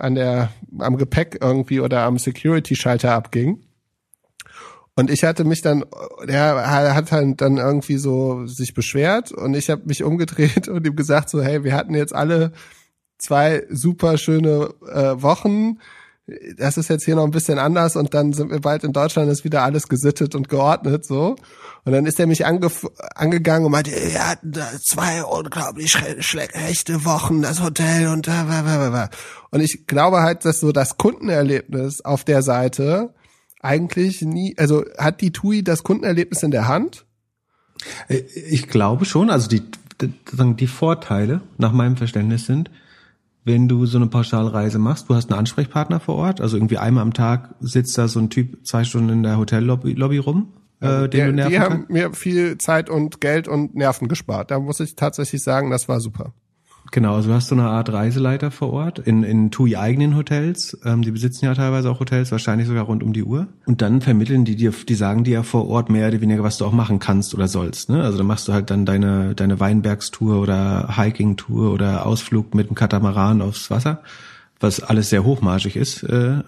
Gepäck irgendwie oder am Security-Schalter abging. Und ich hatte mich dann, der hat halt dann irgendwie so sich beschwert, und ich habe mich umgedreht und ihm gesagt so, hey, wir hatten jetzt alle 2 super schöne Wochen. Das ist jetzt hier noch ein bisschen anders, und dann sind wir bald in Deutschland, ist wieder alles gesittet und geordnet, so. Und dann ist er mich angegangen und meinte, wir hatten 2 unglaublich schlechte Wochen, das Hotel und Und ich glaube halt, dass so das Kundenerlebnis auf der Seite eigentlich nie, also hat die TUI das Kundenerlebnis in der Hand? Ich glaube schon, also die Vorteile nach meinem Verständnis sind, wenn du so eine Pauschalreise machst, du hast einen Ansprechpartner vor Ort, also irgendwie einmal am Tag sitzt da so ein Typ 2 Stunden in der Hotellobby rum, den du nerven Die haben kannst. mir viel Zeit und Geld und Nerven gespart. Da muss ich tatsächlich sagen, das war super. Genau, also du hast so eine Art Reiseleiter vor Ort in TUI eigenen Hotels. Die besitzen ja teilweise auch Hotels, wahrscheinlich sogar rund um die Uhr. Und dann vermitteln die sagen dir ja vor Ort mehr oder weniger, was du auch machen kannst oder sollst. Ne? Also dann machst du halt dann deine Weinbergstour oder Hiking-Tour oder Ausflug mit dem Katamaran aufs Wasser, was alles sehr hochmargig ist.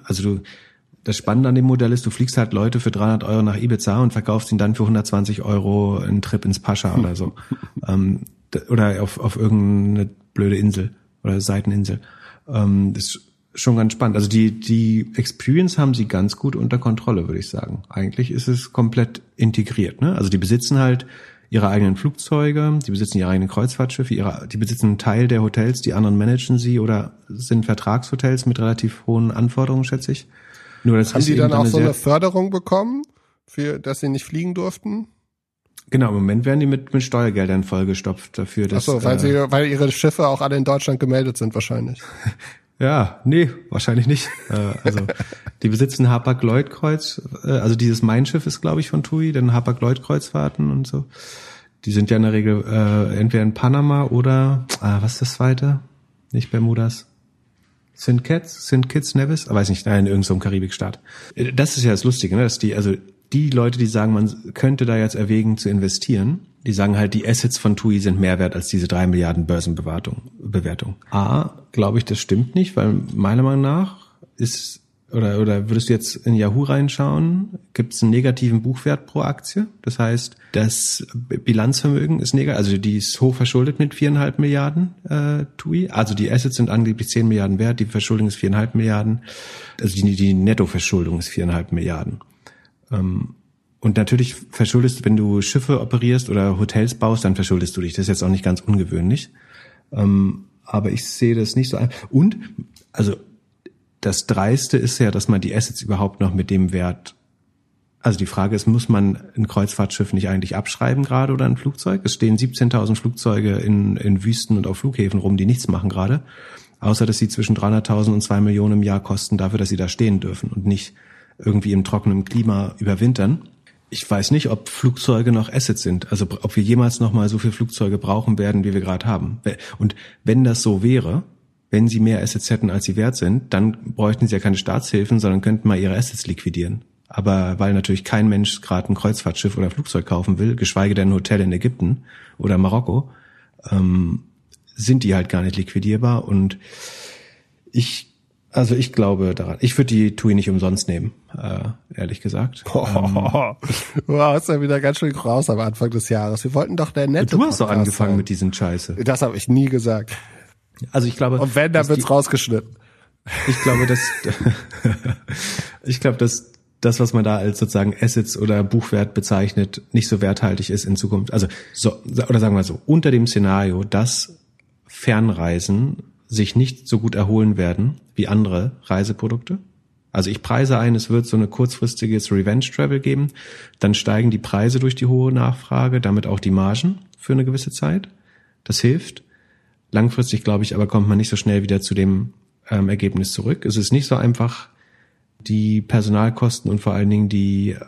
Das Spannende an dem Modell ist, du fliegst halt Leute für 300 € nach Ibiza und verkaufst ihnen dann für 120 € einen Trip ins Pascha oder so. Oder auf irgendeine blöde Insel oder Seiteninsel. Das ist schon ganz spannend. Also die Experience haben sie ganz gut unter Kontrolle, würde ich sagen. Eigentlich ist es komplett integriert. Ne? Also die besitzen halt ihre eigenen Flugzeuge, die besitzen ihre eigenen Kreuzfahrtschiffe, die besitzen einen Teil der Hotels, die anderen managen sie oder sind Vertragshotels mit relativ hohen Anforderungen, schätze ich. Nur das haben die dann auch so eine Förderung bekommen? für dass sie nicht fliegen durften? Genau, im Moment werden die mit Steuergeldern vollgestopft dafür, dass... Ach so, weil ihre Schiffe auch alle in Deutschland gemeldet sind wahrscheinlich. Ja, nee, wahrscheinlich nicht. Also die besitzen Hapag-Lloyd-Kreuz, also dieses Mein Schiff ist, glaube ich, von TUI, dann Hapag-Lloyd-Kreuzfahrten und so. Die sind ja in der Regel entweder in Panama oder, was ist das zweite? Nicht Bermudas. St. Kitts Nevis? Weiß nicht, in irgendeinem so Karibikstaat. Das ist ja das Lustige, ne? Dass die Leute, die sagen, man könnte da jetzt erwägen zu investieren, die sagen halt, die Assets von TUI sind mehr wert als diese 3 Milliarden Börsenbewertung. Glaube ich, das stimmt nicht, weil meiner Meinung nach ist, oder würdest du jetzt in Yahoo reinschauen, gibt es einen negativen Buchwert pro Aktie. Das heißt, das Bilanzvermögen ist negativ, also die ist hoch verschuldet mit 4,5 Milliarden TUI. Also die Assets sind angeblich 10 Milliarden wert, die Verschuldung ist 4,5 Milliarden. Also die Nettoverschuldung ist 4,5 Milliarden. Und natürlich verschuldest, wenn du Schiffe operierst oder Hotels baust, dann verschuldest du dich. Das ist jetzt auch nicht ganz ungewöhnlich. Aber ich sehe das nicht so ein. Und, also, das Dreiste ist ja, dass man die Assets überhaupt noch mit dem Wert, also die Frage ist, muss man ein Kreuzfahrtschiff nicht eigentlich abschreiben gerade oder ein Flugzeug? Es stehen 17.000 Flugzeuge in Wüsten und auf Flughäfen rum, die nichts machen gerade. Außer, dass sie zwischen 300.000 und 2 Millionen im Jahr kosten dafür, dass sie da stehen dürfen und nicht irgendwie im trockenen Klima überwintern. Ich weiß nicht, ob Flugzeuge noch Assets sind, also ob wir jemals noch mal so viele Flugzeuge brauchen werden, wie wir gerade haben. Und wenn das so wäre, wenn sie mehr Assets hätten, als sie wert sind, dann bräuchten sie ja keine Staatshilfen, sondern könnten mal ihre Assets liquidieren. Aber weil natürlich kein Mensch gerade ein Kreuzfahrtschiff oder ein Flugzeug kaufen will, geschweige denn ein Hotel in Ägypten oder Marokko, sind die halt gar nicht liquidierbar. Und ich glaube daran. Ich würde die TUI nicht umsonst nehmen, ehrlich gesagt. Du hast ja wieder ganz schön raus am Anfang des Jahres. Wir wollten doch der nette Du hast doch angefangen sein. mit diesen Scheiße. Das habe ich nie gesagt. Also ich glaube... Und wenn, dann wird's rausgeschnitten. Ich glaube, dass das, was man da als sozusagen Assets oder Buchwert bezeichnet, nicht so werthaltig ist in Zukunft. Also oder sagen wir so, unter dem Szenario, dass Fernreisen sich nicht so gut erholen werden wie andere Reiseprodukte. Also ich preise ein, es wird so eine kurzfristiges Revenge-Travel geben, dann steigen die Preise durch die hohe Nachfrage, damit auch die Margen für eine gewisse Zeit. Das hilft. Langfristig, glaube ich, aber kommt man nicht so schnell wieder zu dem Ergebnis zurück. Es ist nicht so einfach, die Personalkosten und vor allen Dingen die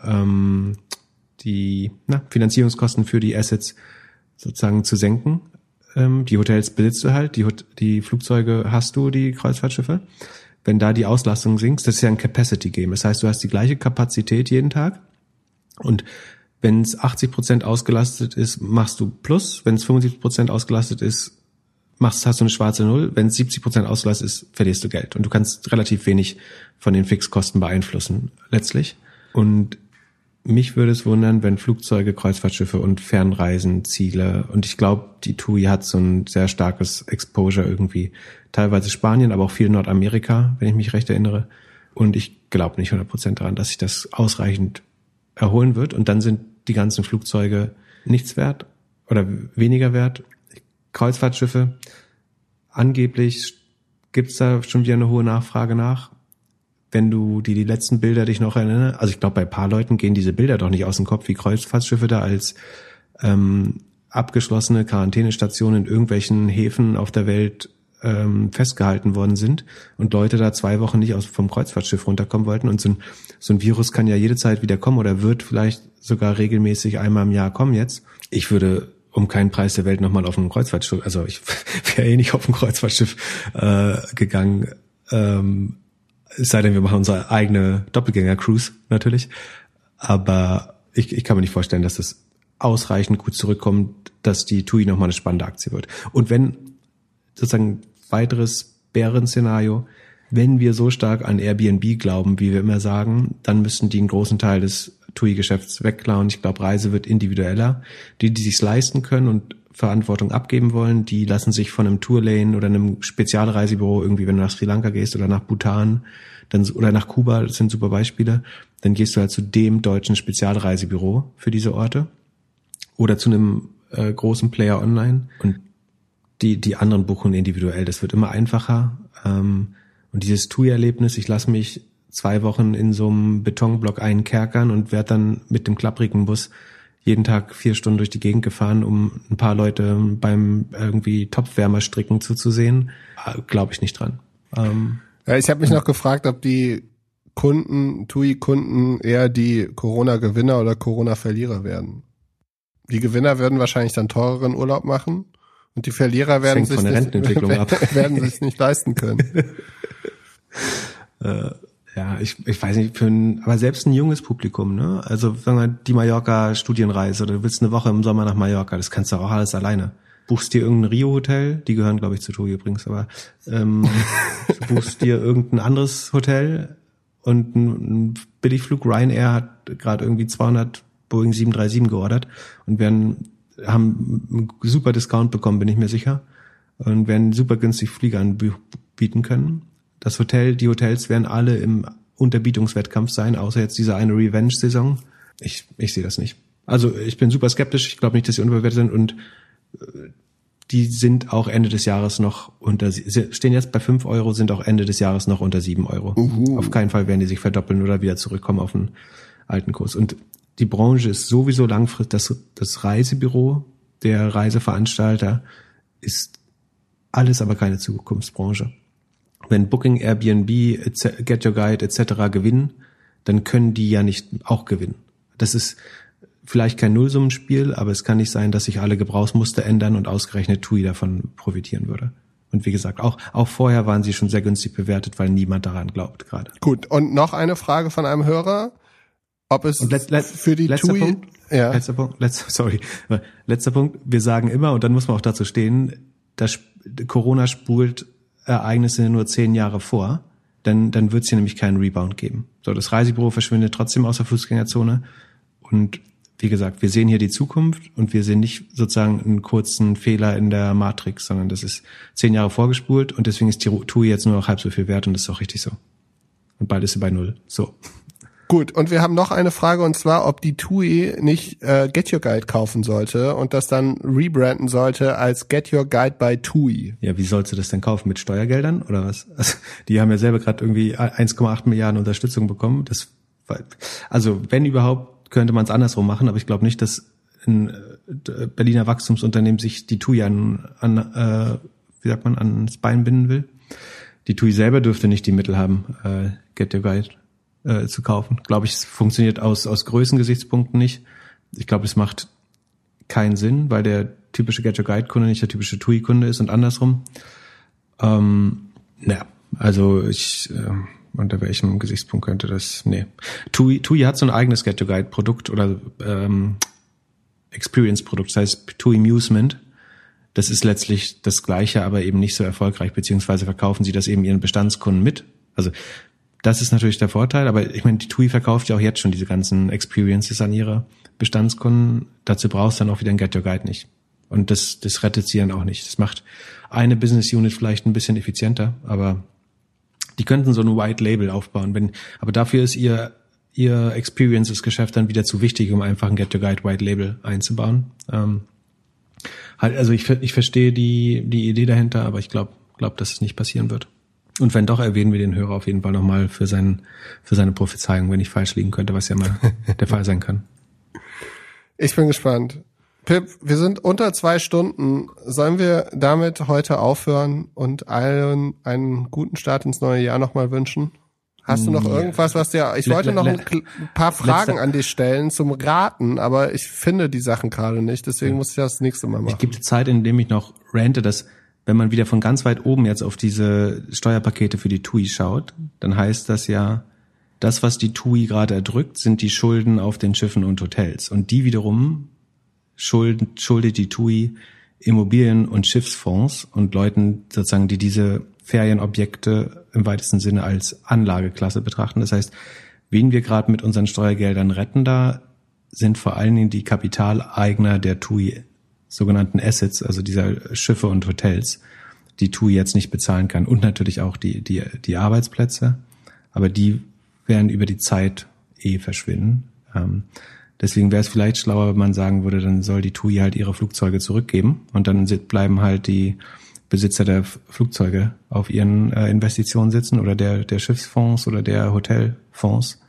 Finanzierungskosten für die Assets sozusagen zu senken. Die Hotels besitzt du halt, die Flugzeuge hast du, die Kreuzfahrtschiffe. Wenn da die Auslastung sinkt, das ist ja ein Capacity-Game. Das heißt, du hast die gleiche Kapazität jeden Tag und wenn es 80% ausgelastet ist, machst du Plus. Wenn es 75% ausgelastet ist, hast du eine schwarze Null. Wenn es 70% ausgelastet ist, verlierst du Geld. Und du kannst relativ wenig von den Fixkosten beeinflussen, letztlich. Und mich würde es wundern, wenn Flugzeuge, Kreuzfahrtschiffe und Fernreisenziele, und ich glaube, die TUI hat so ein sehr starkes Exposure irgendwie, teilweise Spanien, aber auch viel Nordamerika, wenn ich mich recht erinnere. Und ich glaube nicht 100% daran, dass sich das ausreichend erholen wird. Und dann sind die ganzen Flugzeuge nichts wert oder weniger wert. Kreuzfahrtschiffe, angeblich gibt's da schon wieder eine hohe Nachfrage nach. Wenn du die letzten Bilder dich noch erinnerst, also ich glaube, bei ein paar Leuten gehen diese Bilder doch nicht aus dem Kopf, wie Kreuzfahrtschiffe da als abgeschlossene Quarantänestationen in irgendwelchen Häfen auf der Welt festgehalten worden sind und Leute da 2 Wochen nicht vom Kreuzfahrtschiff runterkommen wollten. Und so ein Virus kann ja jede Zeit wieder kommen oder wird vielleicht sogar regelmäßig einmal im Jahr kommen jetzt. Ich würde um keinen Preis der Welt nochmal auf einem Kreuzfahrtschiff, also ich wäre nicht auf ein Kreuzfahrtschiff gegangen, es sei denn, wir machen unsere eigene Doppelgänger-Cruise natürlich. Aber ich kann mir nicht vorstellen, dass das ausreichend gut zurückkommt, dass die TUI nochmal eine spannende Aktie wird. Und wenn sozusagen weiteres Bärenszenario, wenn wir so stark an Airbnb glauben, wie wir immer sagen, dann müssten die einen großen Teil des TUI-Geschäfts wegklauen. Ich glaube, Reise wird individueller. Die sich's leisten können und Verantwortung abgeben wollen, die lassen sich von einem Tourlane oder einem Spezialreisebüro irgendwie, wenn du nach Sri Lanka gehst oder nach Bhutan oder nach Kuba, das sind super Beispiele, dann gehst du halt zu dem deutschen Spezialreisebüro für diese Orte oder zu einem großen Player online und die anderen buchen individuell. Das wird immer einfacher und dieses TUI-Erlebnis, ich lasse mich 2 Wochen in so einem Betonblock einkerkern und werde dann mit dem klapprigen Bus jeden Tag 4 Stunden durch die Gegend gefahren, um ein paar Leute beim irgendwie Topfwärmerstricken zuzusehen. Glaube ich nicht dran. Ja, ich habe mich noch gefragt, ob die TUI-Kunden eher die Corona-Gewinner oder Corona-Verlierer werden. Die Gewinner werden wahrscheinlich dann teureren Urlaub machen und die Verlierer werden sich werden sich nicht leisten können. Ja, ich weiß nicht, aber selbst ein junges Publikum, ne? Also sagen wir die Mallorca-Studienreise oder du willst eine Woche im Sommer nach Mallorca, das kannst du auch alles alleine. Buchst dir irgendein Rio-Hotel, die gehören glaube ich zu TUI übrigens, aber buchst dir irgendein anderes Hotel und ein Billigflug. Ryanair hat gerade irgendwie 200 Boeing 737 geordert und haben einen super Discount bekommen, bin ich mir sicher, und werden super günstig Flieger anbieten können. Die Hotels werden alle im Unterbietungswettkampf sein, außer jetzt diese eine Revenge-Saison. Ich sehe das nicht. Also ich bin super skeptisch. Ich glaube nicht, dass sie unterbewertet sind und die sind auch Ende des Jahres noch stehen jetzt bei 5 Euro, sind auch Ende des Jahres noch unter 7 Euro. Auf keinen Fall werden die sich verdoppeln oder wieder zurückkommen auf den alten Kurs. Und die Branche ist sowieso langfristig, das Reisebüro, der Reiseveranstalter ist alles aber keine Zukunftsbranche. Wenn Booking, Airbnb, Get Your Guide etc. gewinnen, dann können die ja nicht auch gewinnen. Das ist vielleicht kein Nullsummenspiel, aber es kann nicht sein, dass sich alle Gebrauchsmuster ändern und ausgerechnet TUI davon profitieren würde. Und wie gesagt, auch vorher waren sie schon sehr günstig bewertet, weil niemand daran glaubt gerade. Gut, und noch eine Frage von einem Hörer, ob es für die TUI... Punkt, ja. Letzter Punkt, wir sagen immer, und dann muss man auch dazu stehen, dass Corona spult Ereignisse nur 10 Jahre vor, dann wird es hier nämlich keinen Rebound geben. So, das Reisebüro verschwindet trotzdem aus der Fußgängerzone und wie gesagt, wir sehen hier die Zukunft und wir sehen nicht sozusagen einen kurzen Fehler in der Matrix, sondern das ist 10 Jahre vorgespult und deswegen ist die TUI jetzt nur noch halb so viel wert und das ist auch richtig so. Und bald ist sie bei 0. So. Gut, und wir haben noch eine Frage und zwar, ob die TUI nicht Get Your Guide kaufen sollte und das dann rebranden sollte als Get Your Guide by TUI. Ja, wie sollst du das denn kaufen? Mit Steuergeldern oder was? Also, die haben ja selber gerade irgendwie 1,8 Milliarden Unterstützung bekommen. Also wenn überhaupt, könnte man es andersrum machen, aber ich glaube nicht, dass ein Berliner Wachstumsunternehmen sich die TUI ans Bein binden will. Die TUI selber dürfte nicht die Mittel haben, Get Your Guide zu kaufen. Glaube ich, es funktioniert aus Größengesichtspunkten nicht. Ich glaube, es macht keinen Sinn, weil der typische Get Your Guide Kunde nicht der typische TUI Kunde ist und andersrum. Unter welchem Gesichtspunkt könnte das? Nee. TUI hat so ein eigenes Get Your Guide Produkt oder Experience Produkt, das heißt TUI Musement. Das ist letztlich das Gleiche, aber eben nicht so erfolgreich, beziehungsweise verkaufen sie das eben ihren Bestandskunden mit. Also das ist natürlich der Vorteil, aber ich meine, die TUI verkauft ja auch jetzt schon diese ganzen Experiences an ihre Bestandskunden. Dazu brauchst du dann auch wieder ein Get Your Guide nicht. Und das rettet sie dann auch nicht. Das macht eine Business Unit vielleicht ein bisschen effizienter, aber die könnten so ein White Label aufbauen. Aber dafür ist ihr Experiences-Geschäft dann wieder zu wichtig, um einfach ein Get Your Guide White Label einzubauen. Also ich verstehe die Idee dahinter, aber ich glaube, dass es nicht passieren wird. Und wenn doch, erwähnen wir den Hörer auf jeden Fall nochmal für seine Prophezeiung, wenn ich falsch liegen könnte, was ja mal der Fall sein kann. Ich bin gespannt. Pip, wir sind unter 2 Stunden. Sollen wir damit heute aufhören und allen einen guten Start ins neue Jahr nochmal wünschen? Hast du noch irgendwas, was dir... Ich wollte noch ein paar Fragen an dich stellen zum Raten, aber ich finde die Sachen gerade nicht, deswegen muss ich das nächste Mal machen. Es gibt Zeit, in dem ich noch rante, dass wenn man wieder von ganz weit oben jetzt auf diese Steuerpakete für die TUI schaut, dann heißt das ja, das, was die TUI gerade erdrückt, sind die Schulden auf den Schiffen und Hotels. Und die wiederum schuldet die TUI Immobilien- und Schiffsfonds und Leuten sozusagen, die diese Ferienobjekte im weitesten Sinne als Anlageklasse betrachten. Das heißt, wen wir gerade mit unseren Steuergeldern retten da, sind vor allen Dingen die Kapitaleigner der TUI, sogenannten Assets, also dieser Schiffe und Hotels, die TUI jetzt nicht bezahlen kann und natürlich auch die Arbeitsplätze, aber die werden über die Zeit verschwinden. Deswegen wäre es vielleicht schlauer, wenn man sagen würde, dann soll die TUI halt ihre Flugzeuge zurückgeben und dann bleiben halt die Besitzer der Flugzeuge auf ihren Investitionen sitzen oder der Schiffsfonds oder der Hotelfonds.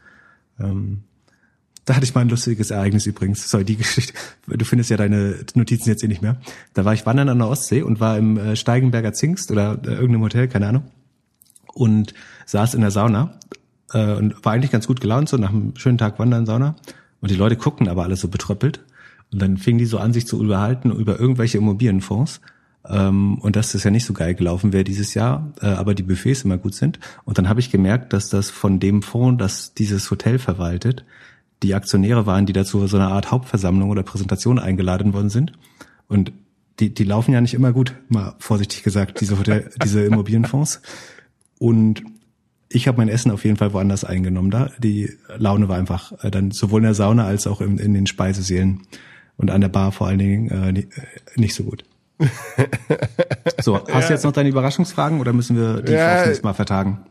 Da hatte ich mal ein lustiges Ereignis übrigens. Sorry, die Geschichte. Du findest ja deine Notizen jetzt eh nicht mehr. Da war ich wandern an der Ostsee und war im Steigenberger Zingst oder irgendeinem Hotel, keine Ahnung. Und saß in der Sauna und war eigentlich ganz gut gelaunt, so nach einem schönen Tag wandern, Sauna. Und die Leute guckten aber alle so betröppelt. Und dann fingen die so an, sich zu unterhalten über irgendwelche Immobilienfonds. Und dass das ja nicht so geil gelaufen wäre dieses Jahr, aber die Buffets immer gut sind. Und dann habe ich gemerkt, dass das von dem Fonds, das dieses Hotel verwaltet, die Aktionäre waren, die dazu so eine Art Hauptversammlung oder Präsentation eingeladen worden sind. Und die laufen ja nicht immer gut, mal vorsichtig gesagt, diese Immobilienfonds. Und ich habe mein Essen auf jeden Fall woanders eingenommen da. Die Laune war einfach dann sowohl in der Sauna als auch in den Speisesälen und an der Bar vor allen Dingen nicht so gut. So, hast du jetzt noch deine Überraschungsfragen oder müssen wir die aufs nächste Mal vertagen?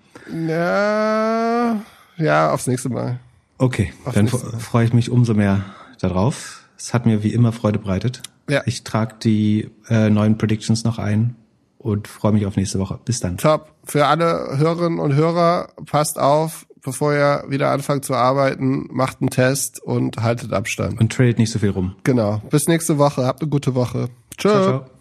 Ja, aufs nächste Mal. Okay, dann freue ich mich umso mehr darauf. Es hat mir wie immer Freude bereitet. Ja. Ich trage die neuen Predictions noch ein und freue mich auf nächste Woche. Bis dann. Top. Für alle Hörerinnen und Hörer, passt auf, bevor ihr wieder anfangt zu arbeiten, macht einen Test und haltet Abstand. Und tradet nicht so viel rum. Genau. Bis nächste Woche. Habt eine gute Woche. Tschö. Ciao, ciao.